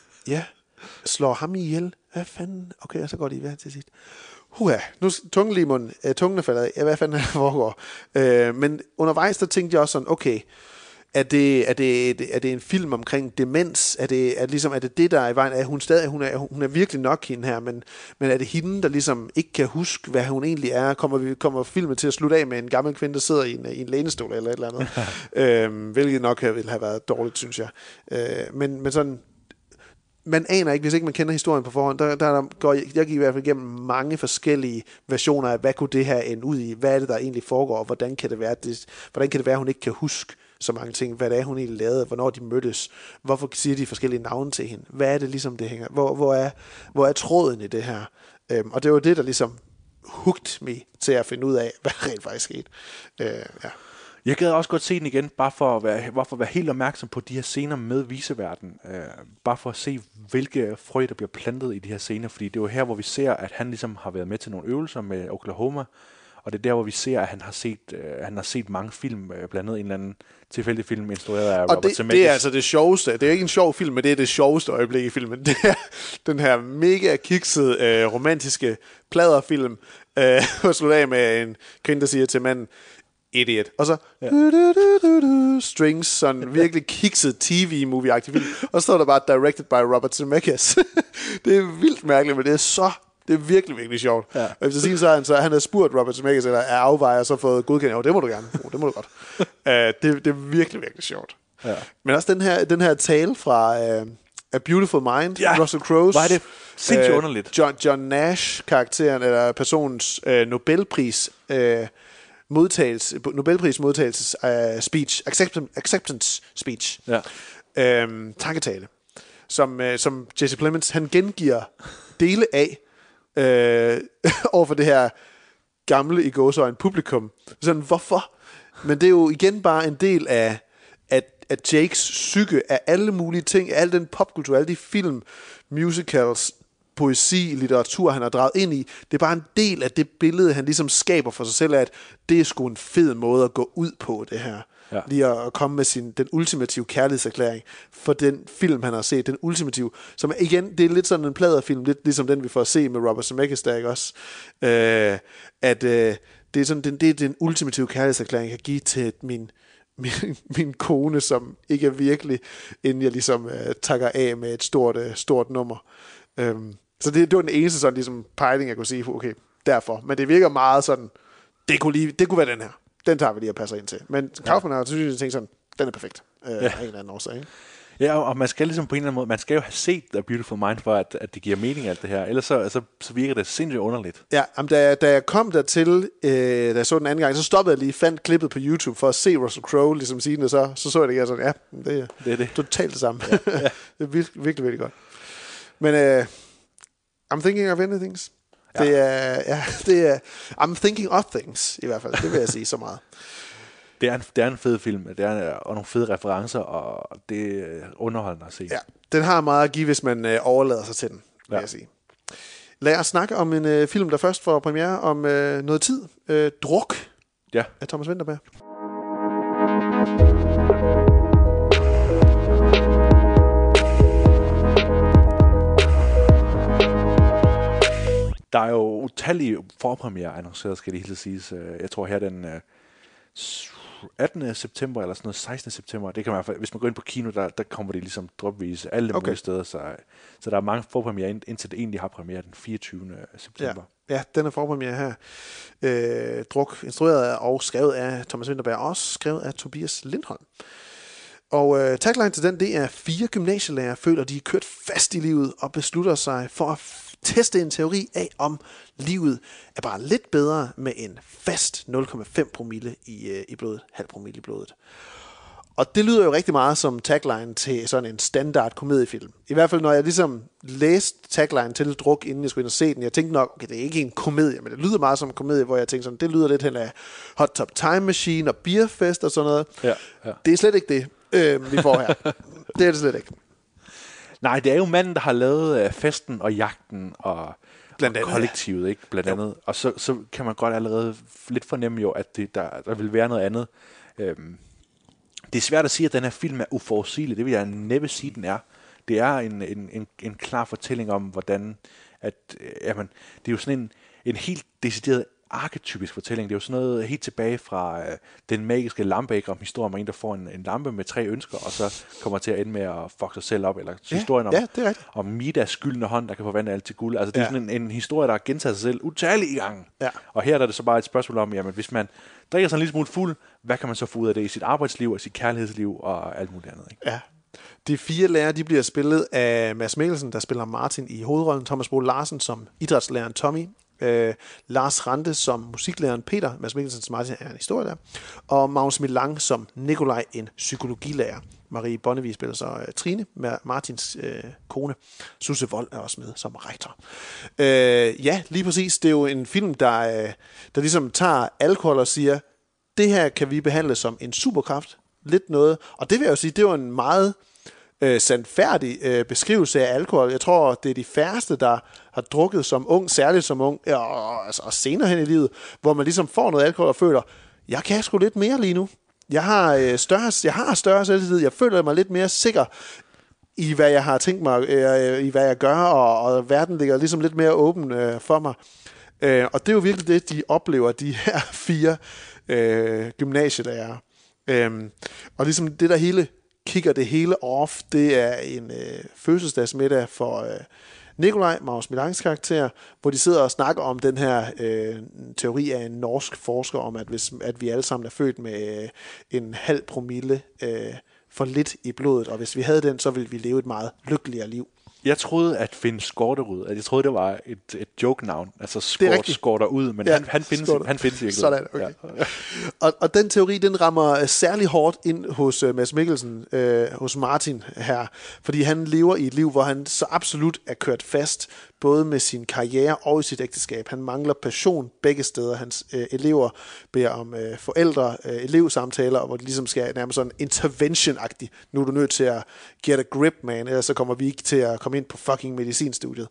slår ham ihjel. Hvad fanden? Okay, og så går de i vejr til sidst. Nu tungen lige i munden. Tungen er faldet af. Hvad fanden der foregår? Men undervejs, der tænkte jeg også sådan, okay, er det en film omkring demens? Er det der er i vejen? Er hun stadig, hun er virkelig nok hende her, men er det hende, der ligesom ikke kan huske, hvad hun egentlig er? Kommer filmen til at slutte af med en gammel kvinde, der sidder i en lænestol eller et eller andet? Hvilket nok ville have været dårligt, synes jeg. Men sådan, man aner ikke, hvis ikke man kender historien på forhånd. Jeg gik i hvert fald igennem mange forskellige versioner af, hvad kunne det her ende ud i? Hvad er det, der egentlig foregår? Og hvordan kan det være, at hun ikke kan huske så mange ting? Hvad det er, hun egentlig lavede? Hvornår de mødtes? Hvorfor siger de forskellige navne til hende? Hvad er det ligesom, det hænger? Hvor er tråden i det her? Og det var det, der ligesom hooked me til at finde ud af, hvad rent faktisk skete. Jeg gad også godt se den igen, bare for at være helt opmærksom på de her scener med viseverden. Bare for at se, hvilke frø, der bliver plantet i de her scener. Fordi det er jo her, hvor vi ser, at han ligesom har været med til nogle øvelser med Oklahoma. Og det er der, hvor vi ser, at han har set mange film, blandt andet en eller anden tilfældig film, instrueret af Robert Zemeckis. Det er altså det sjoveste. Det er ikke en sjov film, men det er det sjoveste øjeblik i filmen. Det er den her mega kiksede, romantiske pladderfilm, og slutter af med en kvinde, der siger til manden, idiot. Og så strings, sådan virkelig kikset TV-movie-agtig film. Og så står der bare directed by Robert Zemeckis. Det er vildt mærkeligt, men det er virkelig, virkelig sjovt. Ja. Og efter sin så han havde spurgt Robert Zemeckis, eller er afvejer, og så fået godkendt. Jo, det må du gerne. Det må du godt. Det er virkelig, virkelig sjovt. Ja. Men også den her tale fra A Beautiful Mind, Russell Crowe's. Var det sindssygt underligt. John Nash-karakteren, eller personens Nobelpris Nobelprismodtagelses speech, acceptance speech, tanketale, som Jesse Plemons, han gengiver dele af over for det her gamle i gåseøjne publikum. Sådan, hvorfor? Men det er jo igen bare en del af Jakes psyke, af alle mulige ting, af al den popkultur, alle de film, musicals, poesi, litteratur, han har draget ind i. Det er bare en del af det billede, han ligesom skaber for sig selv, at det er sgu en fed måde at gå ud på, det her. Ja. Lige at komme med den ultimative kærlighedserklæring for den film, han har set. Den ultimative, som igen, det er lidt sådan en pladderfilm, lidt ligesom den, vi får at se med Robert Zemeckis, der ikke også. Det er sådan, det er den ultimative kærlighedserklæring, jeg kan give til min kone, som ikke er virkelig, inden jeg ligesom takker af med et stort nummer. Så det var den eneste sådan ligesom pejling, jeg kunne sige, okay, derfor. Men det virker meget sådan, det kunne være den her. Den tager vi lige og passer ind til. Men Kaufman har synes jeg tænkt sådan, den er perfekt. Af en eller anden årsag, ikke? Ja, og man skal ligesom på en eller anden måde, man skal jo have set A Beautiful Mind, for at det giver mening alt det her. Ellers så virker det sindssygt underligt. Ja, da jeg kom dertil, da jeg så den anden gang, så stoppede jeg lige, fandt klippet på YouTube for at se Russell Crowe ligesom sige det, så jeg det igen sådan, det er totalt det samme. Ja. Det er virkelig, virkelig, virkelig godt. Men I'm thinking of anything. Ja. Det er I'm thinking of things, i hvert fald. Det vil jeg sige så meget. Det er en fed film, og nogle fede referencer, og det er underholdende at se. Ja, den har meget at give, hvis man overlader sig til den, vil jeg sige. Lad os snakke om en film, der først får premiere om noget tid. Druk af Thomas Vinterberg. Der er jo utallige forpremiere annonceret, skal det hele siges. Jeg tror her den 18. september eller sådan noget, 16. september. Det kan man i hvert fald, hvis man går ind på kino, der kommer det ligesom dropvis alle mulige steder. Så der er mange forpremiere, indtil det egentlig har premiere den 24. september. Ja, den er forpremiere her. Druk, instrueret og skrevet af Thomas Vinterberg, og også skrevet af Tobias Lindholm. Og tagline til den, det er 4 gymnasielærer føler, de er kørt fast i livet og beslutter sig for at teste en teori af, om livet er bare lidt bedre med en fast 0,5 promille i blodet, halv promille i blodet. Og det lyder jo rigtig meget som tagline til sådan en standard komediefilm. I hvert fald når jeg ligesom læste tagline til Druk, inden jeg skulle ind og se den, jeg tænkte nok, okay, det er ikke en komedie, men det lyder meget som en komedie, hvor jeg tænkte sådan, det lyder lidt hen af Hot Top Time Machine og Beerfest og sådan noget. Ja. Det er slet ikke det, vi får her. Det er det slet ikke. Nej, det er jo manden, der har lavet Festen og Jagten og Kollektivet, ikke? Blandt andet. Og så kan man godt allerede lidt fornemme jo, at der vil være noget andet. Det er svært at sige, at den her film er uforudsigelig. Det vil jeg næppe sige, den er. Det er en klar fortælling om, hvordan det er jo sådan en helt decideret arketypisk fortælling. Det er jo sådan noget helt tilbage fra den magiske lampe, om historien om en, der får en lampe med 3 ønsker, og så kommer til at ende med at fuck sig selv op, eller historien om Midas skyldne hånd, der kan forvandle alt til guld. Altså det er sådan en historie, der har gentaget sig selv utallige gange. Ja. Og her er det så bare et spørgsmål om, jamen hvis man drikker sig en lille smule fuld, hvad kan man så få ud af det i sit arbejdsliv, og sit kærlighedsliv, og alt muligt andet, ikke? Ja. De 4 lærere, de bliver spillet af Mads Mikkelsen, der spiller Martin i hovedrollen, Thomas Bo Larsen som idrætslæreren Tommy, Lars Rante som musiklæreren Peter, Mads Mikkelsens Martin er en historielærer, og Magnus Milang som Nikolaj, en psykologilærer. Marie Bonnevie spiller så Trine, Martins kone. Susse Vold er også med som rektor. Ja, lige præcis. Det er jo en film, der ligesom tager alkohol og siger, det her kan vi behandle som en superkraft. Lidt noget. Og det vil jeg jo sige, det var en meget sandfærdig beskrivelse af alkohol. Jeg tror, det er de færreste, der har drukket som ung, særligt som ung, og senere hen i livet, hvor man ligesom får noget alkohol og føler, jeg kan sgu lidt mere lige nu. Jeg har større selvtillid. Jeg føler mig lidt mere sikker i, hvad jeg har tænkt mig, i hvad jeg gør, og verden ligger ligesom lidt mere åben for mig. Og det er jo virkelig det, de oplever, de her 4 gymnasielærere. Og ligesom det der hele kigger det hele off, det er en fødselsdagsmiddag for Nikolaj, Magnus Milangs karakter, hvor de sidder og snakker om den her teori af en norsk forsker om, at vi alle sammen er født med en halv promille for lidt i blodet, og hvis vi havde den, så ville vi leve et meget lykkeligere liv. Jeg troede, at Finn Skårderud, jeg troede, det var et joke-navn, altså skårder ud, men ja, han findes ikke. Sådan, okay. Ja. og den teori, den rammer særlig hårdt ind hos Mads Mikkelsen, hos Martin her, fordi han lever i et liv, hvor han så absolut er kørt fast, både med sin karriere og i sit ægteskab. Han mangler passion begge steder. Hans elever beder om elevsamtaler, hvor det ligesom skal nærmest sådan intervention-agtigt. Nu er du nødt til at get a grip, man, ellers så kommer vi ikke til at komme ind på fucking medicinstudiet.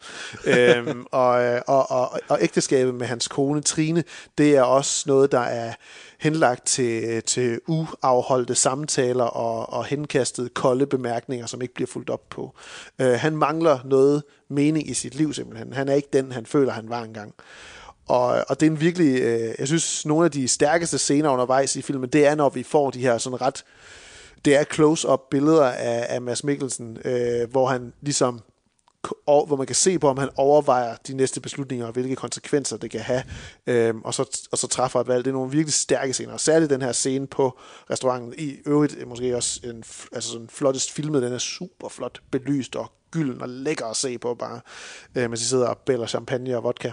Og ægteskabet med hans kone Trine, det er også noget, der er henlagt til uafholdte samtaler og henkastede kolde bemærkninger, som ikke bliver fulgt op på. Han mangler noget mening i sit liv simpelthen. Han er ikke den, han føler, han var engang. Og det er en virkelig, jeg synes, nogle af de stærkeste scener undervejs i filmen, det er, når vi får de her sådan ret, det er close-up billeder af Mads Mikkelsen, hvor han ligesom, hvor man kan se på, om han overvejer de næste beslutninger, og hvilke konsekvenser det kan have, og så træffer et valg. Det er nogle virkelig stærke scener, og særligt den her scene på restauranten, i øvrigt måske også sådan flottest filmet, den er super flot belyst og gylden og lækker at se på bare, mens de sidder og bæller champagne og vodka.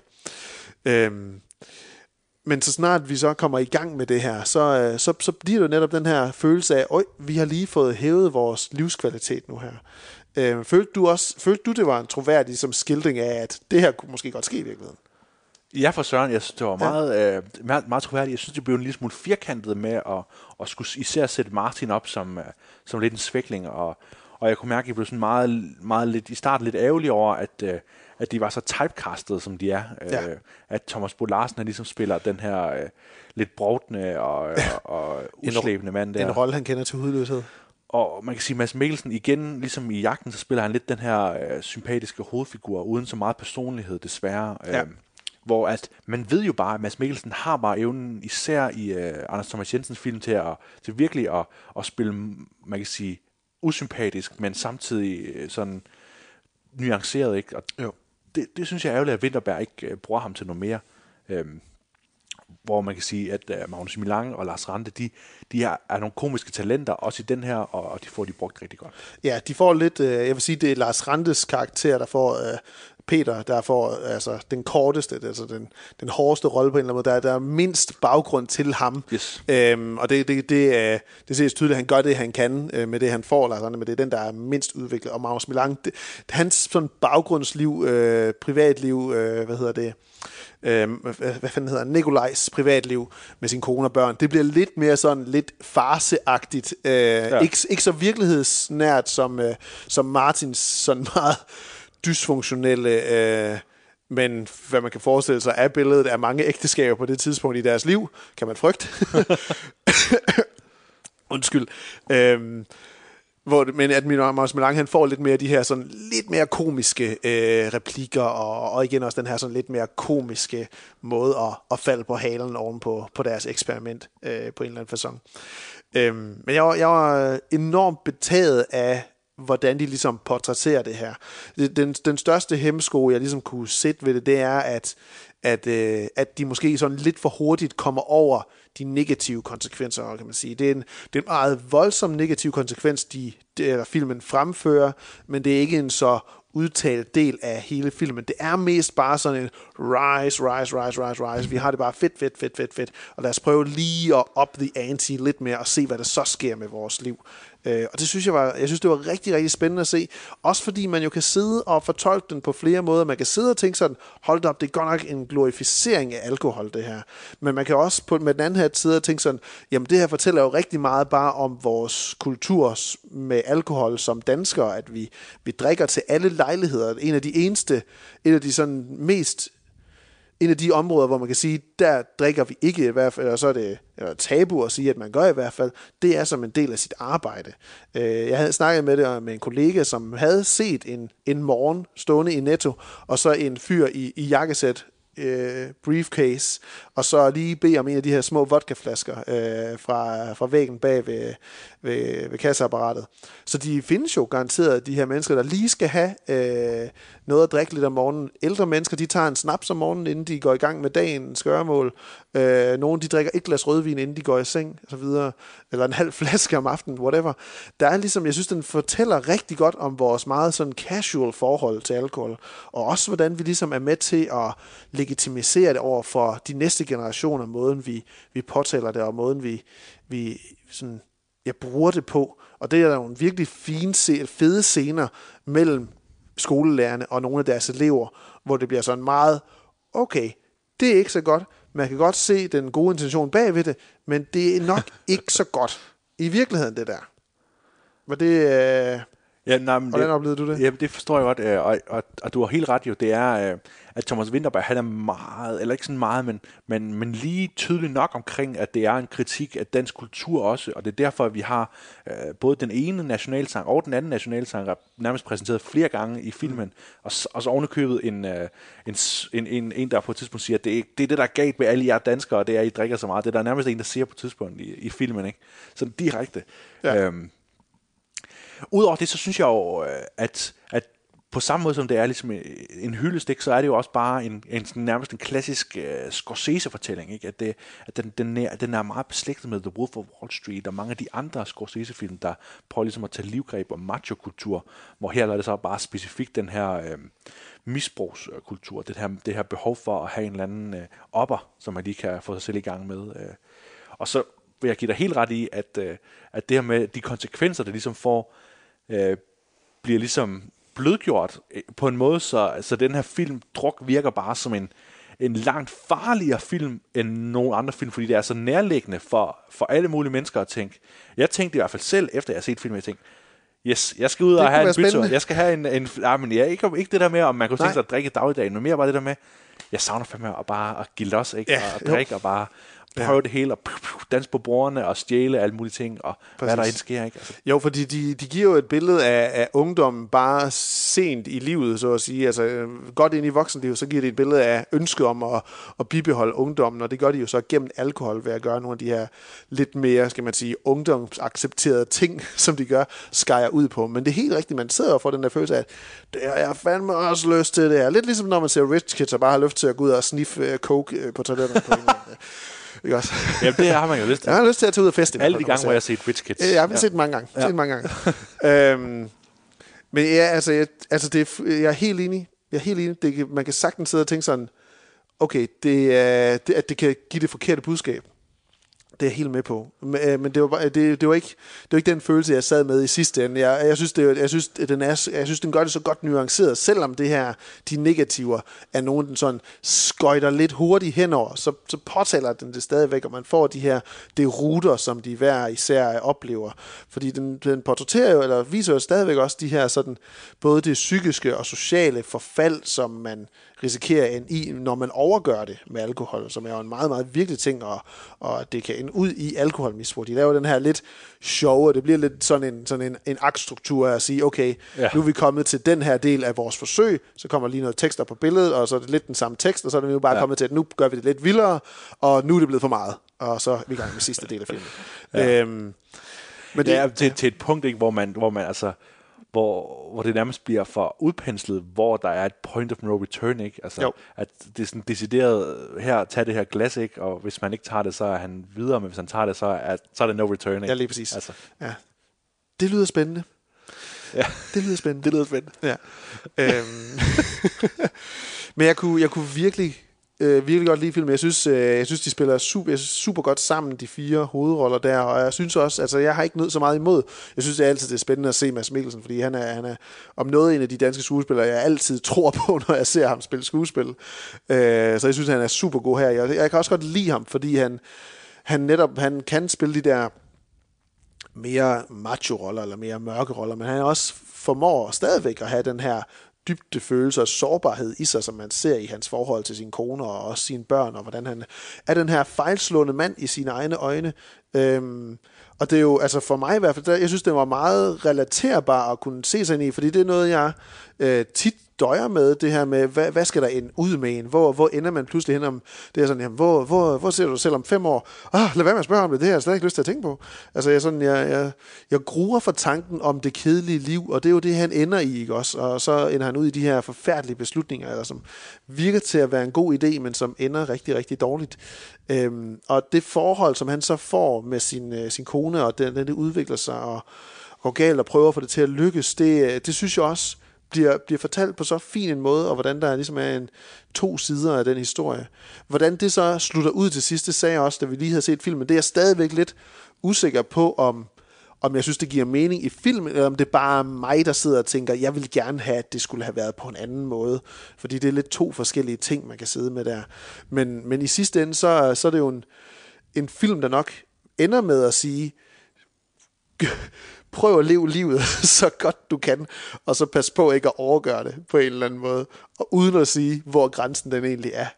Men så snart vi så kommer i gang med det her, så bliver det netop den her følelse af, vi har lige fået hævet vores livskvalitet nu her. Følte du, det var en troværdig som skildring af, at det her kunne måske godt ske i virkeligheden? Ja, for søren, jeg synes, det var meget troværdigt. Jeg synes, det blev en lille smule firkantet med at skulle især sætte Martin op som lidt en svækling, og jeg kunne mærke, at jeg blev sådan meget lidt, i starten lidt ærgerlig over, at de var så typecastet, som de er. Ja. At Thomas Bo Larsen ligesom spiller den her lidt brovtende og uslæbende mand der. En rolle, han kender til hudløshed. Og man kan sige, Mads Mikkelsen igen, ligesom i Jagten, så spiller han lidt den her sympatiske hovedfigur, uden så meget personlighed, desværre. Ja. hvor at man ved jo bare, at Mads Mikkelsen har bare evnen, især i Anders Thomas Jensens film, til virkelig at spille, man kan sige, usympatisk, men samtidig sådan nuanceret, ikke? Og det synes jeg er ærgerligt, at Vinterberg ikke bruger ham til noget mere. Hvor man kan sige, at Magnus Milang og Lars Ranthe, de er nogle komiske talenter, også i den her, og de får de brugt rigtig godt. Ja, de får lidt, jeg vil sige, det er Lars Ranthes karakter, der får Peter, der får altså den korteste, altså den hårdeste rolle på en eller anden måde, der er mindst baggrund til ham. Yes. Og det ses tydeligt, at han gør det, han kan med det, han får, Lars Ranthe, men det er den, der er mindst udviklet. Og Magnus Milang, hans sådan baggrundsliv, privatliv, hvad fanden hedder Nikolajs privatliv med sin kone og børn, det bliver lidt mere sådan lidt farseagtigt, ikke så virkelighedsnært som Martins sådan meget dysfunktionelle, men hvad man kan forestille sig af billedet af mange ægteskaber på det tidspunkt i deres liv, kan man frygte. Undskyld. Men at Magnus Milang, han får lidt mere de her sådan lidt mere komiske replikker, og igen også den her sådan lidt mere komiske måde at falde på halen oven på deres eksperiment på en eller anden facon. Men jeg var enormt betaget af, hvordan de ligesom portrætterer det her. Den største hæmsko, jeg ligesom kunne sætte ved det er, at de måske sådan lidt for hurtigt kommer over de negative konsekvenser, kan man sige. Det er en meget voldsom negativ konsekvens, filmen fremfører, men det er ikke en så udtalt del af hele filmen. Det er mest bare sådan en rise. Vi har det bare fedt. Og lad os prøve lige at up the ante lidt mere og se, hvad der så sker med vores liv. Og det synes jeg synes, det var rigtig, rigtig spændende at se. Også fordi man jo kan sidde og fortolke den på flere måder. Man kan sidde og tænke sådan, hold op, det er godt nok en glorificering af alkohol, det her. Men man kan også med den anden her side tænke sådan, jamen det her fortæller jo rigtig meget bare om vores kultur med alkohol som danskere, at vi drikker til alle lejligheder. En af de områder, hvor man kan sige, der drikker vi ikke i hvert fald, og så er det tabu at sige, at man gør i hvert fald, det er som en del af sit arbejde. Jeg havde snakket med en kollega, som havde set en morgen stående i Netto, og så en fyr i jakkesæt, briefcase, og så lige bede om en af de her små vodkaflasker fra væggen bag ved kasseapparatet. Så de findes jo garanteret, de her mennesker, der lige skal have noget at drikke lidt om morgenen. Ældre mennesker, de tager en snaps om morgenen, inden de går i gang med dagens gøremål. Nogle, de drikker et glas rødvin, inden de går i seng, og så videre. Eller en halv flaske om aftenen, whatever. Der er ligesom, jeg synes, den fortæller rigtig godt om vores meget sådan casual forhold til alkohol. Og også, hvordan vi ligesom er med til at legitimisere det over for de næste generationer, måden vi påtaler det, og måden vi sådan, bruger det på. Og det er der nogle virkelig fede scener mellem skolelærerne og nogle af deres elever, hvor det bliver sådan meget, okay, det er ikke så godt, man kan godt se den gode intention bagved det, men det er nok ikke så godt i virkeligheden, det der. Var det... Hvordan oplevede du det? Jamen, det forstår jeg godt, og du har helt ret jo, det er, at Thomas Vinterberg, han er meget, eller ikke sådan meget, men lige tydeligt nok omkring, at det er en kritik af dansk kultur også, og det er derfor, at vi har både den ene nationalsang og den anden nationalsang nærmest præsenteret flere gange i filmen, og så ovenikøbet en, der på et tidspunkt siger, at det er det, der er galt med alle jer danskere, og det er, at I drikker så meget. Det er der nærmest en, der siger på et tidspunkt i filmen, ikke? Sådan direkte. Ja. Udover det, så synes jeg jo, at på samme måde som det er ligesom en hyldestik, så er det jo også bare nærmest en klassisk Scorsese-fortælling, ikke? At den er meget beslægtet med The Wolf of Wall Street og mange af de andre Scorsese-film, der prøver ligesom at tage livgreb om macho-kultur, hvor her er det så bare specifikt den her misbrugskultur, det her behov for at have en eller anden opper, som man lige kan få sig selv i gang med. Og så vil jeg give dig helt ret i, at det her med de konsekvenser, der ligesom får, bliver ligesom blødgjort på en måde, så den her film Druk virker bare som en langt farligere film end nogen andre film, fordi det er så nærliggende for alle mulige mennesker at tænke. Jeg tænkte i hvert fald selv, efter jeg har set filmen, jeg tænkte, yes, jeg skal ud og have en bytur. Jeg skal have men ikke det der med, om man kunne tænke sig at drikke dagligdagen, men mere bare det der med, jeg savner fandme at bare at gilde os, ikke? Ja, og drikke og prøve det hele, og danse på bordene, og stjæle alle mulige ting, og hvad der end sker, ikke? Altså. Jo, fordi de giver jo et billede af ungdommen bare sent i livet, så at sige. Altså godt ind i voksenlivet, så giver de et billede af ønsket om at bibeholde ungdommen, og det gør de jo så gennem alkohol, ved at gøre nogle af de her lidt mere, skal man sige, ungdomsaccepterede ting, som de gør, skærer ud på. Men det er helt rigtigt, man sidder og får den der følelse af, at det har jeg fandme også lyst til det her. Lidt ligesom når man ser Rich Kids, og bare har lyst til at gå ud og sniffe coke på toiletterne på en eller anden. Ikke også? Jamen, det har man jo lyst til. Jeg har lyst til at tage ud og feste. Alle de gange, hvor jeg har set Rich Kids. Jeg har set mange gange. Men ja, altså, jeg er helt enig. Man kan sagtens sidde og tænke sådan, okay, at det kan give det forkerte budskab. Det er jeg helt med på. Men det var ikke den følelse, jeg sad med i sidste ende. Jeg synes, den gør det så godt nuanceret, selvom det her, de negativer, er nogen, den sådan skøjter lidt hurtigt henover, så påtaler den det stadigvæk, og man får de her deruter, som de hver især oplever. Fordi den portrætterer jo, eller viser jo stadigvæk også de her sådan, både det psykiske og sociale forfald, som man risikerer i, når man overgør det med alkohol, som er jo en meget, meget virkelig ting, og det kan ende ud i alkoholmisbrug. De laver den her lidt sjove, og det bliver lidt sådan en aktstruktur at sige, okay, nu er vi kommet til den her del af vores forsøg, så kommer lige noget tekster på billedet, og så er det lidt den samme tekst, og så er det jo bare kommet til, at nu gør vi det lidt vildere, og nu er det blevet for meget, og så er vi i gang med sidste del af filmen. Men det er til et punkt, ikke, hvor man altså hvor det nærmest bliver for udpenslet, hvor der er et point of no return, ikke? Altså, at det er sådan decideret, her, tag det her glas, ikke? Og hvis man ikke tager det, så er han videre, men hvis han tager det, så er det no return, ikke? Ja, lige præcis. Altså. Ja. Det lyder spændende. Ja. Det lyder spændende. Ja. Men jeg kunne virkelig godt lide filmen. Jeg synes de spiller super godt sammen, de 4 hovedroller der, og jeg synes også, altså jeg har ikke nødt så meget imod. Jeg synes det er altid spændende at se Mads Mikkelsen, fordi han er om noget en af de danske skuespillere, jeg altid tror på, når jeg ser ham spille skuespil. Så jeg synes han er super god her. Jeg kan også godt lide ham, fordi han kan spille de der mere macho-roller, eller mere mørke roller, men han også formår stadigvæk at have den her dybde følelse og sårbarhed i sig, som man ser i hans forhold til sine koner og også sine børn, og hvordan han er den her fejlslående mand i sine egne øjne. Og det er jo, altså for mig i hvert fald, jeg synes, det var meget relaterbar at kunne se sig ind i, fordi det er noget, jeg tit døjer med, det her med, hvad skal der ende ud med en? Hvor ender man pludselig hen om det er sådan, jamen, hvor ser du dig selv om 5 år? Lad være med at spørge om det har jeg slet ikke lyst til at tænke på. Altså, jeg gruer for tanken om det kedelige liv, og det er jo det, han ender i, ikke også? Og så ender han ud i de her forfærdelige beslutninger, eller som virker til at være en god idé, men som ender rigtig, rigtig dårligt. Og det forhold, som han så får med sin kone, og det udvikler sig og går galt og prøver at få det til at lykkes, det synes jeg også bliver fortalt på så fin en måde, og hvordan der ligesom er 2 sider af den historie. Hvordan det så slutter ud til sidst, det sagde jeg også, da vi lige havde set filmen, det er jeg stadigvæk lidt usikker på, om jeg synes, det giver mening i filmen, eller om det er bare mig, der sidder og tænker, jeg vil gerne have, at det skulle have været på en anden måde. Fordi det er lidt 2 forskellige ting, man kan sidde med der. Men i sidste ende, så er det jo en film, der nok ender med at sige, prøv at leve livet så godt du kan, og så pas på ikke at overgøre det på en eller anden måde, og uden at sige, hvor grænsen den egentlig er.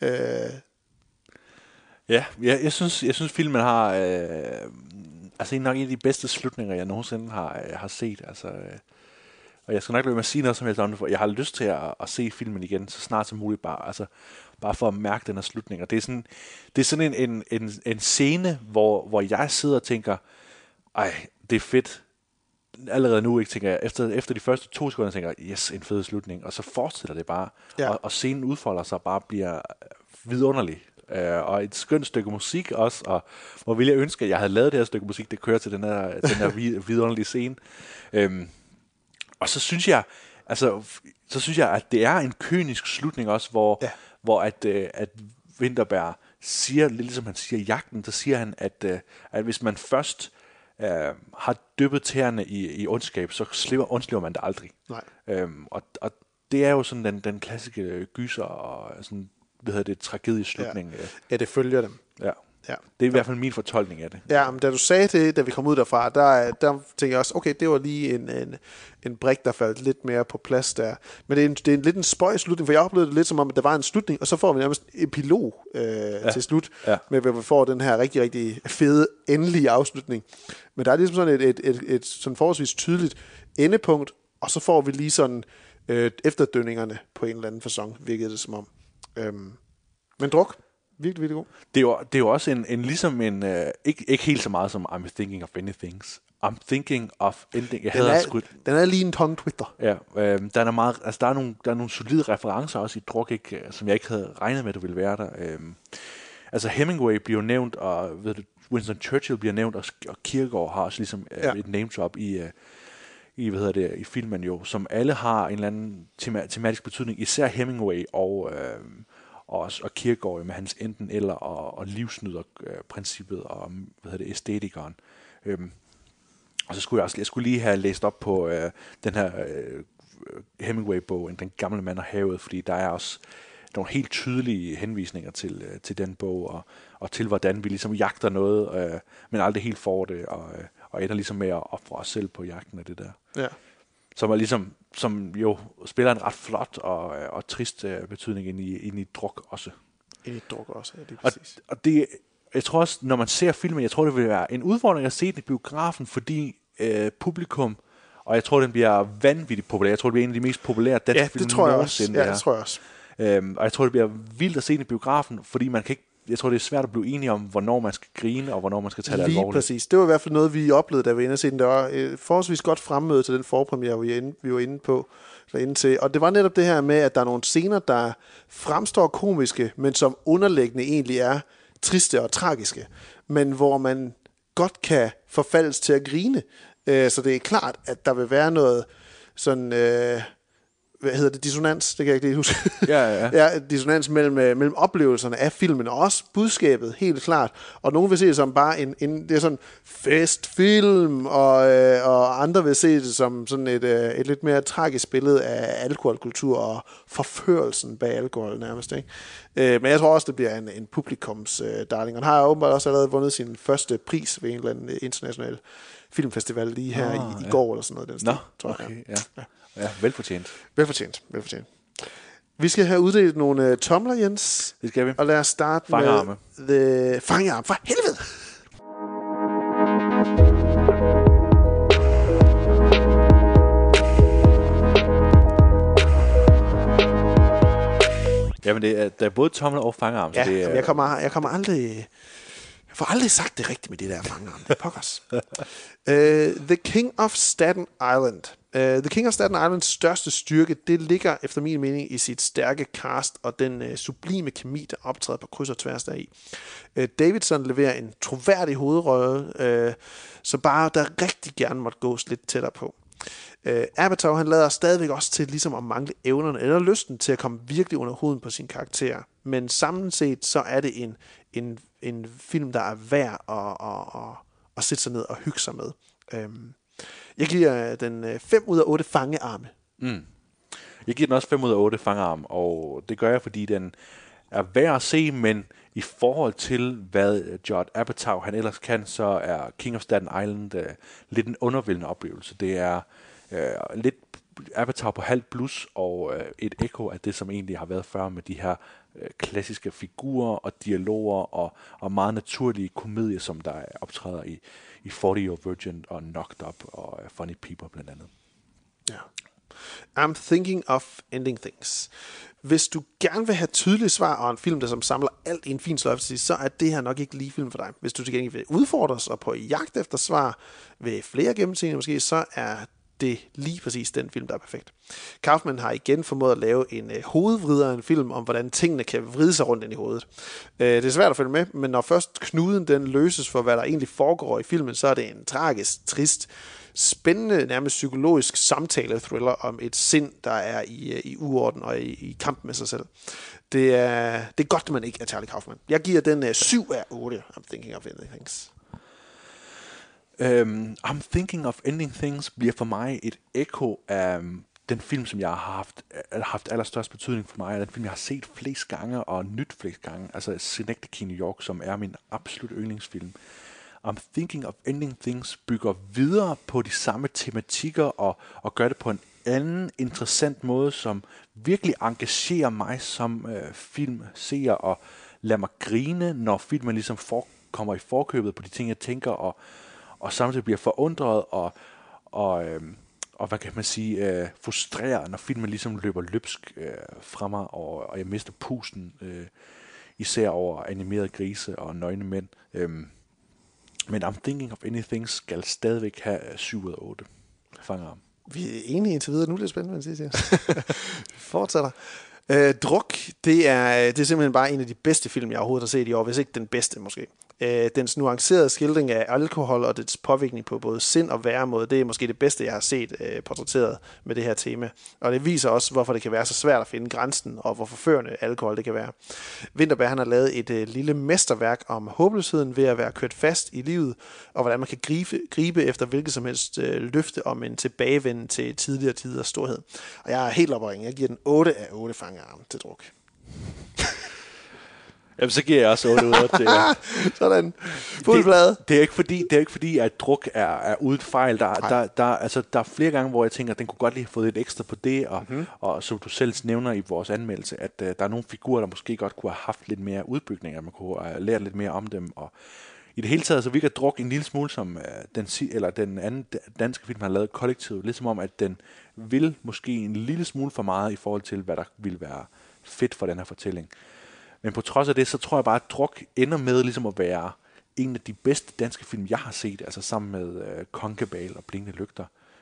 Ja, jeg synes filmen har altså nok en af de bedste slutninger, jeg nogensinde har set. Altså, og jeg skal nok lade med at sige noget som helst om det, for jeg har lyst til at se filmen igen, så snart som muligt, bare for at mærke den her slutning. Og det er sådan en scene, hvor jeg sidder og tænker, det er fedt. Allerede nu, ikke, tænker jeg, efter de første 2 sekunder, tænker jeg, yes, en fed slutning, og så fortsætter det bare, og scenen udfolder sig, bare bliver vidunderlig. Og et skønt stykke musik også, og hvor ville jeg ønske, at jeg havde lavet det her stykke musik, det kører til den her vidunderlige scene. Og så synes jeg, at det er en kynisk slutning også, hvor at Vinterberg siger, lidt ligesom han siger i Jagten, så siger han, at hvis man først har dyppet tæerne i ondskab, så undslipper man det aldrig. Nej. Og det er jo sådan den klassiske gyser og sådan, tragedieslutning. Ja, det følger dem. Ja. Ja. Det er i hvert fald min fortolkning af det. Ja, men da du sagde det, da vi kom ud derfra, der tænkte jeg også, okay, det var lige en brik, der faldt lidt mere på plads der. Men det er lidt en spøj slutning, for jeg oplevede det lidt som om, at der var en slutning, og så får vi nærmest epilog til slut, med hvor vi får den her rigtig, rigtig fede, endelige afslutning. Men der er ligesom sådan et sådan forholdsvis tydeligt endepunkt, og så får vi lige sådan efterdønningerne på en eller anden facon, virkede det som om. Men druk. Virkelig, virkelig god. Det er jo også en ligesom en... ikke helt så meget som I'm thinking of anything. I'm thinking of ending. Den er lige en tongue twister. Ja, der er meget... Altså, der er nogle solide referencer også i druk, ikke, som jeg ikke havde regnet med, at det ville være der. Altså Hemingway bliver nævnt, og Winston Churchill bliver nævnt, og Kierkegaard har også ligesom et name drop i filmen jo, som alle har en eller anden tematisk betydning. Især Hemingway og Kierkegaard med hans enten eller og livsnyderprincippet og æstetikeren. Og så skulle jeg skulle lige have læst op på den her Hemingway-bog, Den gamle mand og havet, fordi der er også nogle helt tydelige henvisninger til den bog, og til hvordan vi ligesom jagter noget, men aldrig helt får det, og ender ligesom med at ofre os selv på jagten af det der. Ja. Som jo spiller en ret flot og trist betydning ind i druk også. Ind i druk også, ja, det er præcis. Og det, jeg tror også, når man ser filmen, jeg tror, det vil være en udfordring at se den i biografen, fordi publikum, og jeg tror, den bliver vanvittigt populær. Jeg tror, det bliver en af de mest populære danske film nogensinde. Ja, det tror jeg også. Og jeg tror, det bliver vildt at se den i biografen, fordi man kan ikke. Jeg tror, det er svært at blive enige om, hvornår man skal grine, og hvornår man skal tage det alvorligt. Lige præcis. Det var i hvert fald noget, vi oplevede, da vi inde og se den. Det var forholdsvis godt fremmøde til den forpremiere, vi var inde på. Til. Og det var netop det her med, at der er nogle scener, der fremstår komiske, men som underliggende egentlig er triste og tragiske. Men hvor man godt kan forfaldes til at grine. Så det er klart, at der vil være noget sådan... hvad hedder det? Dissonans? Det kan jeg ikke lige huske. Ja, dissonans mellem oplevelserne af filmen, og også budskabet, helt klart. Og nogen vil se det som bare det er sådan festfilm, og andre vil se det som sådan et lidt mere tragisk billede af alkoholkultur og forførelsen bag alkohol nærmest, ikke? Men jeg tror også, det bliver en publikums darling. Og han har åbenbart også allerede vundet sin første pris ved en eller anden international filmfestival lige her i går, eller sådan noget. Den sted, tror jeg. Okay, ja. Ja, velfortjent. Velfortjent. Vi skal have uddelt nogle tomler, Jens. Det skal vi. Og lad os starte fangearme. med fangearme. For helvede! Jamen, der er både tomler og fangearme. Ja, så det er... jeg kommer aldrig... Jeg får aldrig sagt det rigtigt med det der fangearme. Det er pokkers. The King of Staten Island. The King of Staten Islands største styrke, det ligger efter min mening i sit stærke cast og den sublime kemi, der optræder på kryds og tværs deri. Davidson leverer en troværdig hovedrolle, så bare der rigtig gerne måtte gås lidt tættere på. Apatow, han lader stadigvæk også til ligesom at mangle evnerne eller lysten til at komme virkelig under huden på sin karakter. Men samlet set, så er det en film, der er værd at sætte sig ned og hygge sig med. Jeg giver den 5 ud af 8 fangearme. Jeg giver den også 5 ud af 8 fangearme, og det gør jeg, fordi den er værd at se, men i forhold til, hvad Judd Apatow han ellers kan, så er King of Staten Island lidt en undervældende oplevelse. Det er lidt Apatow på halv plus, og et ekko af det, som egentlig har været før med de her klassiske figurer og dialoger og meget naturlige komedier, som der optræder i 40 Year Virgin og Knocked Up og Funny People blandt andet. Ja. I'm thinking of ending things. Hvis du gerne vil have tydelige svar og en film, der som samler alt i en fin sløjfe, så er det her nok ikke lige film for dig. Hvis du til gengæld vil udfordres og på jagt efter svar ved flere gennemsenier måske, så er det lige præcis den film, der er perfekt. Kaufman har igen formået at lave en hovedvrider af en film om, hvordan tingene kan vride sig rundt ind i hovedet. Det er svært at følge med, men når først knuden den løses for, hvad der egentlig foregår i filmen, så er det en tragisk, trist, spændende, nærmest psykologisk samtale-thriller om et sind, der er i uorden og i kamp med sig selv. Det er godt, at man ikke er Charlie Kaufman. Jeg giver den 7 af 8. I'm thinking of ending things. I'm thinking of ending things bliver for mig et ekko af den film, som jeg har haft allerstørst betydning for mig, er den film, jeg har set flest gange og nyt flest gange. Altså Synecdoche, New York, som er min absolut yndlingsfilm. I'm Thinking of Ending Things bygger videre på de samme tematikker og gør det på en anden interessant måde, som virkelig engagerer mig som filmseer og lader mig grine, når filmen ligesom kommer i forkøbet på de ting, jeg tænker, og samtidig bliver forundret og hvad kan man sige, frustreret, når filmen ligesom løber løbsk fra mig, og jeg mister pusten, især over animerede grise og nøgne mænd. Men I'm Thinking of Anything skal stadigvæk have 7 ud af 8 fanger. Vi er enige indtil videre. Nu er det spændende, hvad jeg siger. Vi fortsætter. Druk, det er simpelthen bare en af de bedste film, jeg overhovedet har set i år, hvis ikke den bedste måske. Dens nuancerede skildring af alkohol og dets påvirkning på både sind og væremåde, det er måske det bedste, jeg har set portrætteret med det her tema. Og det viser også, hvorfor det kan være så svært at finde grænsen, og hvor forførende alkohol det kan være. Vinterberg, han har lavet et lille mesterværk om håbløsheden ved at være kørt fast i livet, og hvordan man kan gribe efter hvilket som helst løfte om en tilbagevenden til tidligere tiders storhed. Og jeg er helt oppe at ringe. Jeg giver den 8 af 8 fangerarme til Druk. Jamen, så giver jeg også 8 ud af det. Sådan. Fuld plade. Det er ikke fordi, at Druk er uden fejl. Der er flere gange, hvor jeg tænker, at den kunne godt lige have fået lidt ekstra på det, og som du selv nævner i vores anmeldelse, at der er nogle figurer, der måske godt kunne have haft lidt mere udbygning, at man kunne have lært lidt mere om dem, og i det hele taget, så virker Druk en lille smule som den anden danske film, har lavet kollektivt, lidt som om, at den vil måske en lille smule for meget i forhold til, hvad der ville være fedt for den her fortælling. Men på trods af det, så tror jeg bare, at Druk ender med ligesom at være en af de bedste danske film, jeg har set, altså sammen med Konkabal og Blinkende Lygter.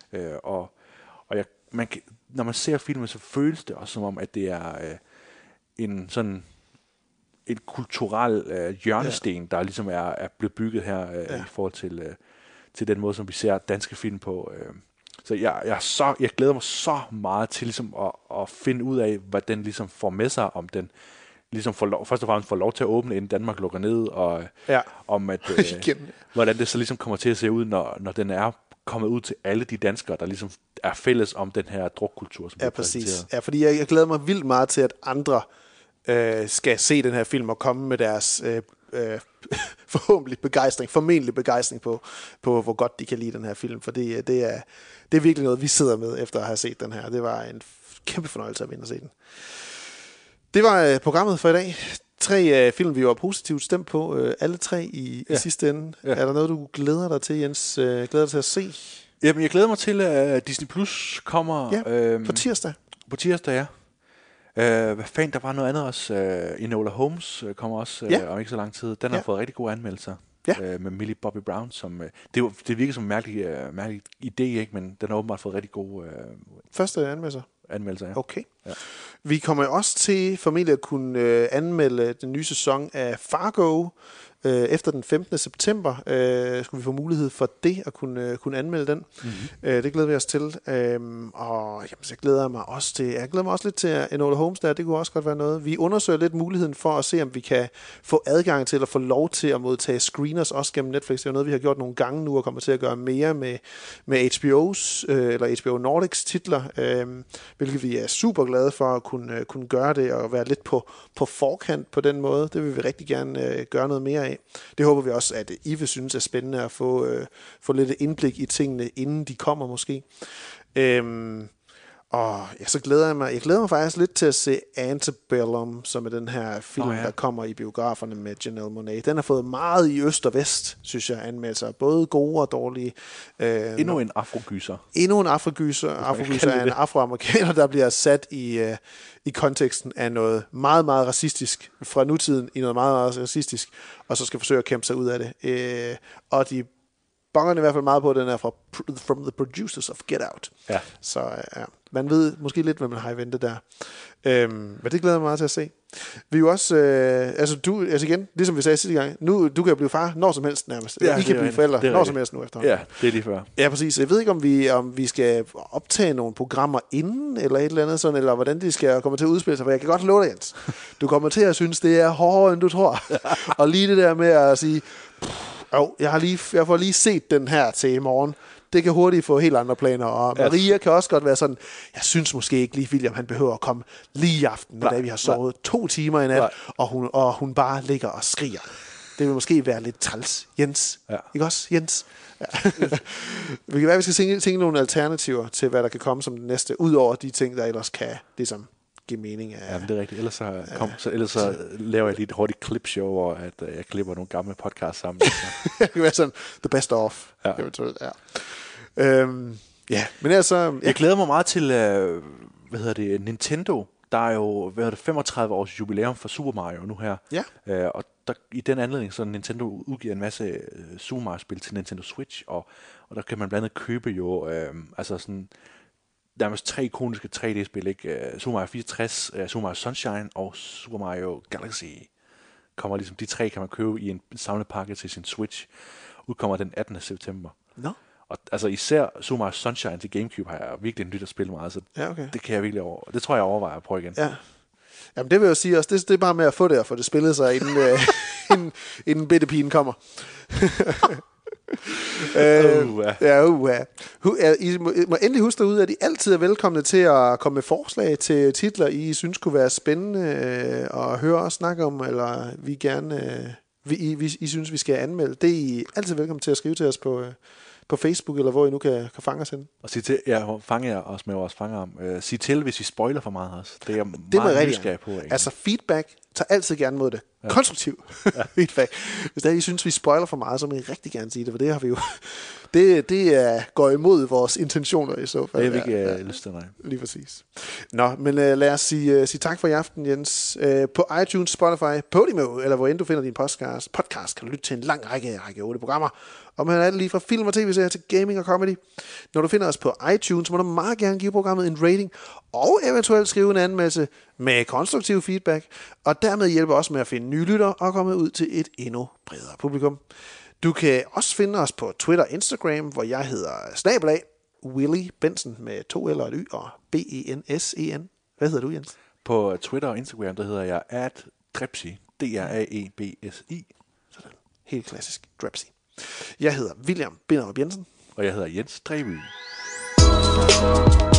Når man ser filmen, så føles det også som om, at det er en kulturel hjørnesten, der ligesom er blevet bygget her i forhold til den måde, som vi ser danske film på. Så jeg glæder mig så meget til ligesom at finde ud af, hvad den ligesom får med sig, om den ligesom først og fremmest får lov til at åbne, inden Danmark lukker ned, og om at hvordan det så ligesom kommer til at se ud, når den er kommet ud til alle de danskere, der ligesom er fælles om den her drukkultur, som præcis. Ja, fordi jeg glæder mig vildt meget til, at andre skal se den her film og komme med deres formentlig begejstring på hvor godt de kan lide den her film, for det er virkelig noget, vi sidder med efter at have set den her. Det var en kæmpe fornøjelse at vinde og se den. Det var programmet for i dag. 3 film, vi var positivt stemt på. Alle 3 i sidste ende. Ja. Er der noget, du glæder dig til, Jens? Glæder dig til at se? Jamen, jeg glæder mig til, at Disney Plus kommer... på tirsdag. På tirsdag, ja. Hvad fanden, der var noget andet også. Enola Holmes kommer også om ikke så lang tid. Den har fået rigtig gode anmeldelser. Ja. Med Millie Bobby Brown, som det virker som en mærkelig idé, ikke? Men den har åbenbart fået rigtig gode første anmeldelser, ja. Okay. Ja. Vi kommer også til formentlig at kunne anmelde den nye sæson af Fargo efter den 15. september. Skulle vi få mulighed for det at kunne anmelde den. Mm-hmm. Det glæder vi os til. Og jamen, så glæder jeg mig også lidt til Enola Holmes der. Det kunne også godt være noget. Vi undersøger lidt muligheden for at se, om vi kan få adgang til at få lov til at modtage screeners også gennem Netflix. Det er noget, vi har gjort nogle gange nu og kommer til at gøre mere med HBO's eller HBO Nordics titler, hvilket vi er super glade for at kunne gøre det og være lidt på forkant på den måde. Det vil vi rigtig gerne gøre noget mere af. Det håber vi også, at I vil synes er spændende at få lidt indblik i tingene, inden de kommer måske. Og så glæder jeg glæder mig faktisk lidt til at se Antebellum, som er den her film, der kommer i biograferne med Janelle Monáe. Den har fået meget i øst og vest, synes jeg, anmeldelser. Både gode og dårlige. Endnu en afrogyser. Afrogyser er en afroamerikaner, der bliver sat i konteksten af noget meget, meget racistisk fra nutiden i noget meget, meget racistisk, og så skal forsøge at kæmpe sig ud af det. Og de bongerne i hvert fald meget på, den er fra From the Producers of Get Out. Ja. Så man ved måske lidt, hvad man har i vente der. Men det glæder mig meget til at se. Vi er jo også, igen, ligesom vi sagde sidste gang, nu, du kan blive far når som helst nærmest. Ja, I kan blive forældre når som helst nu efterhånden. Ja, det er lige før. Ja, præcis. Jeg ved ikke, om vi skal optage nogle programmer inden, eller et eller andet sådan, eller hvordan de skal komme til at udspille sig, for jeg kan godt love dig, Jens. Du kommer til at synes, det er hårdere, end du tror. Og lige det der med at sige, jeg får lige set den her til i morgen. det kan hurtigt få helt andre planer. Og Maria kan også godt være sådan, jeg synes måske ikke lige William, han behøver at komme lige i aften, da vi har sovet 2 timer i nat, og hun bare ligger og skriger. Det vil måske være lidt træls. Jens. Ja. Ikke også, Jens? Ja. Vi kan være, vi skal tænke nogle alternativer til, hvad der kan komme som det næste, ud over de ting, der ellers kan ligesom give mening af. Ja, men det er rigtigt. Ellers så laver jeg lige et hurtigt clipshow, hvor at jeg klipper nogle gamle podcasts sammen. Det kan være sådan, the best of. Ja. Men altså... Jeg glæder mig meget til, Nintendo. Der er jo 35 års jubilæum for Super Mario nu her. Ja. Og i den anledning, så Nintendo udgiver en masse Super Mario-spil til Nintendo Switch, og der kan man blandt andet købe jo, sådan nærmest 3 ikoniske 3D-spil, ikke? Super Mario 64, Super Mario Sunshine og Super Mario Galaxy. Kommer ligesom, de 3 kan man købe i en samlet pakke til sin Switch. Udkommer den 18. september. Nå. Og altså især Super Mario Sunshine til GameCube har jeg virkelig nyt at spille meget, så det kan jeg virkelig det tror jeg overvejer at prøve igen. Ja. Jamen det vil jeg sige også, det er bare med at få det og få det spillet sig, inden bitte pigen kommer. I må endelig huske derude, at I altid er velkomne til at komme med forslag til titler, I synes kunne være spændende at høre os snakke om, eller vi gerne I synes, vi skal anmelde. Det er I altid velkommen til at skrive til os på Facebook, eller hvor I nu kan fange os hen. Og sige til, fanger jeg også med vores fanger. Sig til, hvis vi spoiler for meget også. Det er jeg meget nysgerrig på. Egentlig. Altså feedback, tager altid gerne mod det. Ja. Konstruktiv feedback. Hvis der I synes, vi spoiler for meget, så må I rigtig gerne sige det, for det har vi jo... Det går imod vores intentioner i så fald. Det er vi ikke lyst til, nej. Lige præcis. Nå, men lad os sige tak for i aften, Jens. På iTunes, Spotify, Podimo, eller hvor end du finder din podcast, kan du lytte til en lang række 8 programmer. Og man er lige fra film og tv-serier til gaming og comedy. Når du finder os på iTunes, må du meget gerne give programmet en rating, og eventuelt skrive en anmeldelse med konstruktiv feedback, og dermed hjælpe os med at finde nye lyttere og komme ud til et endnu bredere publikum. Du kan også finde os på Twitter og Instagram, hvor jeg hedder @Willy Benson med 2 L og et Y og BENSEN. Hvad hedder du, Jens? På Twitter og Instagram, der hedder jeg @Drepsi, DRAEBSI. Sådan. Helt klassisk, Drepsi. Jeg hedder William Binderup Jensen. Og jeg hedder Jens Dreby.